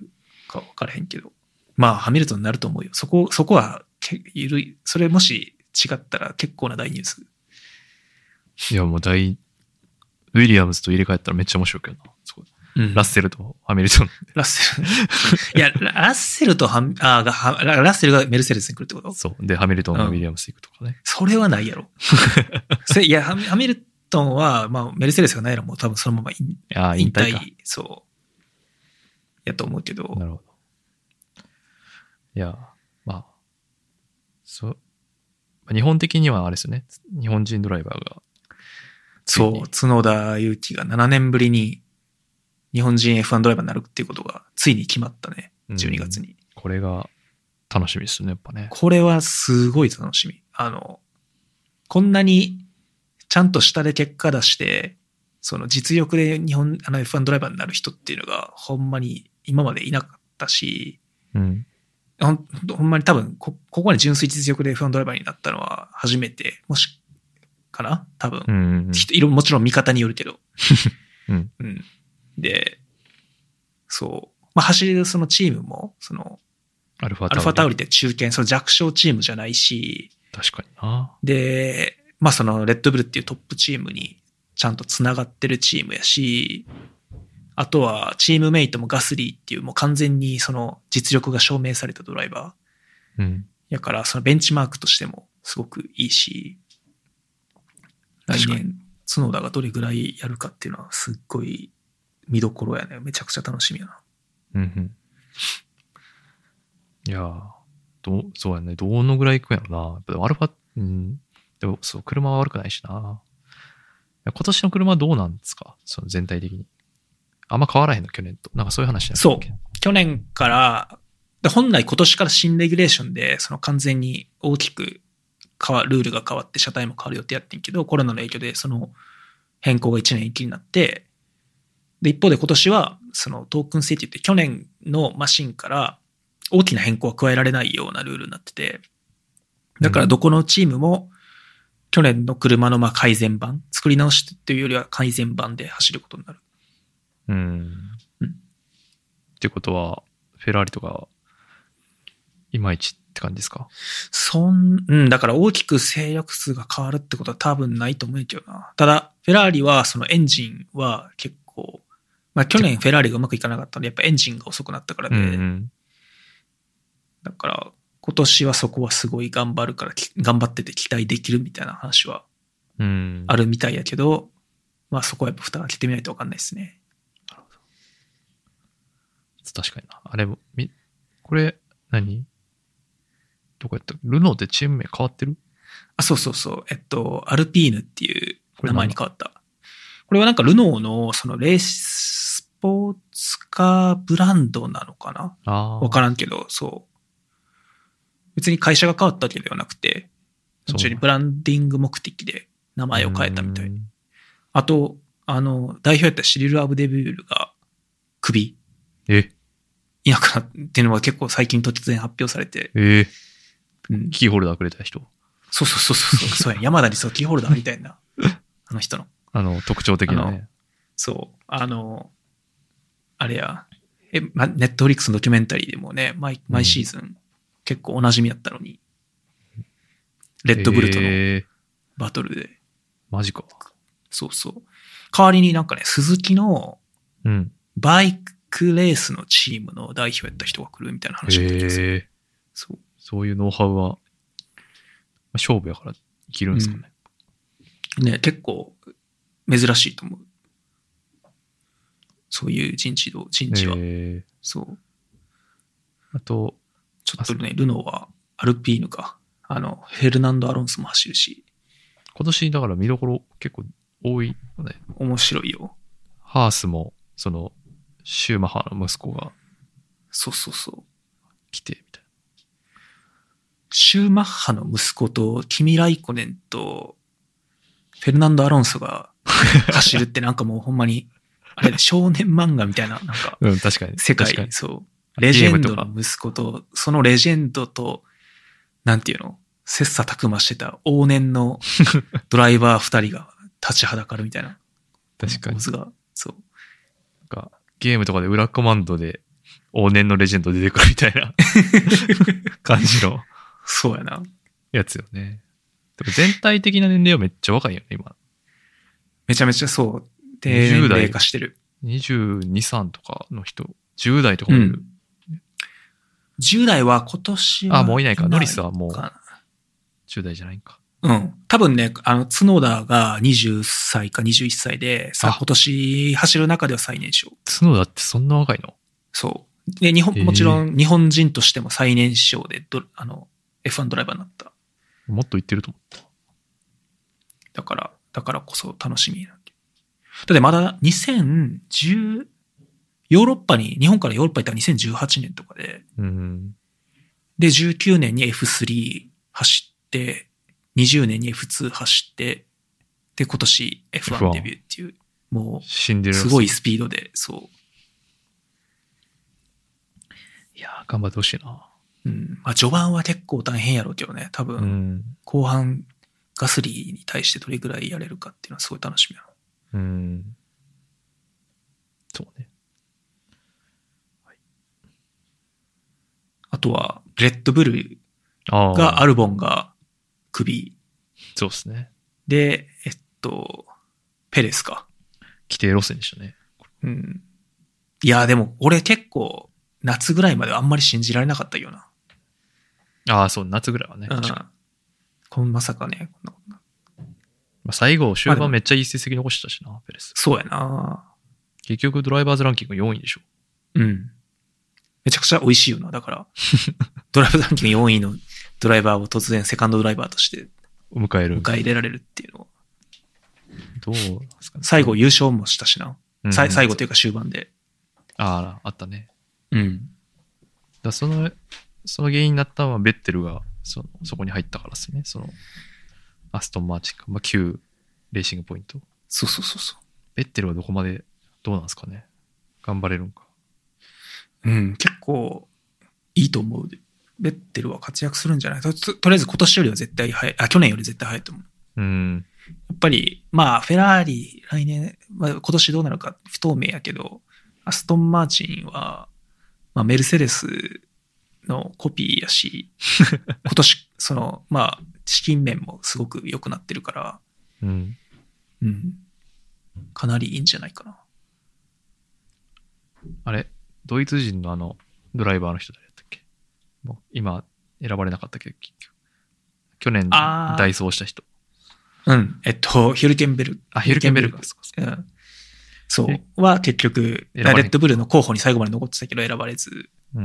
か分からへんけど。まあ、ハミルトンになると思うよ。そこ、そこは、ゆるい。それもし違ったら結構な大ニュース。 いや、もう大、ウィリアムズと入れ替えたらめっちゃ面白いけどな。そこうん、 ラッセルとハミルトン。 ラッセル。いや、ラッセルとハミ、あがは、ラッセルがメルセデスに来るってこと？ そう。で、ハミルトンがウィリアムズ行くとかね。うん、 それはないやろ。それいや、ハミルトンは、まあ、メルセデスがないらもう多分そのまま引あ引退か。 そう。やと思うけど。 なるほど。いや、まあ、そう。日本的にはあれですよね。日本人ドライバーが。 そう、角田裕樹がななねんぶりに日本人 エフワン ドライバーになるっていうことがついに決まったね。じゅうにがつに。 これが楽しみですね、やっぱね。 これはすごい楽しみ。あの、こんなにちゃんと下で結果出して、その実力で日本、あの エフワン ドライバーになる人っていうのがほんまに今までいなかったし、 うん。 ほん、ほんまに多分こ、ここまで純粋実力で エフワン ドライバーになったのは初めて、もし、かな多分、 うんうんうん、 いろもちろん見方によるけど。 うんうん。で、そう。まあ、走るそのチームも、その、 アルファタウリ。 アルファタウリって中堅、その弱小チームじゃないし、 確かにな。 で、まあそのレッドブルっていうトップチームにちゃんとつながってるチームやし、あとはチームメイトもガスリーっていうもう完全にその実力が証明されたドライバー。うん。 やからそのベンチマークとしてもすごくいいし、来年角田がどれぐらいやるかっていうのはすっごい見どころやね。めちゃくちゃ楽しみやな。 うんうん。いやー、どう、そうやね。どのぐらい行くんやろな。やっぱアルファ、うん。でも、そう、車は悪くないしな。今年の車はどうなんですか？その全体的に。あんま変わらへんの、去年と。なんかそういう話じゃないっけ？ そう。去年から、本来今年から新レギュレーションで、その完全に大きく変わ、ルールが変わって車体も変わる予定やってんけど、コロナの影響でその変更がいちねん延期になって、で、一方で今年は、そのトークン制って言って去年のマシンから大きな変更は加えられないようなルールになってて、だからどこのチームも去年の車のまあ改善版、作り直しっていうよりは改善版で走ることになる。 うん。うん。ってことは、フェラーリとか、いまいちって感じですか？ そん、うん、だから大きく勢力数が変わるってことは多分ないと思うけどな。ただ、フェラーリはそのエンジンは結構、まあ去年フェラーリがうまくいかなかったんで、やっぱエンジンが遅くなったからで、 うんうん、 だから今年はそこはすごい頑張るから、頑張ってて期待できるみたいな話はあるみたいやけど、うん、まあそこはやっぱ蓋開けてみないと分かんないですね。 なるほど。確かにな。あれも、み、これ何、どこやった？ルノーってチーム名変わってる？ あ、そうそうそう。えっと、アルピーヌっていう名前に変わった。これはなんかルノーのそのレーススポーツカーブランドなのかな？あ、わからんけど、そう。別に会社が変わったわけではなくて、単純にブランディング目的で名前を変えたみたい。あと、あの、代表やったシリル・アブデビュールがクビ。 えいなくなっていうのは結構最近突然発表されて。 えうん、キーホルダーくれた人。 そうそうそうそう。そうや、山田にそうキーホルダーみたいな。あの人の。 あの、特徴的なね。 そう。あの、あれや、え、ま、ネットフリックスのドキュメンタリーでもね、毎、毎シーズン、うん、結構お馴染みやったのに、レッドブルとのバトルで。 えー、マジか。 そうそう。代わりになんかね、鈴木のバイクレースのチームの代表やった人が来るみたいな話が出てます。 えー、そう。そういうノウハウは、勝負やから生きるんですかね。 うん、ね、結構珍しいと思う。そういう人事の、人事は。えー、そう。 あと、 ちょっとね、ルノーはアルピーヌか。あの、フェルナンド・アロンソも走るし。 今年だから見どころ結構多いのね。 面白いよ。 ハースも、その、シューマハーの息子が。 そうそうそう。 来て、みたいな。 シューマッハの息子と、キミ・ライコネンと、フェルナンド・アロンソが走るってなんかもうほんまに、あれ、少年漫画みたいな、なんか、 うん、確かに。 世界、そう。レジェンドの息子と、そのレジェンドと、なんていうの、切磋琢磨してた往年のドライバー二人が立ちはだかるみたいな。 確かに。 がそう。 なんか、ゲームとかで裏コマンドで、 往年のレジェンド出てくるみたいな感じのそうやな。 やつよね。でも全体的な年齢はめっちゃ若いよね、今。 めちゃめちゃそう。低年齢化してる。 にじゅうに、さんとかの人、じゅう代とかもいる。 うん、じゅう代は今年は。 あ、もういないか。ノリスはもうじゅう代じゃないんか。 うん。多分ね、あの、角田がにじゅっさいかにじゅういっさいで、さ、今年走る中では最年少。 角田ってそんな若いの？ そう。で、日本、もちろん日本人としても最年少でど、あの、エフワン ドライバーになった。 もっと言ってると思った。 だから、だからこそ楽しみなんで。だってまだにせんじゅう、ヨーロッパに、日本からヨーロッパ行ったらにせんじゅうはちねんとかで、 うん、で、 じゅうきゅうねんに エフスリー 走って、にじゅうねんに エフツー 走って、で、今年 エフワン デビューっていう、もう、すごいスピードで、そう。 いやー、頑張ってほしいな。 うん。まあ、序盤は結構大変やろうけどね、多分、うん、後半、ガスリーに対してどれぐらいやれるかっていうのはすごい楽しみやな。 うん。そうね。はい、 あとは、レッドブルが、アルボンが首。 そうですね。 で、えっと、ペレスか。 規定路線でしたね。 うん。いや、でも、俺結構、夏ぐらいまではあんまり信じられなかったよな。 ああ、そう、夏ぐらいはね。 うん。こんまさかね。こんなまあ、最後、終盤めっちゃいい成績残したしな、ペレス。 そうやな。 結局、ドライバーズランキングよんいでしょ。 うん。めちゃくちゃ美味しいよな。だから、ドライバーズランキングよんいのドライバーを突然セカンドドライバーとして迎える。 迎え入れられるっていうのを。 どうですかね。 最後優勝もしたしな。うん、最後というか終盤で。 ああ、あったね。 うん。 だその、その原因になったのはベッテルがそのそこに入ったからですね。その、アストンマーチンか。まあ、きゅうレーシングポイント。 そうそうそうそう。 ベッテルはどこまで、どうなんですかね。頑張れるんか。 うん、結構いいと思う。ベッテルは活躍するんじゃない と, と, とりあえず今年よりは絶対早い。あ、去年より絶対早いと思う。 うん。 やっぱり、まあ、フェラーリ、来年、まあ、今年どうなるか不透明やけど、アストンマーチンは、まあ、メルセデスのコピーやし、今年、その、まあ、資金面もすごく良くなってるから、 うん。 うん。かなりいいんじゃないかな。 あれ、ドイツ人のあの、ドライバーの人誰やったっけ？もう今、選ばれなかったっけ？去年、ダイソーした人。 うん。えっと、ヒュルケンベル。 あ、ヒュルケンベルか。 うん。そう。は結局、レッドブルの候補に最後まで残ってたけど選ばれず、 うん。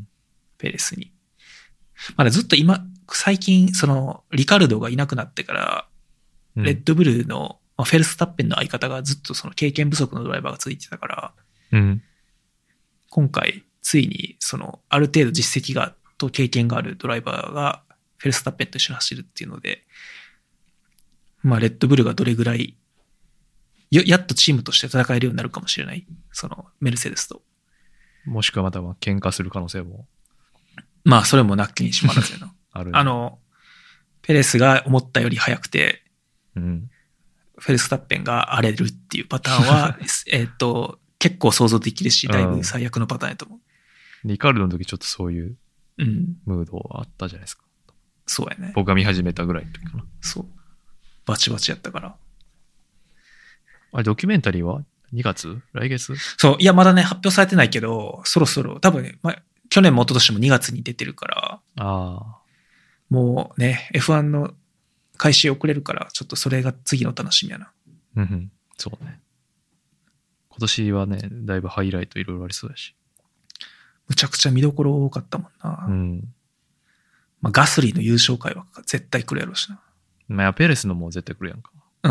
ペレスに。まだずっと今、最近、その、リカルドがいなくなってから、うん、レッドブルの、まあ、フェルスタッペンの相方がずっとその経験不足のドライバーがついてたから、 うん。 今回、ついに、その、ある程度実績が、と経験があるドライバーが、フェルスタッペンと一緒に走るっていうので、まあ、レッドブルがどれぐらい、や、やっとチームとして戦えるようになるかもしれない。その、メルセデスと。 もしくはまたは喧嘩する可能性も。 まあ、それもなっきにしもあらずやな。 ある、ね。 あの、ペレスが思ったより速くて、 うん、 フェルスタッペンが荒れるっていうパターンは、えっと、結構想像できるし、だいぶ最悪のパターンやと思う。 リカルドの時ちょっとそういうムードはあったじゃないですか。 うん、そうやね。 僕が見始めたぐらいの時かな。 そう。バチバチやったから。 あれ、ドキュメンタリーはにがつ？来月？ そう。いや、まだね、発表されてないけど、そろそろ、多分ね、まあ、去年も一昨年もにがつに出てるから、 ああ。 もうね、エフワン の開始遅れるから、ちょっとそれが次の楽しみやな。 うん、うん。そうね。今年はね、だいぶハイライトいろいろありそうだし。 むちゃくちゃ見どころ多かったもんな。 うん。 まあ、ガスリーの優勝会は絶対来るやろうしな。 まあ、ペレスのも絶対来るやんか。 うん。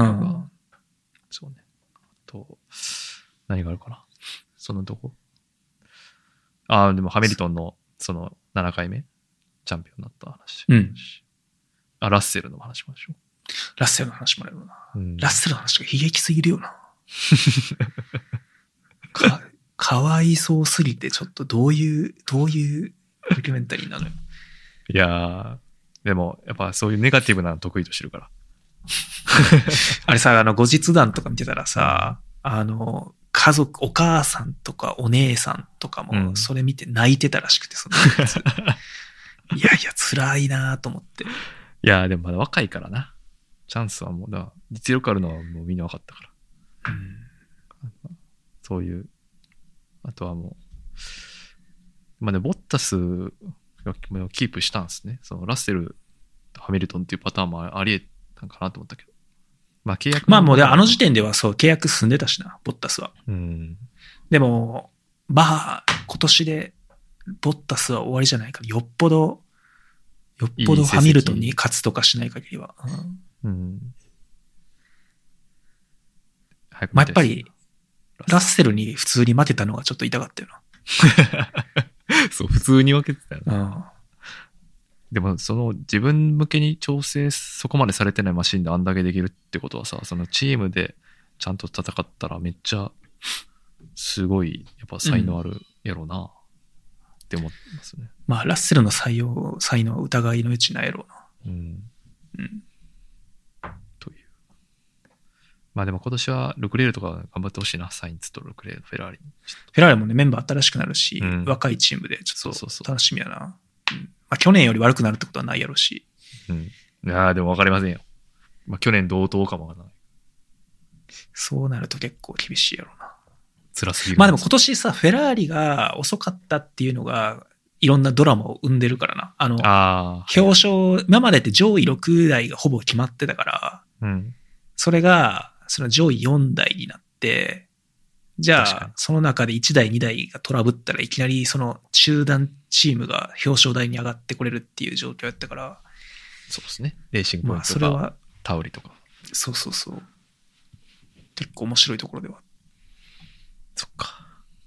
そうね。あと、何があるかな。そのどこああ、でもハミルトンのそのななかいめチャンピオンになった話。 うん。 あ、ラッセルの話もでしょ。 ラッセルの話もあるよな。 うん、 ラッセルの話が悲劇すぎるよな。か、かわいそうすぎて、ちょっとどういう、どういうドキュメンタリーなのよ。 いやー、でも、やっぱそういうネガティブなの得意としてるから。 あれさ、あの、後日談とか見てたらさ、あの、 家族、お母さんとかお姉さんとかも、それ見て泣いてたらしくて、そのいやいや、辛いなと思って。いや、でもまだ若いからな。チャンスはもう、だ実力あるのはもうみんな分かったから。うん、そういう、あとはもう、まあね、ボッタスがキープしたんですね。そのラッセル、ハミルトンっていうパターンもあり得たんかなと思ったけど。まあ契約まあもうであの時点ではそう契約進んでたしな、ボッタスは。 うん、 でも、まあ、今年でボッタスは終わりじゃないか。よっぽど、よっぽどハミルトンに勝つとかしない限りは。うん。うん、まあやっぱり、ラッセルに普通に負けたのがちょっと痛かったよな。 そう、普通に負けてたよな。 うんでもその自分向けに調整そこまでされてないマシンであんだけできるってことはさ、そのチームでちゃんと戦ったらめっちゃすごいやっぱ才能あるやろうなって思ってますね。うん、 まあラッセルの採用才能は疑いの余地ないやろうな。 うん。うん。という。まあでも今年はルクレールとか頑張ってほしいな、サインツとルクレール、フェラーリ。 フェラーリもねメンバー新しくなるし、うん、若いチームでちょっと楽しみやな。そうそうそうまあ、去年より悪くなるってことはないやろうし。 うん。いやでも分かりませんよ。まあ、去年同等かもわからない。 そうなると結構厳しいやろうな。 辛すぎる。 まあでも今年さ、フェラーリが遅かったっていうのが、いろんなドラマを生んでるからな。あの、 あ表彰、今までって上位ろくだいがほぼ決まってたから、 うん、 それが、その上位よんだいになって、じゃあ、その中でいちだい、にだいがトラブったらいきなりその中団チームが表彰台に上がってこれるっていう状況やったから。 そうですね。レーシングポイントとか、まあ、それはタウリとか。 そうそうそう。結構面白いところでは。 そっか。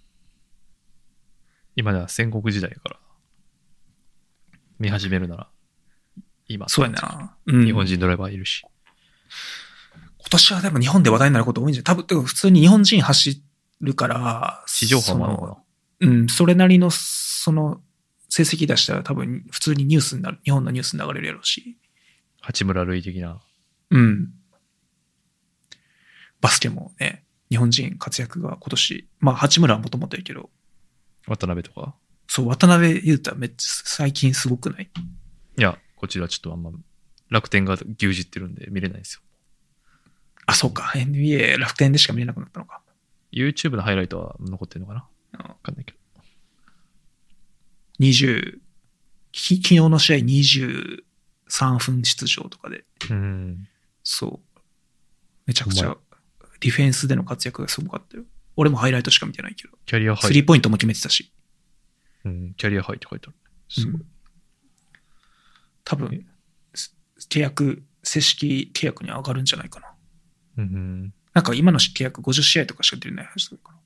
今では戦国時代から見始めるなら、今。 そうやな。 うん。日本人ドライバーいるし。 今年はでも日本で話題になること多いんじゃない？多分、普通に日本人走ってるから、 地上波もあるのかな。 うん、それなりの、その、成績出したら多分、普通にニュースになる、日本のニュースに流れるやろうし。 八村塁的な。 うん。バスケもね、日本人活躍が今年、まあ、八村はもともといいけど。 渡辺とか？ そう、渡辺裕太めっちゃ最近すごくない？ いや、こちらちょっとあんま、楽天が牛耳ってるんで見れないんですよ。 あ、そうか。エヌビーエー 楽天でしか見れなくなったのか。 YouTube のハイライトは残ってるのかな？わかんないけど。 にじゅう、き昨日の試合にじゅうさんぷん出場とかで。 うん。 そう。めちゃくちゃディフェンスでの活躍がすごかったよ。俺もハイライトしか見てないけど。 キャリアハイ。 スリーポイントも決めてたし。 うん、キャリアハイって書いてある。すごい。うん、 多分、契約、正式契約に上がるんじゃないかな。 うん。 なんか今の契約ごじゅっしあいとかしか出れないはずだから。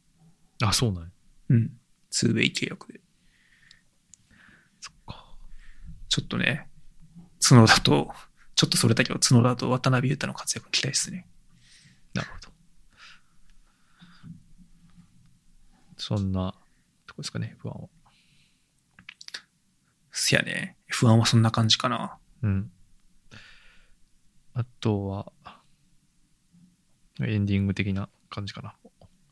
あ、そうなんや。 うん。ツーウェイ契約で。 そっか。 ちょっとね、角田と、ちょっとそれだけど角田と渡辺裕太の活躍期待ですね。 なるほど。そんなとこですかね、エフワンは。 せやね。エフワンはそんな感じかな。 うん。あとは、エンディング的な感じかな。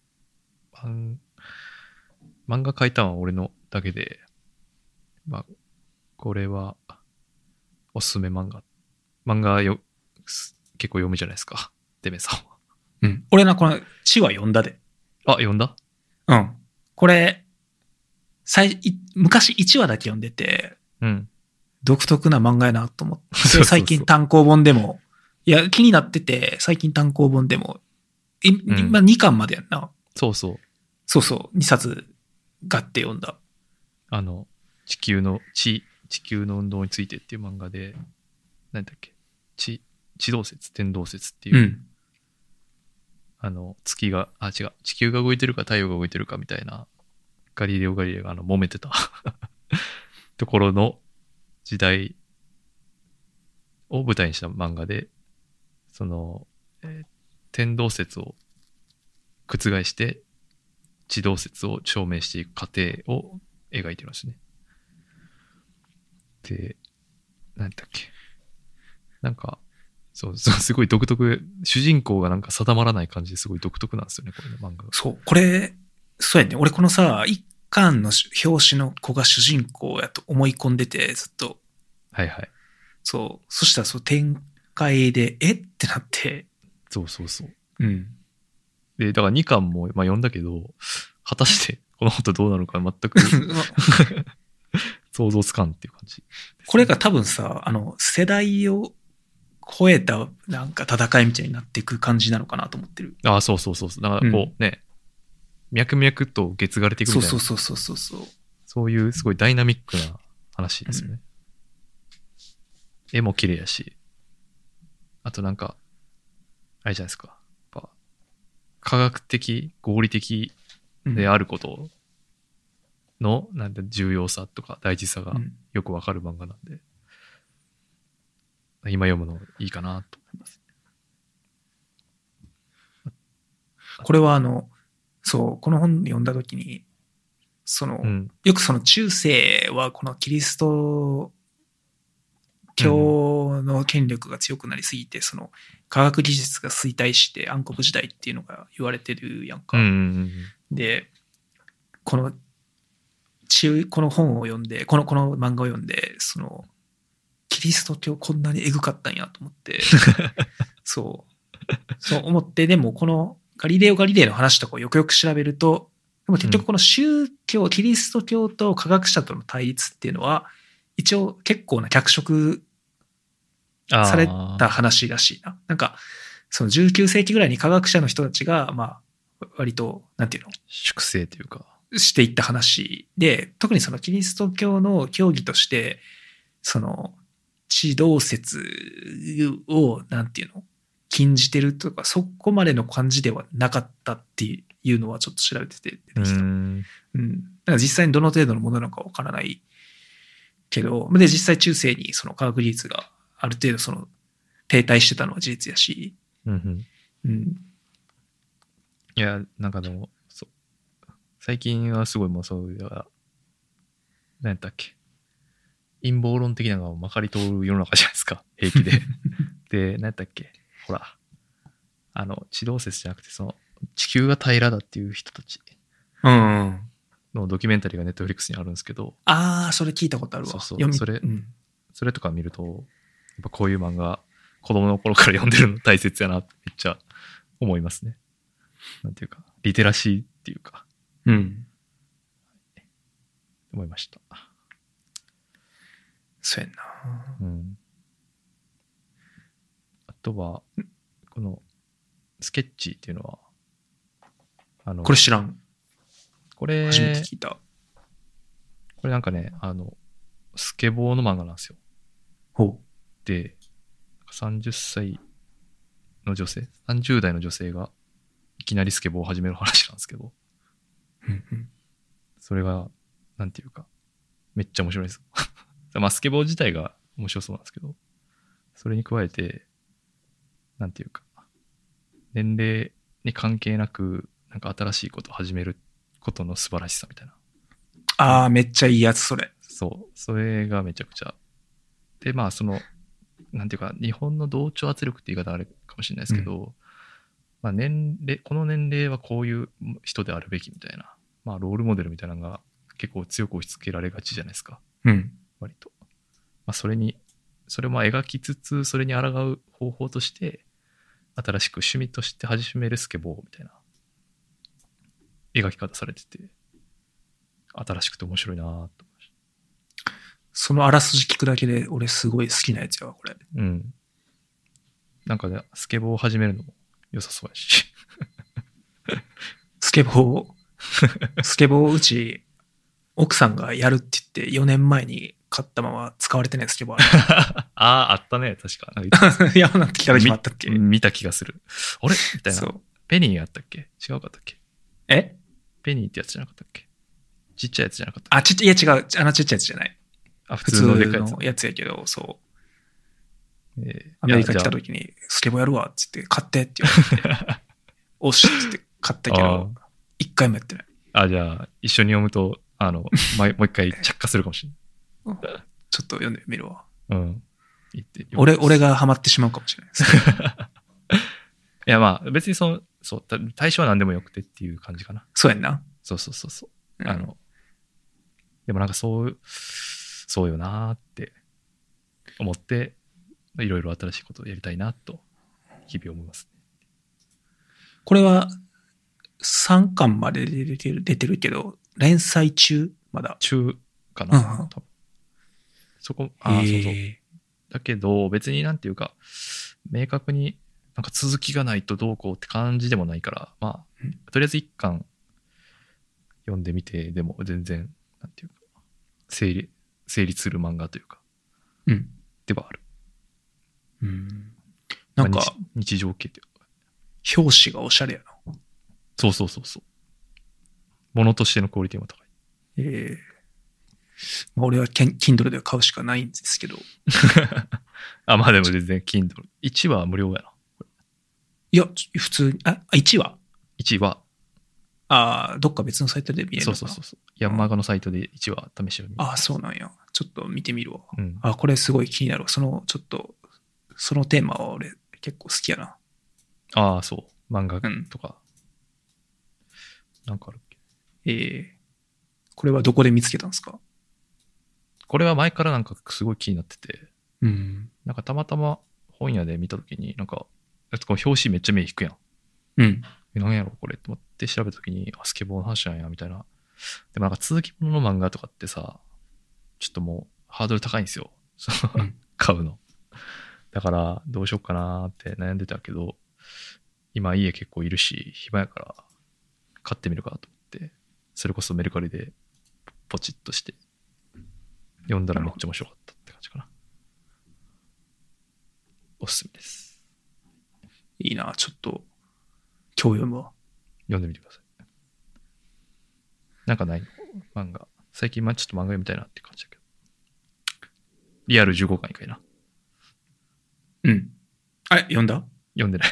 漫画描いたのは俺のだけで、まあ、これは、おすすめ漫画。漫画よ、結構読むじゃないですか。デメさんは。 うん。俺な、この、地は読んだで。 あ、読んだ？ うん。これ、最、昔いちわだけ読んでて、 うん。 独特な漫画やなと思って、そうそうそう最近単行本でも、いや、気になってて、最近単行本でも、今、うん、にかんまでやんな。 そうそう。 そうそう、にさつ買って読んだ。 あの、地球の、地、地球の運動についてっていう漫画で、何だっけ、地、地動説、天動説っていう、うん、あの、月が、あ、違う、地球が動いてるか太陽が動いてるかみたいな、ガリレオ・ガリレオがあの揉めてたところの時代を舞台にした漫画で、その、えー、天動説を覆して地動説を証明していく過程を描いてますね。で、何だっけ、なんかそうそう、すごい独特、主人公がなんか定まらない感じですごい独特なんですよね、これね、漫画が。 そう、これ、そうやね。俺このさ、一巻の表紙の子が主人公やと思い込んでて、ずっと。 はいはい。 そう。そしたらそう展開で、えってなって。 そうそうそう。 うん。 で、だからにかんも、まあ、読んだけど、果たしてこの後どうなるか全く想像つかんっていう感じ、ね。 これが多分さ、あの、世代を超えたなんか戦いみたいになっていく感じなのかなと思ってる。 ああ、そうそうそう。だからこうね、うん、脈々と受け継がれていくみたいな。 そうそうそうそうそう。 そういうすごいダイナミックな話ですよね。うん、絵も綺麗やし、あとなんか、あれじゃないですか。やっぱ科学的、合理的であることの、うん、なんて重要さとか大事さがよくわかる漫画なんで、うん、今読むのいいかなと思います。 これはあの、そう、この本読んだときに、その、うん、よくその中世はこのキリスト教の権力が強くなりすぎて、うん、その科学技術が衰退して暗黒時代っていうのが言われてるやんか。 うんうんうん、 で、この、この本を読んで、この、この漫画を読んで、その、キリスト教こんなにエグかったんやと思って、そう、そう思って、でもこのガリレオ・ガリレイの話とかをよくよく調べると、でも結局この宗教、うん、キリスト教と科学者との対立っていうのは、一応結構な脚色された話らしいな。なんか、そのじゅうきゅうせいきぐらいに科学者の人たちが、まあ、割と、なんていうの？ 粛清というか。 していった話で、特にそのキリスト教の教義として、その、地動説を、なんていうの？禁じてるとか、そこまでの感じではなかったっていうのはちょっと調べてて出てきた。うん。うん。だから実際にどの程度のものなのかわからないけど、で、実際中世にその科学技術がある程度その停滞してたのは事実やし。 うん、うん。うん。いや、なんかでも、そう。最近はすごいもうそういう、何やったっけ。陰謀論的なのがまかり通る世の中じゃないですか。平気で。で、何やったっけ。ほら、あの、地動説じゃなくて、その、地球が平らだっていう人たちのドキュメンタリーがネットフリックスにあるんですけど。 ああ、それ聞いたことあるわ。 そうそう。それ、うん、それとか見ると、やっぱこういう漫画、子供の頃から読んでるの大切やなってめっちゃ思いますね。なんていうか、リテラシーっていうか。 うん。 思いました。 そうやんな。 うん。あとは、この、スケッチっていうのは、 あの、これ知らん。 これ、 初めて聞いた。 これなんかね、あの、スケボーの漫画なんですよ。 ほう。 で、さんじゅっさいの女性、さんじゅう代の女性が、いきなりスケボーを始める話なんですけど、 うんうん、 それが、なんていうか、めっちゃ面白いです。まあ、スケボー自体が面白そうなんですけど、それに加えて、なんていうか、年齢に関係なく、なんか新しいことを始めることの素晴らしさみたいな。 ああ、めっちゃいいやつ、それ。 そう。それがめちゃくちゃ。で、まあ、その、なんていうか、日本の同調圧力って言い方あるかもしれないですけど、うん、まあ、年齢、この年齢はこういう人であるべきみたいな、まあ、ロールモデルみたいなのが結構強く押し付けられがちじゃないですか。 うん。 割と。まあ、それに、それも描きつつ、それに抗う方法として、新しく趣味として始めるスケボーみたいな描き方されてて、新しくて面白いなと思いました。 そのあらすじ聞くだけで俺すごい好きなやつやわ、これ。 うん。なんかね、スケボーを始めるのも良さそうやし。 スケボー、スケボーうち奥さんがやるって言ってよねんまえに買ったまま使われてないスケボーある。ああ、あったね、確か。なんかいや、なんて聞かれてもあったっけ見、 見た気がする。あれみたいな。そう。ペニーやったっけ違うかったっけえペニーってやつじゃなかったっけちっちゃいやつじゃなかったっけあ、ちっちゃい、いや違う。あのちっちゃいやつじゃない。 あ、普通のでかいやつ。 普通のやつやけど、そう。えー、アメリカ来た時に、スケボーやるわって言って、買ってって言われて、おしって買ったけど、一回もやってない。 あ、じゃあ、一緒に読むと、あの、もう一回着火するかもしれない。 ちょっと読んでみるわ。 うん。 言って俺、俺がハマってしまうかもしれないです。 いやまあ別にその、そう、対象は何でもよくてっていう感じかな。 そうやんな。 そうそうそうそう。 うん、 あの、でもなんかそう、そうよなーって思って、いろいろ新しいことをやりたいなと、日々思います、ね。 これはさんかんまで出てる、出てるけど、連載中まだ。 中かな、 うんうん、 多分。そこ、ああ、そうそう。だけど、別になんていうか、明確になんか続きがないとどうこうって感じでもないから、まあ、うん、とりあえず一巻読んでみて、でも全然、なんていうか、成立、成立する漫画というか、 うん。 ではある。 うん。なんか、まあ、 日, 日常系っていうか。 表紙がおしゃれやな。 そうそうそうそう。ものとしてのクオリティも高い。 ええー。まあ、俺は Kindle で買うしかないんですけど。 あ、まあでも全然 Kindle。いちわ無料やな。 いや、普通に、あ、いちわ ? いちわ。 ああ、どっか別のサイトで見れるのかな。 そうそうそう。ヤンマガのサイトでいちわ試しを見る。 ああ、そうなんや。ちょっと見てみるわ。 うん、 あ、これすごい気になるわ。その、ちょっと、そのテーマは俺結構好きやな。 ああ、そう。漫画とか。うん、なんかあるっけ。 ええー。これはどこで見つけたんですか？ これは前からなんかすごい気になってて。 うん。 なんかたまたま本屋で見たときに、なんか、この表紙めっちゃ目引くやん。 うん。 何やろこれって思って調べたときに、あ、スケボーの話なんや、みたいな。でもなんか続きものの漫画とかってさ、ちょっともうハードル高いんですよ。うん、買うの。だからどうしようかなーって悩んでたけど、今家結構いるし、暇やから買ってみるかと思って、それこそメルカリでポチッとして、読んだらめっちゃ面白かったって感じかな。おすすめです。 いいな、ちょっと今日読むわ。 読んでみてください。なんかないの漫画。最近まあちょっと漫画読みたいなって感じだけど。リアルじゅうごかん以下いな。 うん。あれ読んだ？ 読んでない。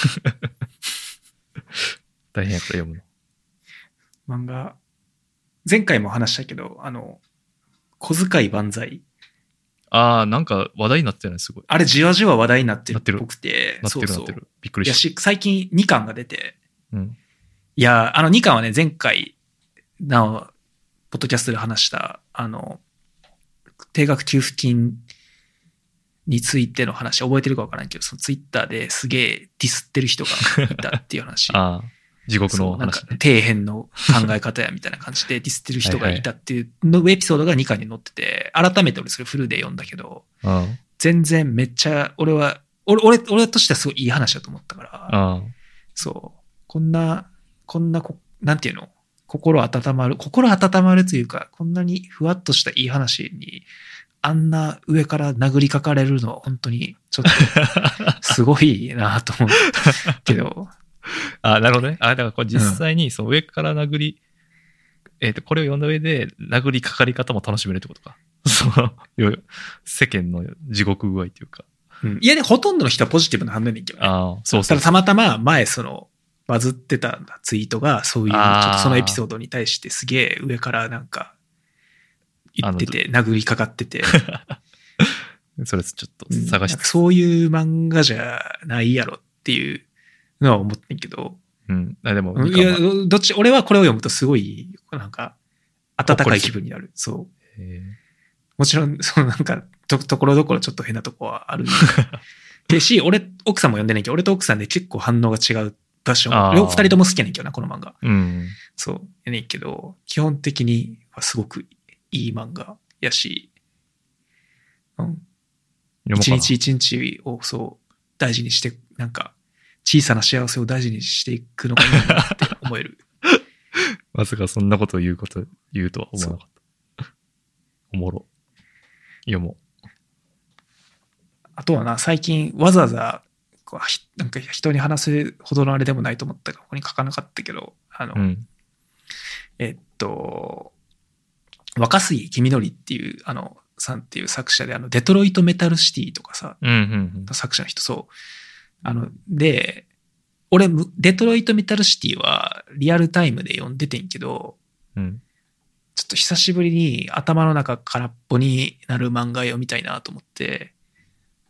大変やから読むの。 漫画、前回も話したけど、あの、小遣い万歳。 ああ、なんか話題になってるね、すごい。 あれじわじわ話題になってるっぽくて。 なってる、なってる。びっくりした。 いやし、最近にかんが出て。 うん。 いや、あのにかんはね、前回、なお、ポッドキャストで話した、あの、定額給付金についての話、覚えてるかわからないけど、そのツイッターですげえディスってる人がいたっていう話。 ああ、地獄の話、ね。 なんか底辺の考え方やみたいな感じでディスってる人がいたっていうのエピソードがにかんに載ってて、改めて俺それフルで読んだけど、 うん、 全然めっちゃ、俺は、俺、俺、俺としてはすごいいい話だと思ったから、 うん、 そう、こんな、こんなこ、なんていうの心温まる、心温まるというか、こんなにふわっとしたいい話に、あんな上から殴りかかれるのは本当にちょっとすごいなと思うけど。 あ、なるほどね。あ、だからこれ実際にその上から殴り、うん、えっと、これを読んだ上で殴りかかり方も楽しめるってことか。その、世間の地獄具合っていうか。 うん、いやね、ほとんどの人はポジティブな反応でいいけどね。 ああ、そうそう。 ただたまたま前その、バズってたツイートがそういうちょっとそのエピソードに対してすげえ上からなんか言ってて殴りかかっててそれちょっと探して、 うん、そういう漫画じゃないやろっていうのは思ってんけど、 うん、あでもいやどっち俺はこれを読むとすごいなんか温かい気分になる。そうへもちろんそのなんかとところどころちょっと変なとこはあるでし俺奥さんも読んでないけど俺と奥さんで結構反応が違う場所二人とも好きやねんけどなこの漫画、 うん、 そうやねんけど基本的にはすごくいい漫画やし、うん、一日一日をそう大事にしてなんか小さな幸せを大事にしていくのがいいなって思えるまさかそんなことを言うこと言うとは思わなかったおもろ読もう。 あとはな最近わざわざこうなんか人に話すほどのあれでもないと思ったからここに書かなかったけどあの、うん、えっと若杉君則っていうあのさんっていう作者であのデトロイトメタルシティとかさ、 うんうんうん、 作者の人そうあので俺デトロイトメタルシティはリアルタイムで読んでてんけど、 うん、 ちょっと久しぶりに頭の中空っぽになる漫画読みたいなと思って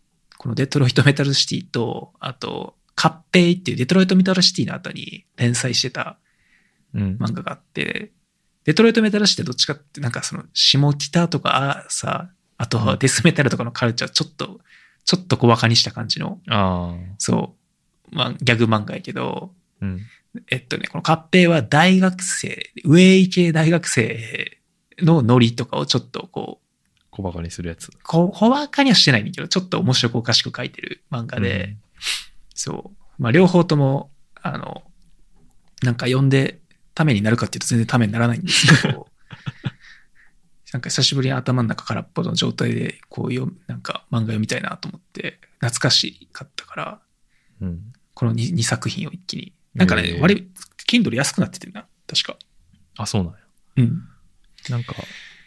このデトロイトメタルシティと、あと、カッペイっていうデトロイトメタルシティの後に連載してた漫画があって、うん、デトロイトメタルシティどっちかってなんかその下北とかさ、あとはデスメタルとかのカルチャーちょっと、ちょっと小馬鹿にした感じの、 あそう、まあ、ギャグ漫画やけど、 うん、 えっとね、このカッペイは大学生、ウェイ系大学生のノリとかをちょっとこう、 小馬鹿にするやつ。 小馬鹿にはしてないんだけど、ちょっと面白くおかしく書いてる漫画で、うん、そう。まあ、両方とも、あの、なんか読んでためになるかっていうと全然ためにならないんですけど、なんか久しぶりに頭の中空っぽの状態で、こういう、なんか漫画読みたいなと思って、懐かしかったから、 うん、 この 2, 2作品を一気に。なんかね、えー、割り、Kindle 安くなっててるな、確か。 あ、そうなんや。 うん。 なんか、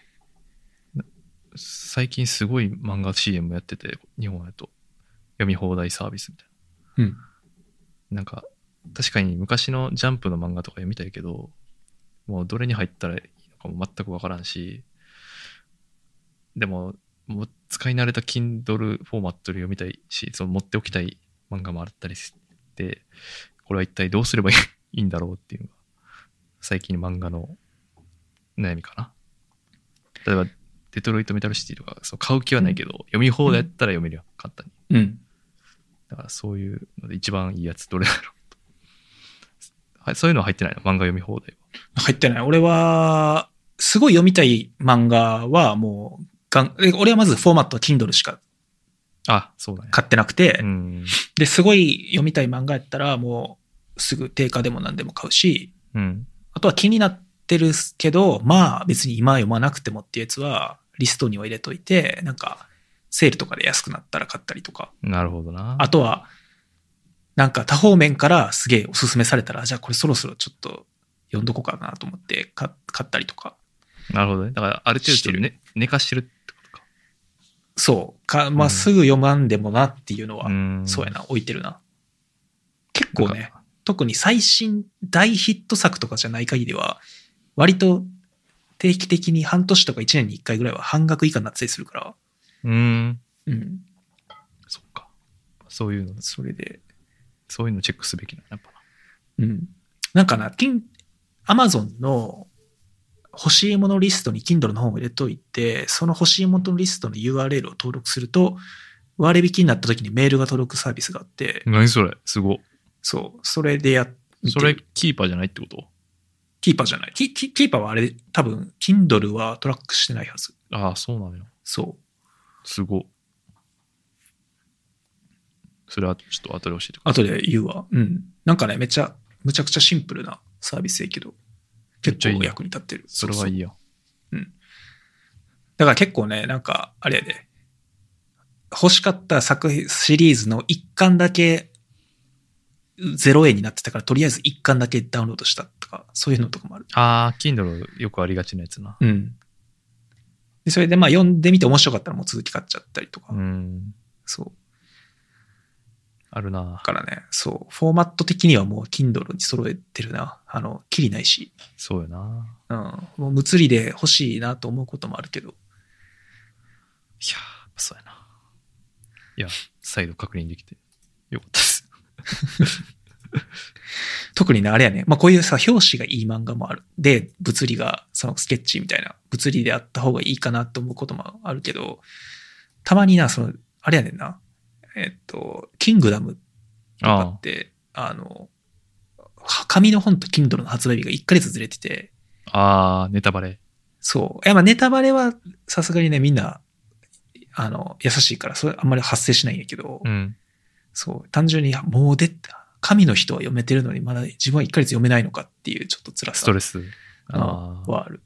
最近すごい漫画 シーエム やってて、日本やと読み放題サービスみたいな。うん。 なんか、確かに昔のジャンプの漫画とか読みたいけど、もうどれに入ったらいいのかも全くわからんし、でも、もう使い慣れた Kindle フォーマットで読みたいし、その持っておきたい漫画もあったりして、これは一体どうすればいいんだろうっていうのが、最近漫画の悩みかな。例えば、デトロイトメタルシティとか、そう買う気はないけど、うん、読み放題やったら読めるよ、簡単に。うん。 だからそういうので一番いいやつどれだろうと。はい、そういうのは入ってないの？漫画読み放題は。入ってない。俺は、すごい読みたい漫画はもう、がん俺はまずフォーマットは Kindle しかあ、そうだね。 買ってなくて、 うん、 で、すごい読みたい漫画やったらもうすぐ定価でも何でも買うし、 うん、 あとは気になってるけど、まあ別に今読まなくてもっていうやつはリストには入れといて、なんかセールとかで安くなったら買ったりとか。 なるほどな。 あとは、なんか多方面からすげえおすすめされたら、じゃあこれそろそろちょっと読んどこうかなと思って買ったりとか。 なるほどね。だからある程度、ね、寝かしてるってことか。 そうか。まあ、すぐ読まんでもなっていうのは、うん、そうやな、置いてるな。結構ね、特に最新大ヒット作とかじゃない限りは、割と定期的に半年とかいちねんにいっかいぐらいは半額以下になってたりするから。 うーん。 うん。 そっか。そういうの。 それで。 そういうのチェックすべきな、やっぱな。 うん。なんかな、アマゾンの欲しいものリストに Kindle の本を入れといて、その欲しいものリストの ユーアールエル を登録すると、割引になった時にメールが届くサービスがあって。 何それ？すご。 そう。それでやって。 それキーパーじゃないってこと？ キーパーじゃない。キ, キ, キーパーはあれ、多分、Kindle はトラックしてないはず。 ああ、そうなのよ。 そう。 すご。それはちょっと後で教えてください。後で言うわ。うん。なんかね、めちゃ、むちゃくちゃシンプルなサービスやけど、結構役に立ってる。 それはいいよ。 うん。だから結構ね、なんか、あれやで、欲しかった作品、シリーズの一巻だけ、ゼロえんになってたから、とりあえず一巻だけダウンロードしたとか、そういうのとかもある。 ああ、Kindle よくありがちなやつな。 うん。で、それでまあ読んでみて面白かったらもう続き買っちゃったりとか。 うん。 そう。 あるな。 だからね、そう。フォーマット的にはもう Kindle に揃えてるな。あの、きりないし。 そうよな。 うん。もうむつりで欲しいなと思うこともあるけど。いやー、そうやな。いや、再度確認できてよかったです。 特にね、あれやね。まあこういうさ、表紙がいい漫画もある。で、物理が、そのスケッチみたいな、物理であった方がいいかなと思うこともあるけど、たまにな、その、あれやねんな。えっと、キングダムとかって、あ, あの、紙の本と Kindle の発売日がいっかげつずれてて。 ああ、ネタバレ。 そう。いや、まあネタバレはさすがにね、みんな、あの、優しいから、それあんまり発生しないんやけど、 うん、 そう。単純に、もう出た。神の人は読めてるのに、まだ自分はいっかげつ読めないのかっていうちょっと辛さ。 ストレス。 ああ。はある。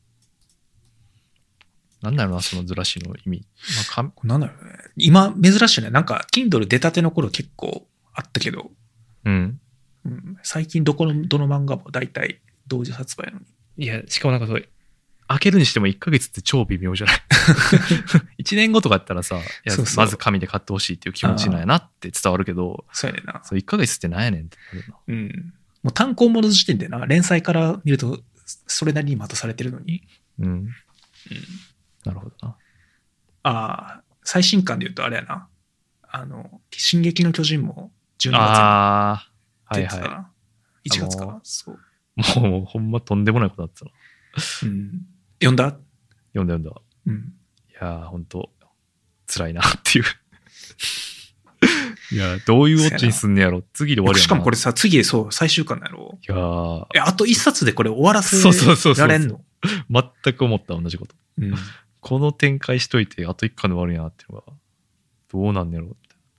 なんだろうな、そのずらしの意味。 まあ、かなんだろうね。今、珍しいね。なんか、Kindle 出たての頃結構あったけど、 うん。 うん、最近どこの、どの漫画も大体同時発売なのに。 いや、しかもなんかそう、開けるにしてもいっかげつって超微妙じゃないいちねんごとかやったらさ、いやそうそうまず紙で買ってほしいっていう気持ちなんやなって伝わるけど、 そうやねんな。 そういっかげつってなんやねんってなるな。 うん。もう単行本の時点でな、連載から見ると、それなりに待たされてるのに。 うん。うん。 なるほどな。ああ、最新刊で言うとあれやな。 あの、進撃の巨人もじゅうにがああ、 つにはいはい。 出てたな。いちがつかな。そう。 もうほんまとんでもないことだったな。 うん。読んだ読んだ読んだ。 うん。 いやー、ほんと、辛いなっていう。いや、どういうオチにすんねやろ。次で終わりやな。 しかもこれさ、次でそう、最終巻なの。 いやー、 え、あと一冊でこれ終わらせそうそうそうそうられんの全く思った、同じこと。 うん。 この展開しといて、あと一巻で終わるんやなっていうのが、どうなんねやろって。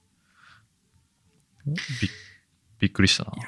びびっくりしたな。 いや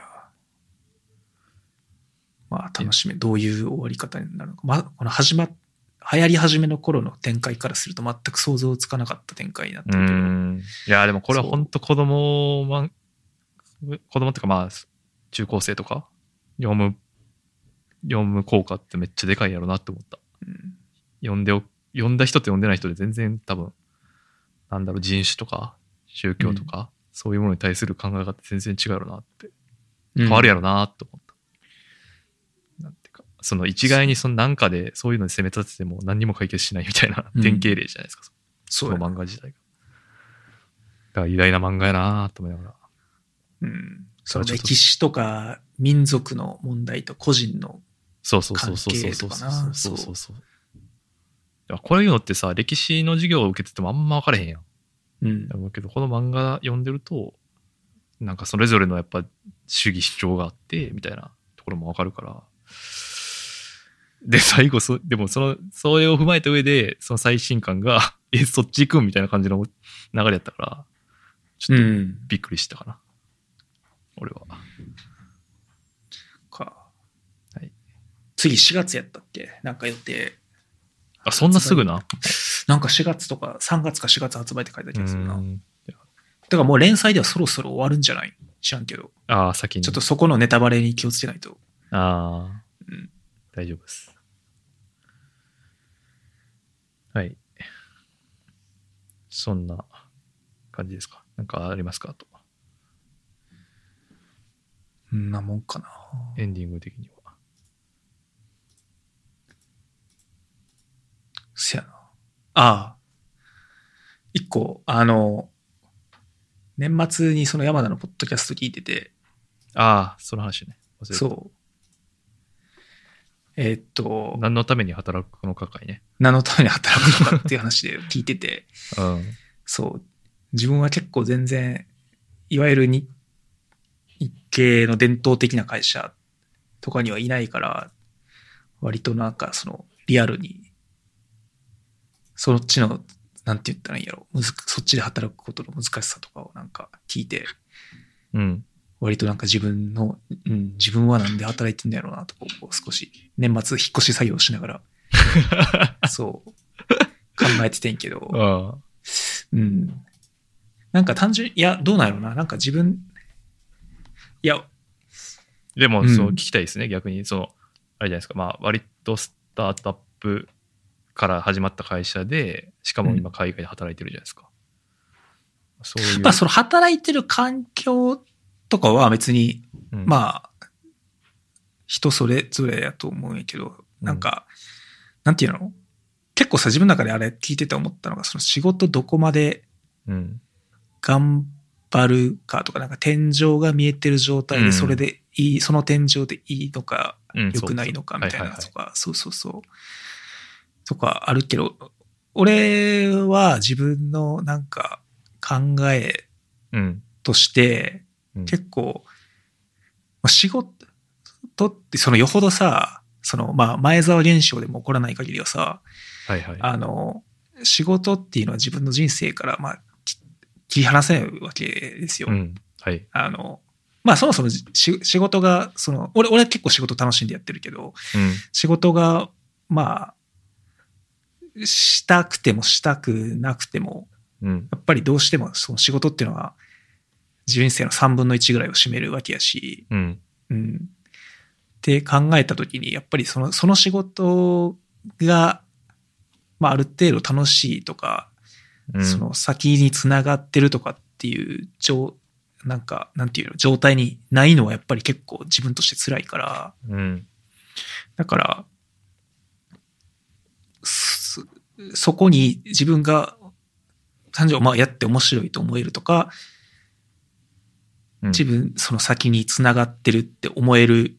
まあ楽しみ。どういう終わり方になるのか。まあ、この始まっ、流行り始めの頃の展開からすると全く想像つかなかった展開になってうるけど。 ん。いや、でもこれは本当子供、ま、子供っていうかまあ、中高生とか、読む、読む効果ってめっちゃでかいやろなって思った。 うん、 読んでお、読んだ人と読んでない人で全然多分、なんだろう、人種とか、宗教とか、うん、そういうものに対する考え方って全然違うやろなって、変わるやろなって思った。うん、なんていうか、その一概にそのなんかでそういうのに攻め立てても何にも解決しないみたいな典型例じゃないですか。うん、その漫画自体が。だから偉大な漫画やなと思いながら。 うん。その歴史とか民族の問題と個人の関係とかな。 そうそうそう。こういうのってさ、歴史の授業を受けててもあんま分かれへんやん。うん。だけど、この漫画読んでると、なんかそれぞれのやっぱ主義主張があって、みたいなところも分かるから。で、最後そ、でもその、それを踏まえた上で、その最新刊が、え、そっち行くんみたいな感じの流れやったから、ちょっとびっくりしたかな。うん、俺は。 か。 はい。 次しがつやったっけなんか予定。 あ、そんなすぐななんかしがつとかさんがつかしがつ発売って書いた気がするな。だからもう連載ではそろそろ終わるんじゃない知らんけど。 ああ、先に。 ちょっとそこのネタバレに気をつけないと。 ああ、 うん。 大丈夫です。はい。そんな感じですか。なんかありますかと。 んなもんかな。 エンディング的には。 せやな。ああ。一個、あの、年末にその山田のポッドキャスト聞いてて。 ああ、その話ね。 忘れた。そう。えー、っと。 何のために働くのかかいね。 何のために働くのかっていう話で聞いてて。 うん。 そう。自分は結構全然、いわゆる日系の伝統的な会社とかにはいないから、割となんかそのリアルに、そっちの、なんて言ったらいいんやろ、むずそっちで働くことの難しさとかをなんか聞いて、 うん、 割となんか自分の、うん、自分はなんで働いてんだろうなとこう少し年末引っ越し作業しながらそう考えててんけど、 ああうん、なんか単純いやどうなんやろうな、なんか自分いやでもそう聞きたいですね、うん、逆にそのあれじゃないですか、まあ割とスタートアップから始まった会社で、しかも今海外で働いてるじゃないですか。うん、そういう。 まあその働いてる環境とかは別に、うん、まあ人それぞれやと思うんやけど、なんか、うん、なんていうの？結構さ自分の中であれ聞いてて思ったのが、その仕事どこまで頑張るかとか、なんか天井が見えてる状態でそれでいい、うん、その天井でいいのか良くないのかみたいなとか、そうそうそう。とかあるけど、俺は自分のなんか考えとして、結構、仕事ってそのよほどさ、そのまあ前澤現象でも起こらない限りはさ、 はいはい、 あの、仕事っていうのは自分の人生からまあ切り離せないわけですよ。 うん、はい。 あの、まあそもそも仕事が、その、俺、俺は結構仕事楽しんでやってるけど、 うん、 仕事が、まあ、したくてもしたくなくても、 うん、 やっぱりどうしてもその仕事っていうのは人生のさんぶんのいちぐらいを占めるわけやし、 うんうん、って考えたときにやっぱりそのその仕事が、まあ、ある程度楽しいとか、 うん、 その先につながってるとかっていう状なんかなんていうの状態にないのはやっぱり結構自分として辛いから、 うん、 だからそこに自分が単純にまあやって面白いと思えるとか、 うん、 自分その先につながってるって思える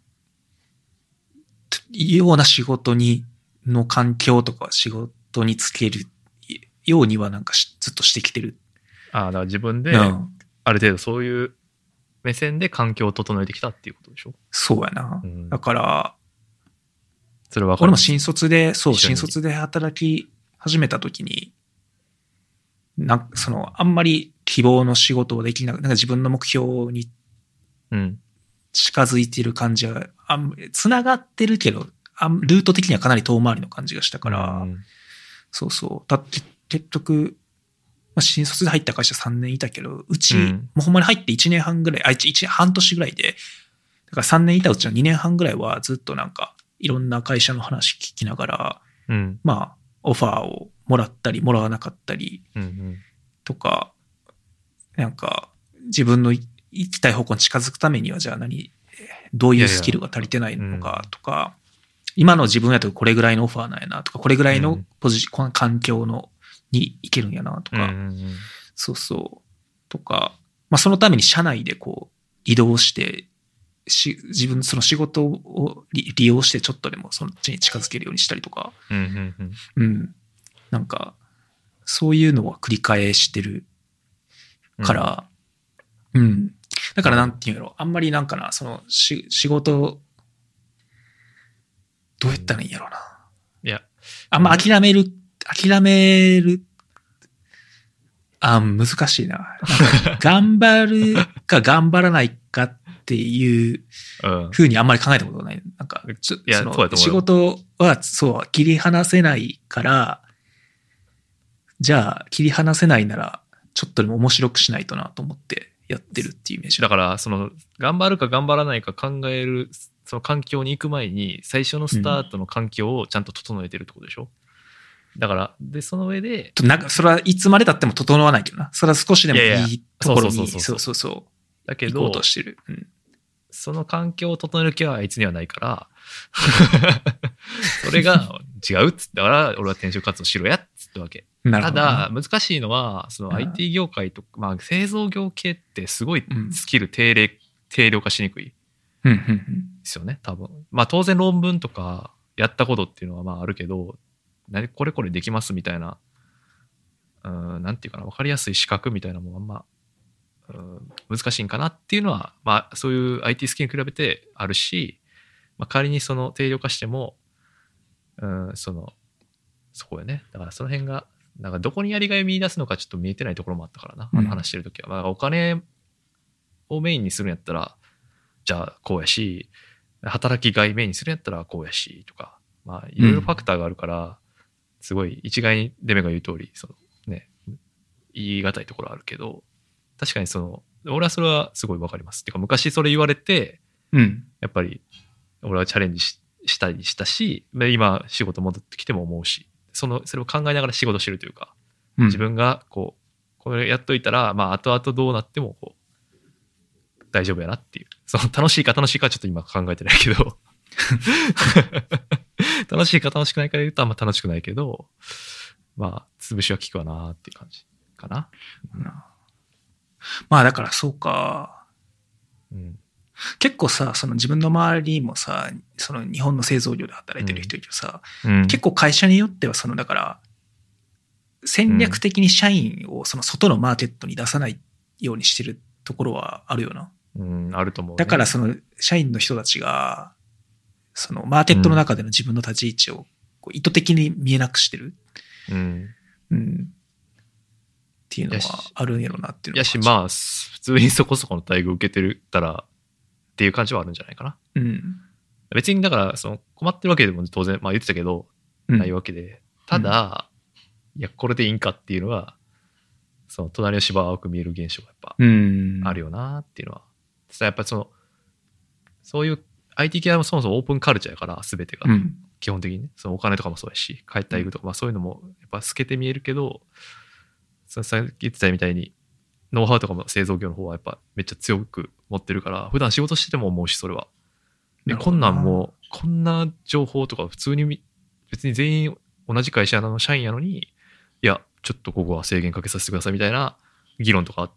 ような仕事にの環境とか仕事につけるようにはなんかずっとしてきてる。 ああ、だから自分である程度そういう目線で環境を整えてきたっていうことでしょ。 そうやな。うん、だからそれは俺も新卒でそう新卒で働き始めた時になんそのあんまり希望の仕事をできなく、なんか自分の目標に近づいている感じは、あんつながってるけどあんルート的にはかなり遠回りの感じがしたから、うん、そうそうだって結局、まあ、新卒で入った会社さんねんいたけどうち、うん、もうほんまに入っていちねんはんぐらいあいち半年ぐらいでだからさんねんいたうちのにねんはんぐらいはずっとなんかいろんな会社の話聞きながら、 うん、 まあオファーをもらったりもらわなかったりとか、うんうん、なんか自分の行きたい方向に近づくためにはじゃあ何どういうスキルが足りてないのかとか、いやいや、うん、今の自分やとこれぐらいのオファーなんやなとかこれぐらいのポジション、うん、環境のに行けるんやなとか、 うんうんうん、 そうそうとか、まあそのために社内でこう移動してし自分その仕事を利用してちょっとでもそっちに近づけるようにしたりとか、 うんうんうんうん、なんかそういうのは繰り返してるから、うん、うん、だからなんていうのあんまりなんかなそのし仕事どうやったらいいんやろうな、 いやあんま諦める諦めるあ難しいな、なんか頑張るか頑張らないかっていうふうにあんまり考えたことがない。なんか、ちょその仕事はそう切り離せないから、じゃあ切り離せないならちょっとでも面白くしないとなと思ってやってるっていうイメージ。 だからその頑張るか頑張らないか考えるその環境に行く前に最初のスタートの環境をちゃんと整えてるってことでしょ。うんだから、で、その上で。 なんか、それはいつまで経っても整わないけどな。それは少しでもいいところに、そうそうそう。 だけど、 行こうとしてる。うん、 その環境を整える気はあいつにはないから、それが違うっつったから、俺は転職活動しろやっつったわけ。ただ、難しいのは、その アイティー 業界とか、まあ、製造業系ってすごいスキル定例、定量化しにくい。ですよね、多分。まあ、当然論文とかやったことっていうのはまああるけど、これこれできますみたいな、うん、なんていうかな、分かりやすい資格みたいなもんあんま、うん、難しいんかなっていうのは、まあそういう アイティー スキルに比べてあるし、まあ、仮にその定量化しても、うん、その、そこよね。だからその辺が、なんかどこにやりがいを見出すのかちょっと見えてないところもあったからな、あの話してるときは。まあお金をメインにするんやったら、じゃあこうやし、働きがいメインにするんやったらこうやし、とか、まあいろいろファクターがあるから、うんすごい一概にデメが言う通りそのね言い難いところあるけど確かにその俺はそれはすごいわかります。てか昔それ言われて、 うん、 やっぱり俺はチャレンジ し, したりしたし今仕事戻ってきても思うしそのそれを考えながら仕事してるというか、うん、自分がこうこれやっといたらまあ後々どうなってもこう大丈夫やなっていうその楽しいか楽しいかちょっと今考えてないけど楽しいか楽しくないかで言うとあんま楽しくないけどまあ潰しは効くわなっていう感じかな、 うん、まあだからそうか、 うん、 結構さその自分の周りもさその日本の製造業で働いてる人いるさ、 うん、 結構会社によってはそのだから戦略的に社員をその外のマーケットに出さないようにしてるところはあるよな、 うん、あると思う、ね、 だからその社員の人たちがそのマーケットの中での自分の立ち位置をこう意図的に見えなくしてる、 うんうん、っていうのはあるんやろうなっていうのはやしまあ普通にそこそこの待遇受けてるたらっていう感じはあるんじゃないかな、 うん、 別にだからその困ってるわけでも当然まあ言ってたけど、うん、ないわけでただ、うん、いやこれでいいんかっていうのはその隣の芝青く見える現象がやっぱあるよなっていうのは、うん、やっぱそのそういう アイティー 系はそもそもオープンカルチャーやから全てが、うん、基本的にねそのお金とかもそうやし帰ったりとか、うんまあ、そういうのもやっぱ透けて見えるけどさっき言ってたみたいにノウハウとかも製造業の方はやっぱめっちゃ強く持ってるから普段仕事してても思うしそれはでこんなんもこんな情報とか普通に別に全員同じ会社の社員やのにいやちょっとここは制限かけさせてくださいみたいな議論とかあって、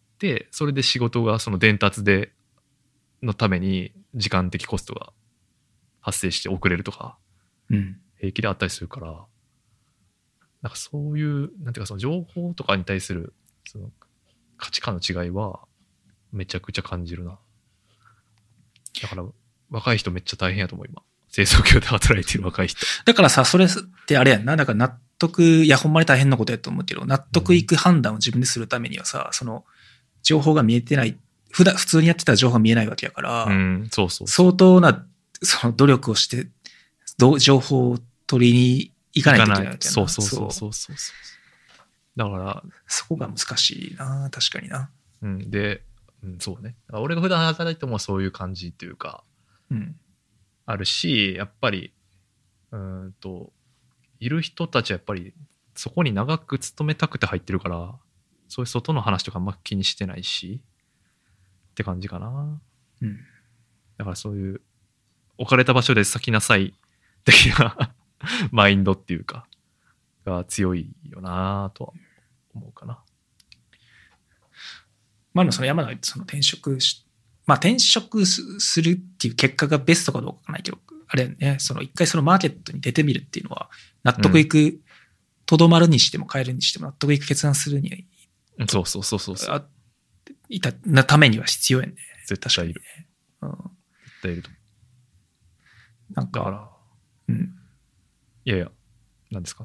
それで仕事がその伝達でのために時間的コストが発生して遅れるとか、 うん、 平気であったりするから、なんかそういうなんていうかその情報とかに対するその価値観の違いはめちゃくちゃ感じるな。だから若い人めっちゃ大変やと思う今。清掃業で働いてる若い人。 だからさ、それってあれやんな。だから納得、いやほんまに大変なことやと思うけど、納得いく判断を自分でするためにはさ、その情報が見えてない、普段普通にやってたら情報が見えないわけやから、 うん、そうそう。 相当なその努力をしてど情報を取りに行かないといけないわけやな。 そうそうそうそうそう。だからそこが難しいな、確かにな。 うん、で、うん、そうね。俺が普段働いてもそういう感じっていうか、 うん、 あるし、やっぱりうーんといる人たちはやっぱりそこに長く勤めたくて入ってるから、そういう外の話とかあんま気にしてないしって感じかな。 うん、 だからそういう置かれた場所で咲きなさい的なマインドっていうかが強いよなとは思うかな。 まあその山田その転職し、まあ転職するっていう結果がベストかどうかわからないけど、あれね、その一回そのマーケットに出てみるっていうのは納得いく、とどまるにしても変えるにしても納得いく決断するには、 うん、そうそうそうそうそう。 いたなためには必要やね。 絶対いる。 うん、 絶対いると思う。 なんか、 だから、 うん。 いやいや、何ですか？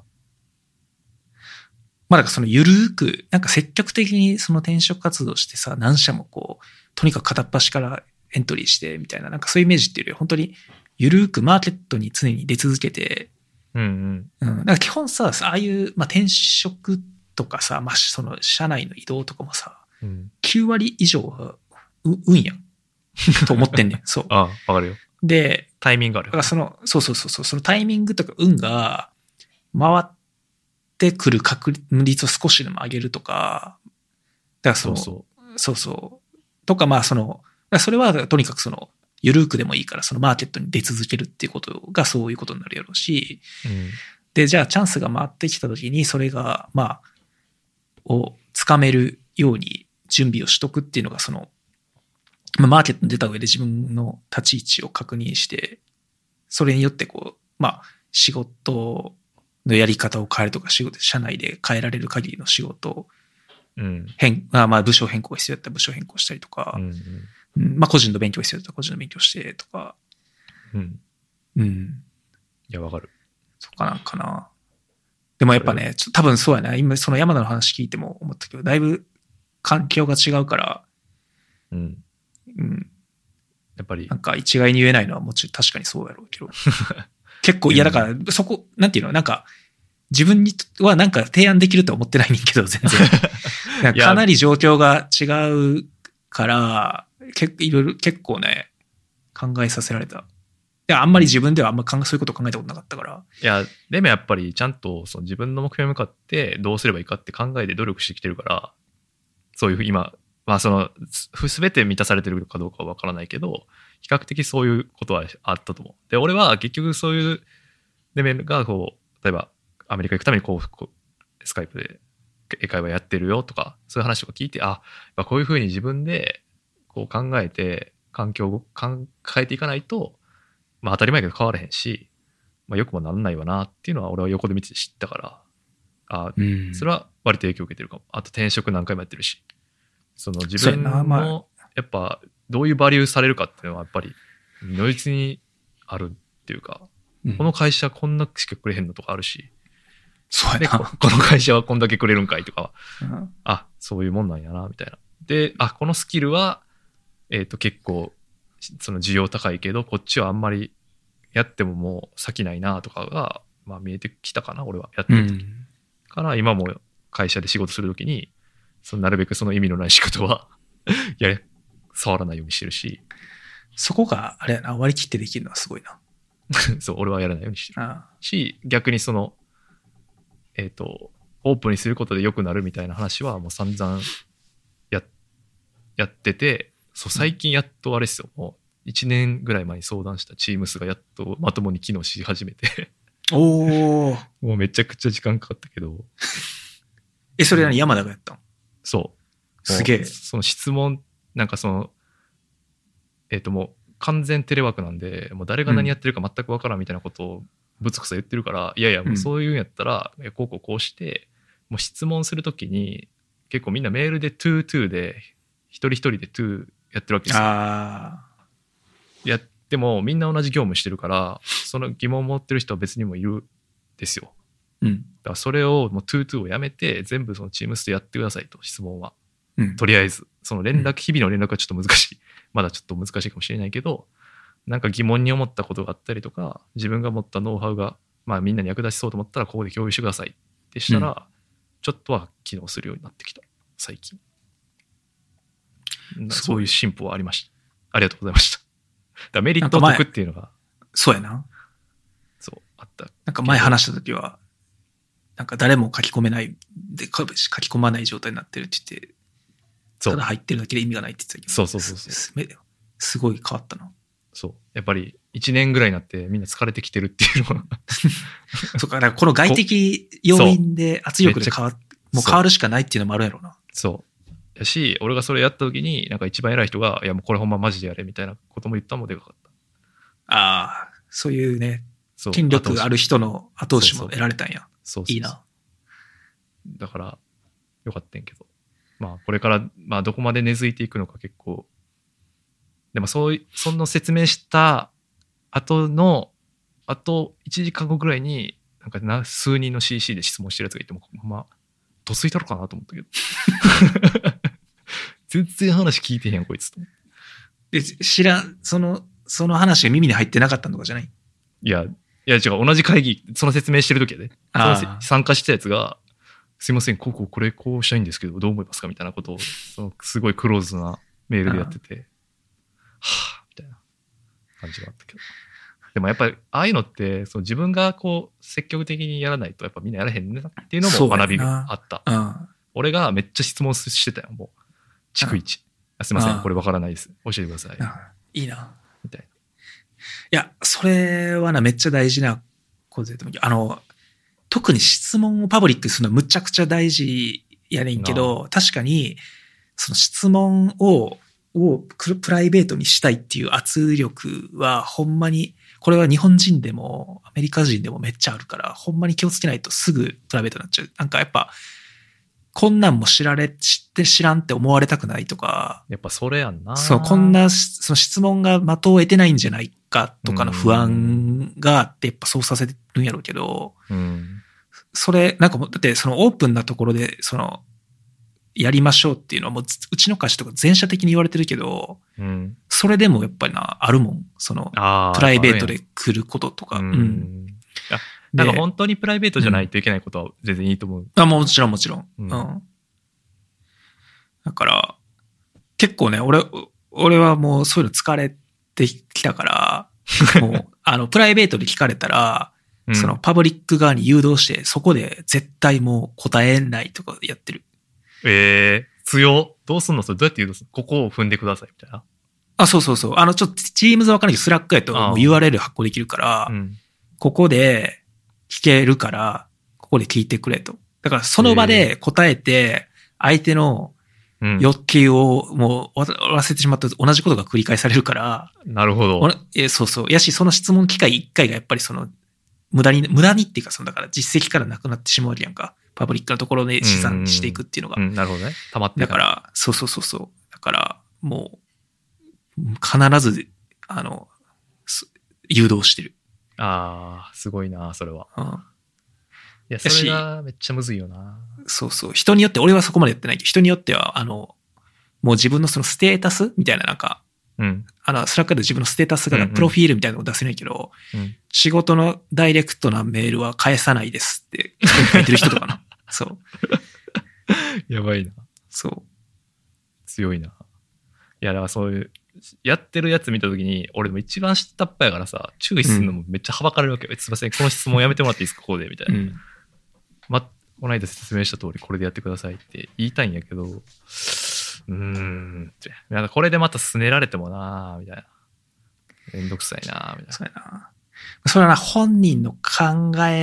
まあなんかそのゆるーく、なんか積極的にその転職活動してさ、何社もこう、とにかく片っ端からエントリーしてみたいな、なんかそういうイメージっていうより本当にゆるーくマーケットに常に出続けて、 うんうん。 うん。なんか基本さ、ああいう、まあ転職とかさ、まあその社内の移動とかもさ、 うん、 きゅう割以上はう運やん。と思ってんねん。そう。 ああ、わかるよ。 で、 タイミングある。 だからその、そうそうそうそう、そのタイミングとか運が回ってくる確率を少しでも上げるとか、だからその、そうそう。そうそうとかまあその、それはとにかくその、ゆるくでもいいからそのマーケットに出続けるっていうことがそういうことになるやろうし、 うん、 で、じゃあチャンスが回ってきた時にそれが、まあ、をつかめるように準備をしとくっていうのがその、マーケットに出た上で自分の立ち位置を確認して、それによってこう、まあ、仕事のやり方を変えるとか、仕事、社内で変えられる限りの仕事を変、うん、まあ、部署変更が必要だったら部署変更したりとか、うんうん、まあ、個人の勉強が必要だったら個人の勉強してとか、 うん。 うん。 いや、わかる。 そうかなんかな。でもやっぱね、ちょ多分そうやな、今その山田の話聞いても思ったけど、だいぶ環境が違うから、 うん。 うん、 やっぱりなんか一概に言えないのはもちろん確かにそうやろうけど結構いやだからそこなんていうのなんか自分にはなんか提案できるとは思ってないねんけど全然かなり状況が違うから結いろいろ結構ね考えさせられた。いやあんまり自分ではあんま考えそういうこと考えたことなかったから。 いやでもやっぱりちゃんとその自分の目標に向かってどうすればいいかって考えて努力してきてるから、そういう今まあその全て満たされてるかどうかは分からないけど比較的そういうことはあったと思う。で俺は結局そういうレベルがこう例えばアメリカ行くためにこうこうスカイプで英会話やってるよとかそういう話とか聞いて、あこういうふうに自分でこう考えて環境を変えていかないと、まあ、当たり前だけど変わらへんし、まあ、よくもならないわなっていうのは俺は横で見て知ったから、あそれは割と影響を受けてるかも。あと転職何回もやってるし、その自分のやっぱどういうバリューされるかっていうのはやっぱり如実にあるっていうか、うん、この会社こんなしかくれへんのとかあるし、 そうやな。 こ, この会社はこんだけくれるんかいとかは、 うん、 あそういうもんなんやなみたいな。で、あこのスキルはえっと結構その需要高いけどこっちはあんまりやってももう先ないなとかがまあ見えてきたかな俺はやってる時、うん、から今も会社で仕事する時にそのなるべくその意味のない仕事はや触らないようにしてるし、 そこがあれやな割り切ってできるのはすごいなそう俺はやらないようにしてるああし、逆にそのえっとオープンにすることで良くなるみたいな話はもう散々 や, やってて、そう最近やっとあれですよ、もういちねんぐらい前に相談した Teams がやっとまともに機能し始めておおもうめちゃくちゃ時間かかったけどえ、それ何山田がやったの？ そう。 すげえ。 その質問、なんかその、えっ、ー、ともう完全テレワークなんで、もう誰が何やってるか全く分からんみたいなことをぶつくさ言ってるから、うん、いやいや、もうそういうんやったら、うん、こうこうこうして、もう質問するときに、結構みんなメールでトゥートゥーで、一人一人でトゥーやってるわけですよ。 あやってもみんな同じ業務してるから、その疑問を持ってる人は別にもいるんですよ。 うん。 だからそれをもうトゥートゥーをやめて、全部そのチームスでやってくださいと、質問は。 うん、とりあえず、その連絡、日々の連絡はちょっと難しい。まだちょっと難しいかもしれないけど、なんか疑問に思ったことがあったりとか、自分が持ったノウハウが、まあみんなに役立ちそうと思ったら、ここで共有してくださいってしたら、うん、ちょっとは機能するようになってきた、最近。そういう進歩はありました。ありがとうございました。だからメリットを解くっていうのが。 そうやな。 そう、あった。 なんか前話したときは、なんか誰も書き込めないで、書き込まない状態になってるって言って、ただ入ってるだけで意味がないって言ってたけど。 そうそうそうそう。 す, すごい変わったな。 そう。やっぱりいちねんぐらいになってみんな疲れてきてるっていうのは。 そうか、だからこの外的要因で圧力で変わもう変わるしかないっていうのもあるやろうな。 そう。やし、俺がそれやった時に、なんか一番偉い人が、いやもうこれほんまマジでやれみたいなことも言ったのもでかかった。 ああ、そういうね、そう権力ある人の後押しも得られたんや。 そうそうそうそう。 いいな。 だから、よかったんけど。まあこれから、まあどこまで根付いていくのか結構。でもそういう、その説明した後の、あといちじかんごぐらいに、なんかな数人の シーシー で質問してるやつがいても、まあ、どついたのかなと思ったけど。全然話聞いてへんやん、こいつと。 で、知らん、その、その話が耳に入ってなかったのかじゃない？ いや、いや違う、同じ会議、その説明してる時やで。その参加したやつが、すいません、こうこうこれこうしたいんですけど、どう思いますかみたいなことを、そのすごいクローズなメールでやってて、はぁ、みたいな感じがあったけど。でもやっぱり、ああいうのって、その自分がこう、積極的にやらないと、やっぱみんなやらへんねっていうのも学びがあった。うん、俺がめっちゃ質問してたよ、もう。逐一。すいません、これわからないです。教えてください。 いいな。 みたいな。 いや、それはな、めっちゃ大事なことで、あの、特に質問をパブリックにするのはむちゃくちゃ大事やねんけど、確かに、その質問を、をプライベートにしたいっていう圧力はほんまに、これは日本人でもアメリカ人でもめっちゃあるから、ほんまに気をつけないとすぐプライベートになっちゃう。なんかやっぱ、こんなんも知られ、知って知らんって思われたくないとか。 やっぱそれやんな。 そう、こんな、その質問が的を得てないんじゃないかとかの不安があって、やっぱそうさせるんやろうけど、 うん、 それ、なんかもう、だってそのオープンなところで、その、やりましょうっていうのはもう、うちの会社とか全社的に言われてるけど、 うん、 それでもやっぱりな、あるもん。その、プライベートで来ることとか。うん。うん、 なんか本当にプライベートじゃないといけないことは全然いいと思う。うん、 あ、もちろんもちろん。うん。うん、だから、結構ね、俺、俺はもうそういうの疲れてきたから、もう、あの、プライベートで聞かれたら、うん、そのパブリック側に誘導して、そこで絶対もう答えないとかやってる。 ええー、強。どうすんのそれどうやって誘導するの？ここを踏んでくださいみたいな。 あ、そうそうそう。あの、ちょっと、チームズわかんないけど、スラックやともう ユーアールエル 発行できるから、うん、ここで聞けるから、ここで聞いてくれと。だから、その場で答えて、相手の欲求をもう終わらせてしまったと同じことが繰り返されるから。 なるほど。 え、そうそう。やし、その質問機会一回がやっぱりその、無駄に、無駄にっていうか、その、だから実績からなくなってしまうわけやんか。パブリックなところで試算していくっていうのが。 うんうんうん、なるほどね。溜まってだから、そうそうそうそう。だから、もう、必ず、あの、誘導してる。 ああ、すごいな、それは。 うん。いや、それがめっちゃむずいよな。 そうそう。人によって、俺はそこまでやってないけど、人によっては、あの、もう自分のそのステータスみたいな、なんか、 うん、 あの、スラックで自分のステータスがプロフィールみたいなのを出せないけど、うんうん、仕事のダイレクトなメールは返さないですって書いてる人とかな。そう。 やばいな。 そう。 強いな。いや、だからそういう、やってるやつ見たときに、俺でも一番下っ端やからさ、注意するのもめっちゃはばかれるわけよ。うん、すいません、この質問やめてもらっていいですか、ここで、みたいな。うん、ま、この間説明した通り、これでやってくださいって言いたいんやけど、うーんって。なんかこれでまたすねられてもなぁ、みたいな。めんどくさいなぁ、みたいな。 そうやな。それはな、本人の考え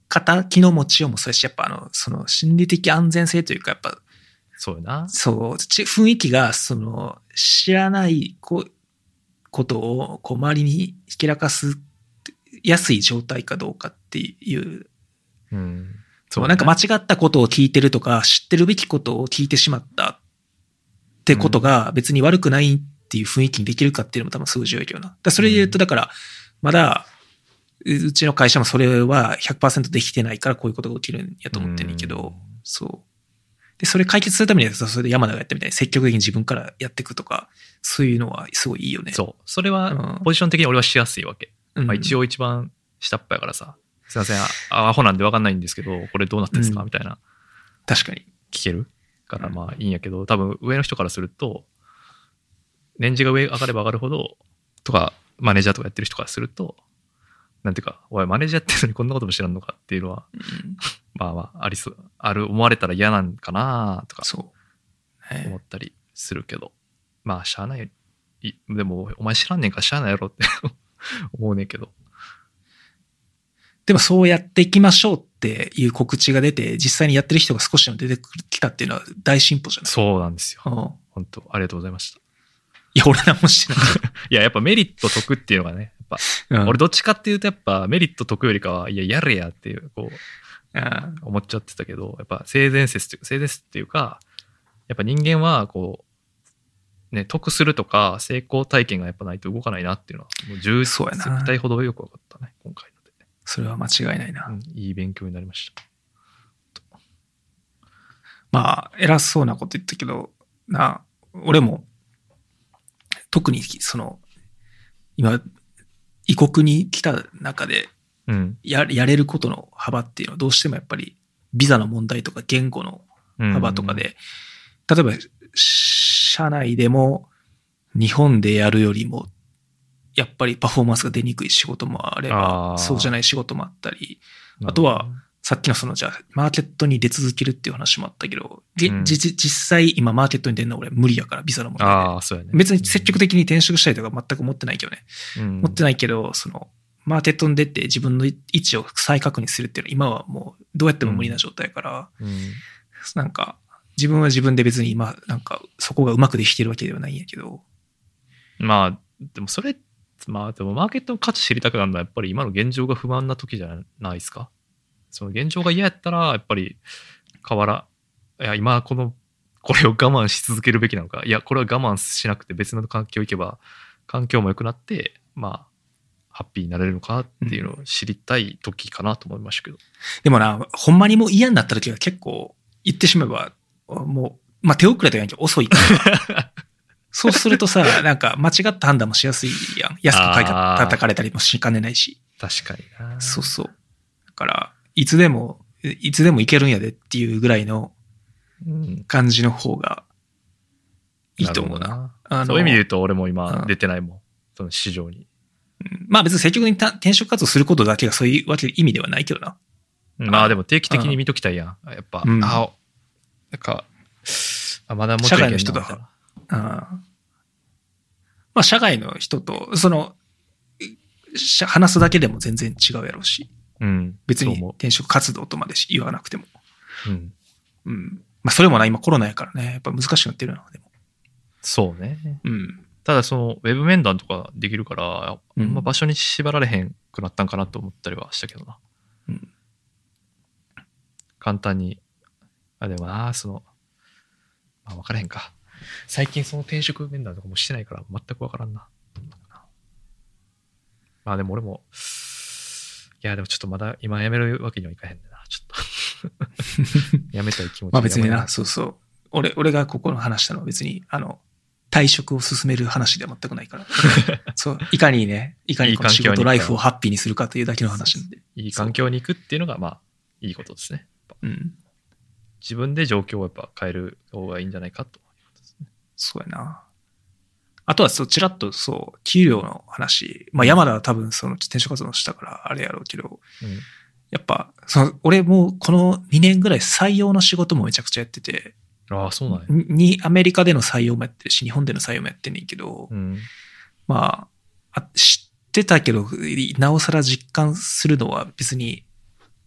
方、気の持ちようもそうやし、やっぱあの、その心理的安全性というか、やっぱ、 そうよな。 そう、雰囲気が、その、知らないこことを、こう、周りにひけらかすやすい状態かどうかっていう、 うん。 そう、なんか間違ったことを聞いてるとか、知ってるべきことを聞いてしまったってことが別に悪くないっていう雰囲気にできるかっていうのも多分すごい重要だよな。だそれで言うと、だから、まだ、うちの会社もそれは ひゃくパーセント できてないからこういうことが起きるんやと思ってるんだけど、そう。で、それ解決するためには、それで山田がやったみたいに積極的に自分からやっていくとか、そういうのはすごいいいよね。 そう。それは、ポジション的に俺はしやすいわけ。うん、まあ一応一番下っ端やからさ、すいません、アホなんで分かんないんですけど、これどうなってんですか、うん、みたいな。 確かに。 聞けるからまあいいんやけど、多分上の人からすると、年次が上上がれば上がるほど、とか、マネージャーとかやってる人からすると、なんていうか、おい、マネージャーやってるのにこんなことも知らんのかっていうのは、うん、まあまあ、ありそう、ある、思われたら嫌なんかなとか、思ったりするけど、まあ、しゃあない。でも、お前知らんねんからしゃあないやろって思うねんけど。 でも、そうやっていきましょうっていう告知が出て、実際にやってる人が少しでも出てきたっていうのは大進歩じゃない？ そうなんですよ。うん、本当ありがとうございました。 いや、俺なんもしてない。 いや、やっぱメリット得っていうのがね、やっぱ、うん、俺どっちかっていうとやっぱメリット得よりかは、いや、やれやっていう、こう、思っちゃってたけど、やっぱ性善説っていうか、性善説っていうか、やっぱ人間は、こう、ね、得するとか、成功体験がやっぱないと動かないなっていうのは、もうじゅうたいほどよく分かったね、今回ので。 それは間違いないな。 うん、いい勉強になりました。 まあ、偉そうなこと言ったけど、な、俺も、特にその今異国に来た中で や,、うん、やれることの幅っていうのはどうしてもやっぱりビザの問題とか言語の幅とかで、うん、例えば社内でも日本でやるよりもやっぱりパフォーマンスが出にくい仕事もあればそうじゃない仕事もあったり、あとはさっきのそのじゃあマーケットに出続けるっていう話もあったけど、うん、実際今マーケットに出るのは俺無理やからビザの問題で。 ああ、そうやね。 別に積極的に転職したいとか全く思ってないけどね。うん、持ってないけど、そのマーケットに出て自分の位置を再確認するっていうのは今はもうどうやっても無理な状態から、うんうん、なんか自分は自分で別に今なんかそこがうまくできてるわけではないんやけど。 まあ、でもそれ、まあでもマーケットの価値知りたくなるのはやっぱり今の現状が不満な時じゃないですか。その現状が嫌やったらやっぱり変わらいや今このこれを我慢し続けるべきなのか、いやこれは我慢しなくて別の環境行けば環境も良くなってまあハッピーになれるのかっていうのを知りたい時かなと思いましたけど、うん、 でもなほんまにもう嫌になった時は結構言ってしまえばもうまあ手遅れというか遅いからそうするとさなんか間違った判断もしやすいやん。安く買い叩かれたりもしかねないし。 確かにな。 そうそう。だからいつでも、いつでもいけるんやでっていうぐらいの感じの方がいいと思うな。うん、なあのそういう意味で言うと俺も今出てないもん。うん、その市場に。 うん、まあ別に積極的に転職活動することだけがそういうわけ意味ではないけどな。 まあでも定期的に見ときたいやん。やっぱ、うん、あ、なんか、あまだもうちょいいけんなみたいな。社外の人と、 あまあ社外の人と、その、話すだけでも全然違うやろうし。 うん、 別に転職活動とまで言わなくても。 うん。 うん。まあそれもな、今コロナやからね、やっぱ難しくなってるな、でも。 そうね。 うん。 ただその、ウェブ面談とかできるから、あんま場所に縛られへんくなったんかなと思ったりはしたけどな。 うん。 簡単に。あ、でもな、その、まあ分からへんか。最近その転職面談とかもしてないから全く分からんな。まあでも俺も、いやでもちょっとまだ今辞めるわけにはいかへんねんな。ちょっと辞めたい気持ち。 まあ別にな、そうそう。俺、俺がここの話したのは別に、あの、退職を進める話では全くないから。そう。いかにね、いかにこの仕事ライフをハッピーにするかというだけの話なんで。 いい環境に行くっていうのがまあいいことですね。 うん。 自分で状況をやっぱ変える方がいいんじゃないかということですね。 そうやな。あとはそう、ちらっとそう、給料の話。まあ山田は多分その転職活動したからあれやろうけど、 うん、 やっぱ、その、俺もこのにねんぐらい採用の仕事もめちゃくちゃやってて、 ああ、そうなんや。 に、アメリカでの採用もやってるし、日本での採用もやってんねんけど、 うん、 まあ、あ、知ってたけど、なおさら実感するのは別に、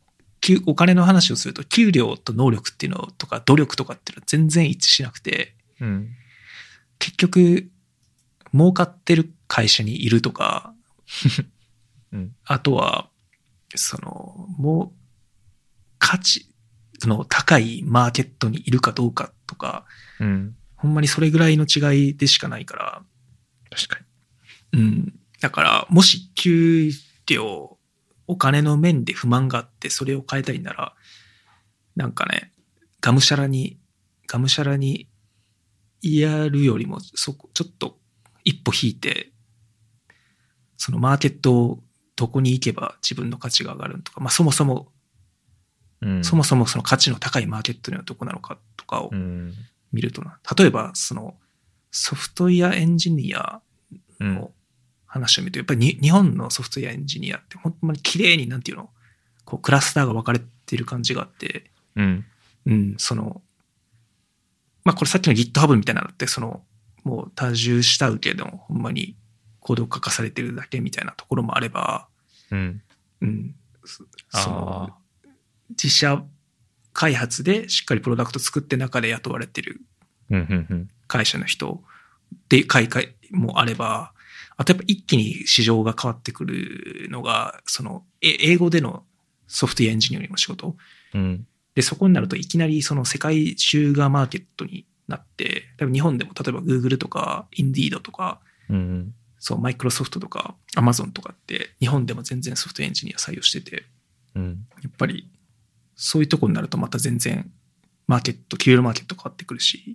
お金の話をすると、給料と能力っていうのとか努力とかっていうのは全然一致しなくて、 うん、 結局、儲かってる会社にいるとか、 うん、 あとは、その、もう、価値の高いマーケットにいるかどうかとか、 うん、 ほんまにそれぐらいの違いでしかないから、 確かに。うん。だから、もし給料、お金の面で不満があってそれを変えたいなら、なんかね、がむしゃらに、がむしゃらにやるよりも、そこ、ちょっと一歩引いて、そのマーケットをどこに行けば自分の価値が上がるとか、まあそもそも、 うん、 そもそもその価値の高いマーケットにはどこなのかとかを見るとな。例えば、そのソフトウェアエンジニアの話を見ると、やっぱりに日本のソフトウェアエンジニアって本当に綺麗になんていうの、こうクラスターが分かれている感じがあって、 うん、 うん、その、まあこれさっきの GitHub みたいなのって、その、もう多重下請けでもほんまにコードを書かされてるだけみたいなところもあれば、 うん、 うん、その、自社開発でしっかりプロダクト作って中で雇われてる会社の人で会会もあれば、あとやっぱ一気に市場が変わってくるのが、その英語でのソフトウェアエンジニアの仕事、 うん、 でそこになるといきなりその世界中がマーケットになって、多分日本でも例えば Google とか Indeed とか、 うん、 そうマイクロソフトとか Amazon とかって日本でも全然ソフトウェアエンジニア採用してて、 うん、 やっぱりそういうとこになるとまた全然マーケット、給料マーケット変わってくるし、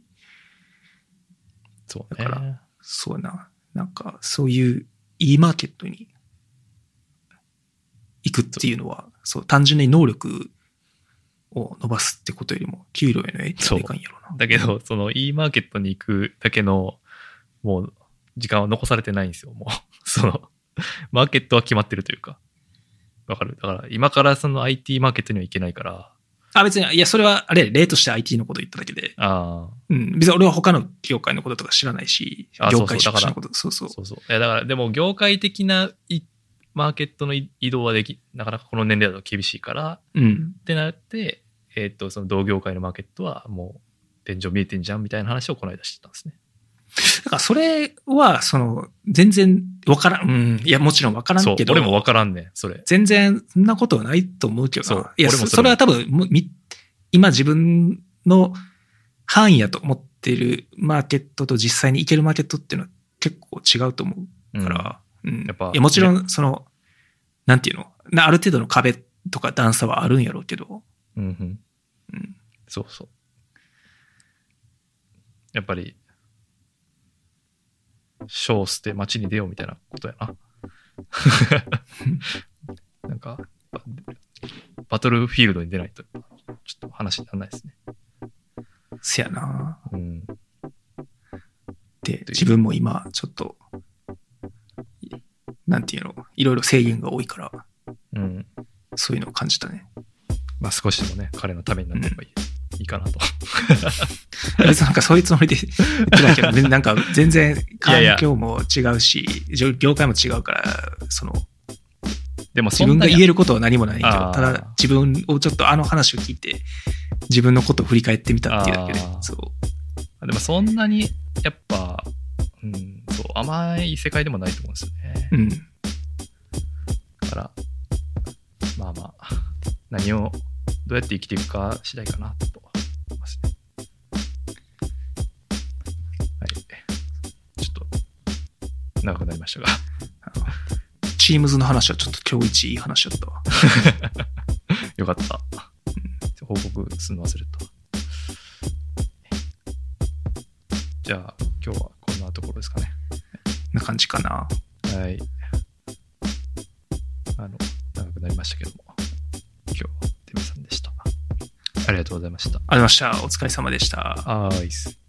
そうね、 だからそうな、なんかそういういいマーケットに行くっていうのは、そう単純に能力を伸ばすってことよりも給料への影響がでかいんやろうな。 だけどそのいいマーケットに行くだけのもう時間は残されてないんですよ。もうそのマーケットは決まってるというか。わかる。だから今からその アイティー マーケットには行けないから。 あ、別に、いや、それはあれ、例として アイティー のこと言っただけで。 ああ。 うん。別に俺は他の業界のこととか知らないし、業界職種のこと、そうそう。 そうそう。いや、だからでも業界的なマーケットの移動はでき、なかなかこの年齢だと厳しいから、 うん。 ってなって、えっと、その同業界のマーケットはもう天井見えてんじゃんみたいな話をこの間してたんですね。 だからそれは、その、全然わからん。うん。いや、もちろんわからんけど。 そう、俺もわからんねん、それ。 全然、そんなことはないと思うけどな。 そう。 いや、そ, それは多分、今自分の範囲やと思っているマーケットと実際に行けるマーケットっていうのは結構違うと思うから。うん。うん、やっぱ。いや、もちろん、その、なんていうの、ある程度の壁とか段差はあるんやろうけど。 うん、うん。 うん。 そうそう。やっぱり、書を捨て街に出ようみたいなことやな。なんか、バトルフィールドに出ないと、ちょっと話にならないですね。 せやな。 うん。 で、自分も今、ちょっと、なんていうの、いろいろ制限が多いから、 うん。 そういうのを感じたね。 まあ少しでもね、彼のためになればいい。うんいいかなと。 別になんかそういうつもりで言ってないけど、なんか全然環境も違うし、いやいや業界も違うから、その、 でも自分が言えることは何もないけど、ただ自分をちょっとあの話を聞いて、自分のことを振り返ってみたっていうだけで、そう。 でもそんなに、やっぱ、うん、そう、甘い世界でもないと思うんですよね。 うん。 だから、まあまあ、何を、どうやって生きていくか次第かなと思いますね。はい。ちょっと長くなりましたが。 チームズの話はちょっと今日一いい話だったわ。 よかった。報告するの忘れた。じゃあ今日はこんなところですかね。 な感じかな。 はい。あの、長くなりましたけども。今日はテミさんでした。ありがとうございました。ありがとうございました。お疲れ様でした。 あーいっす。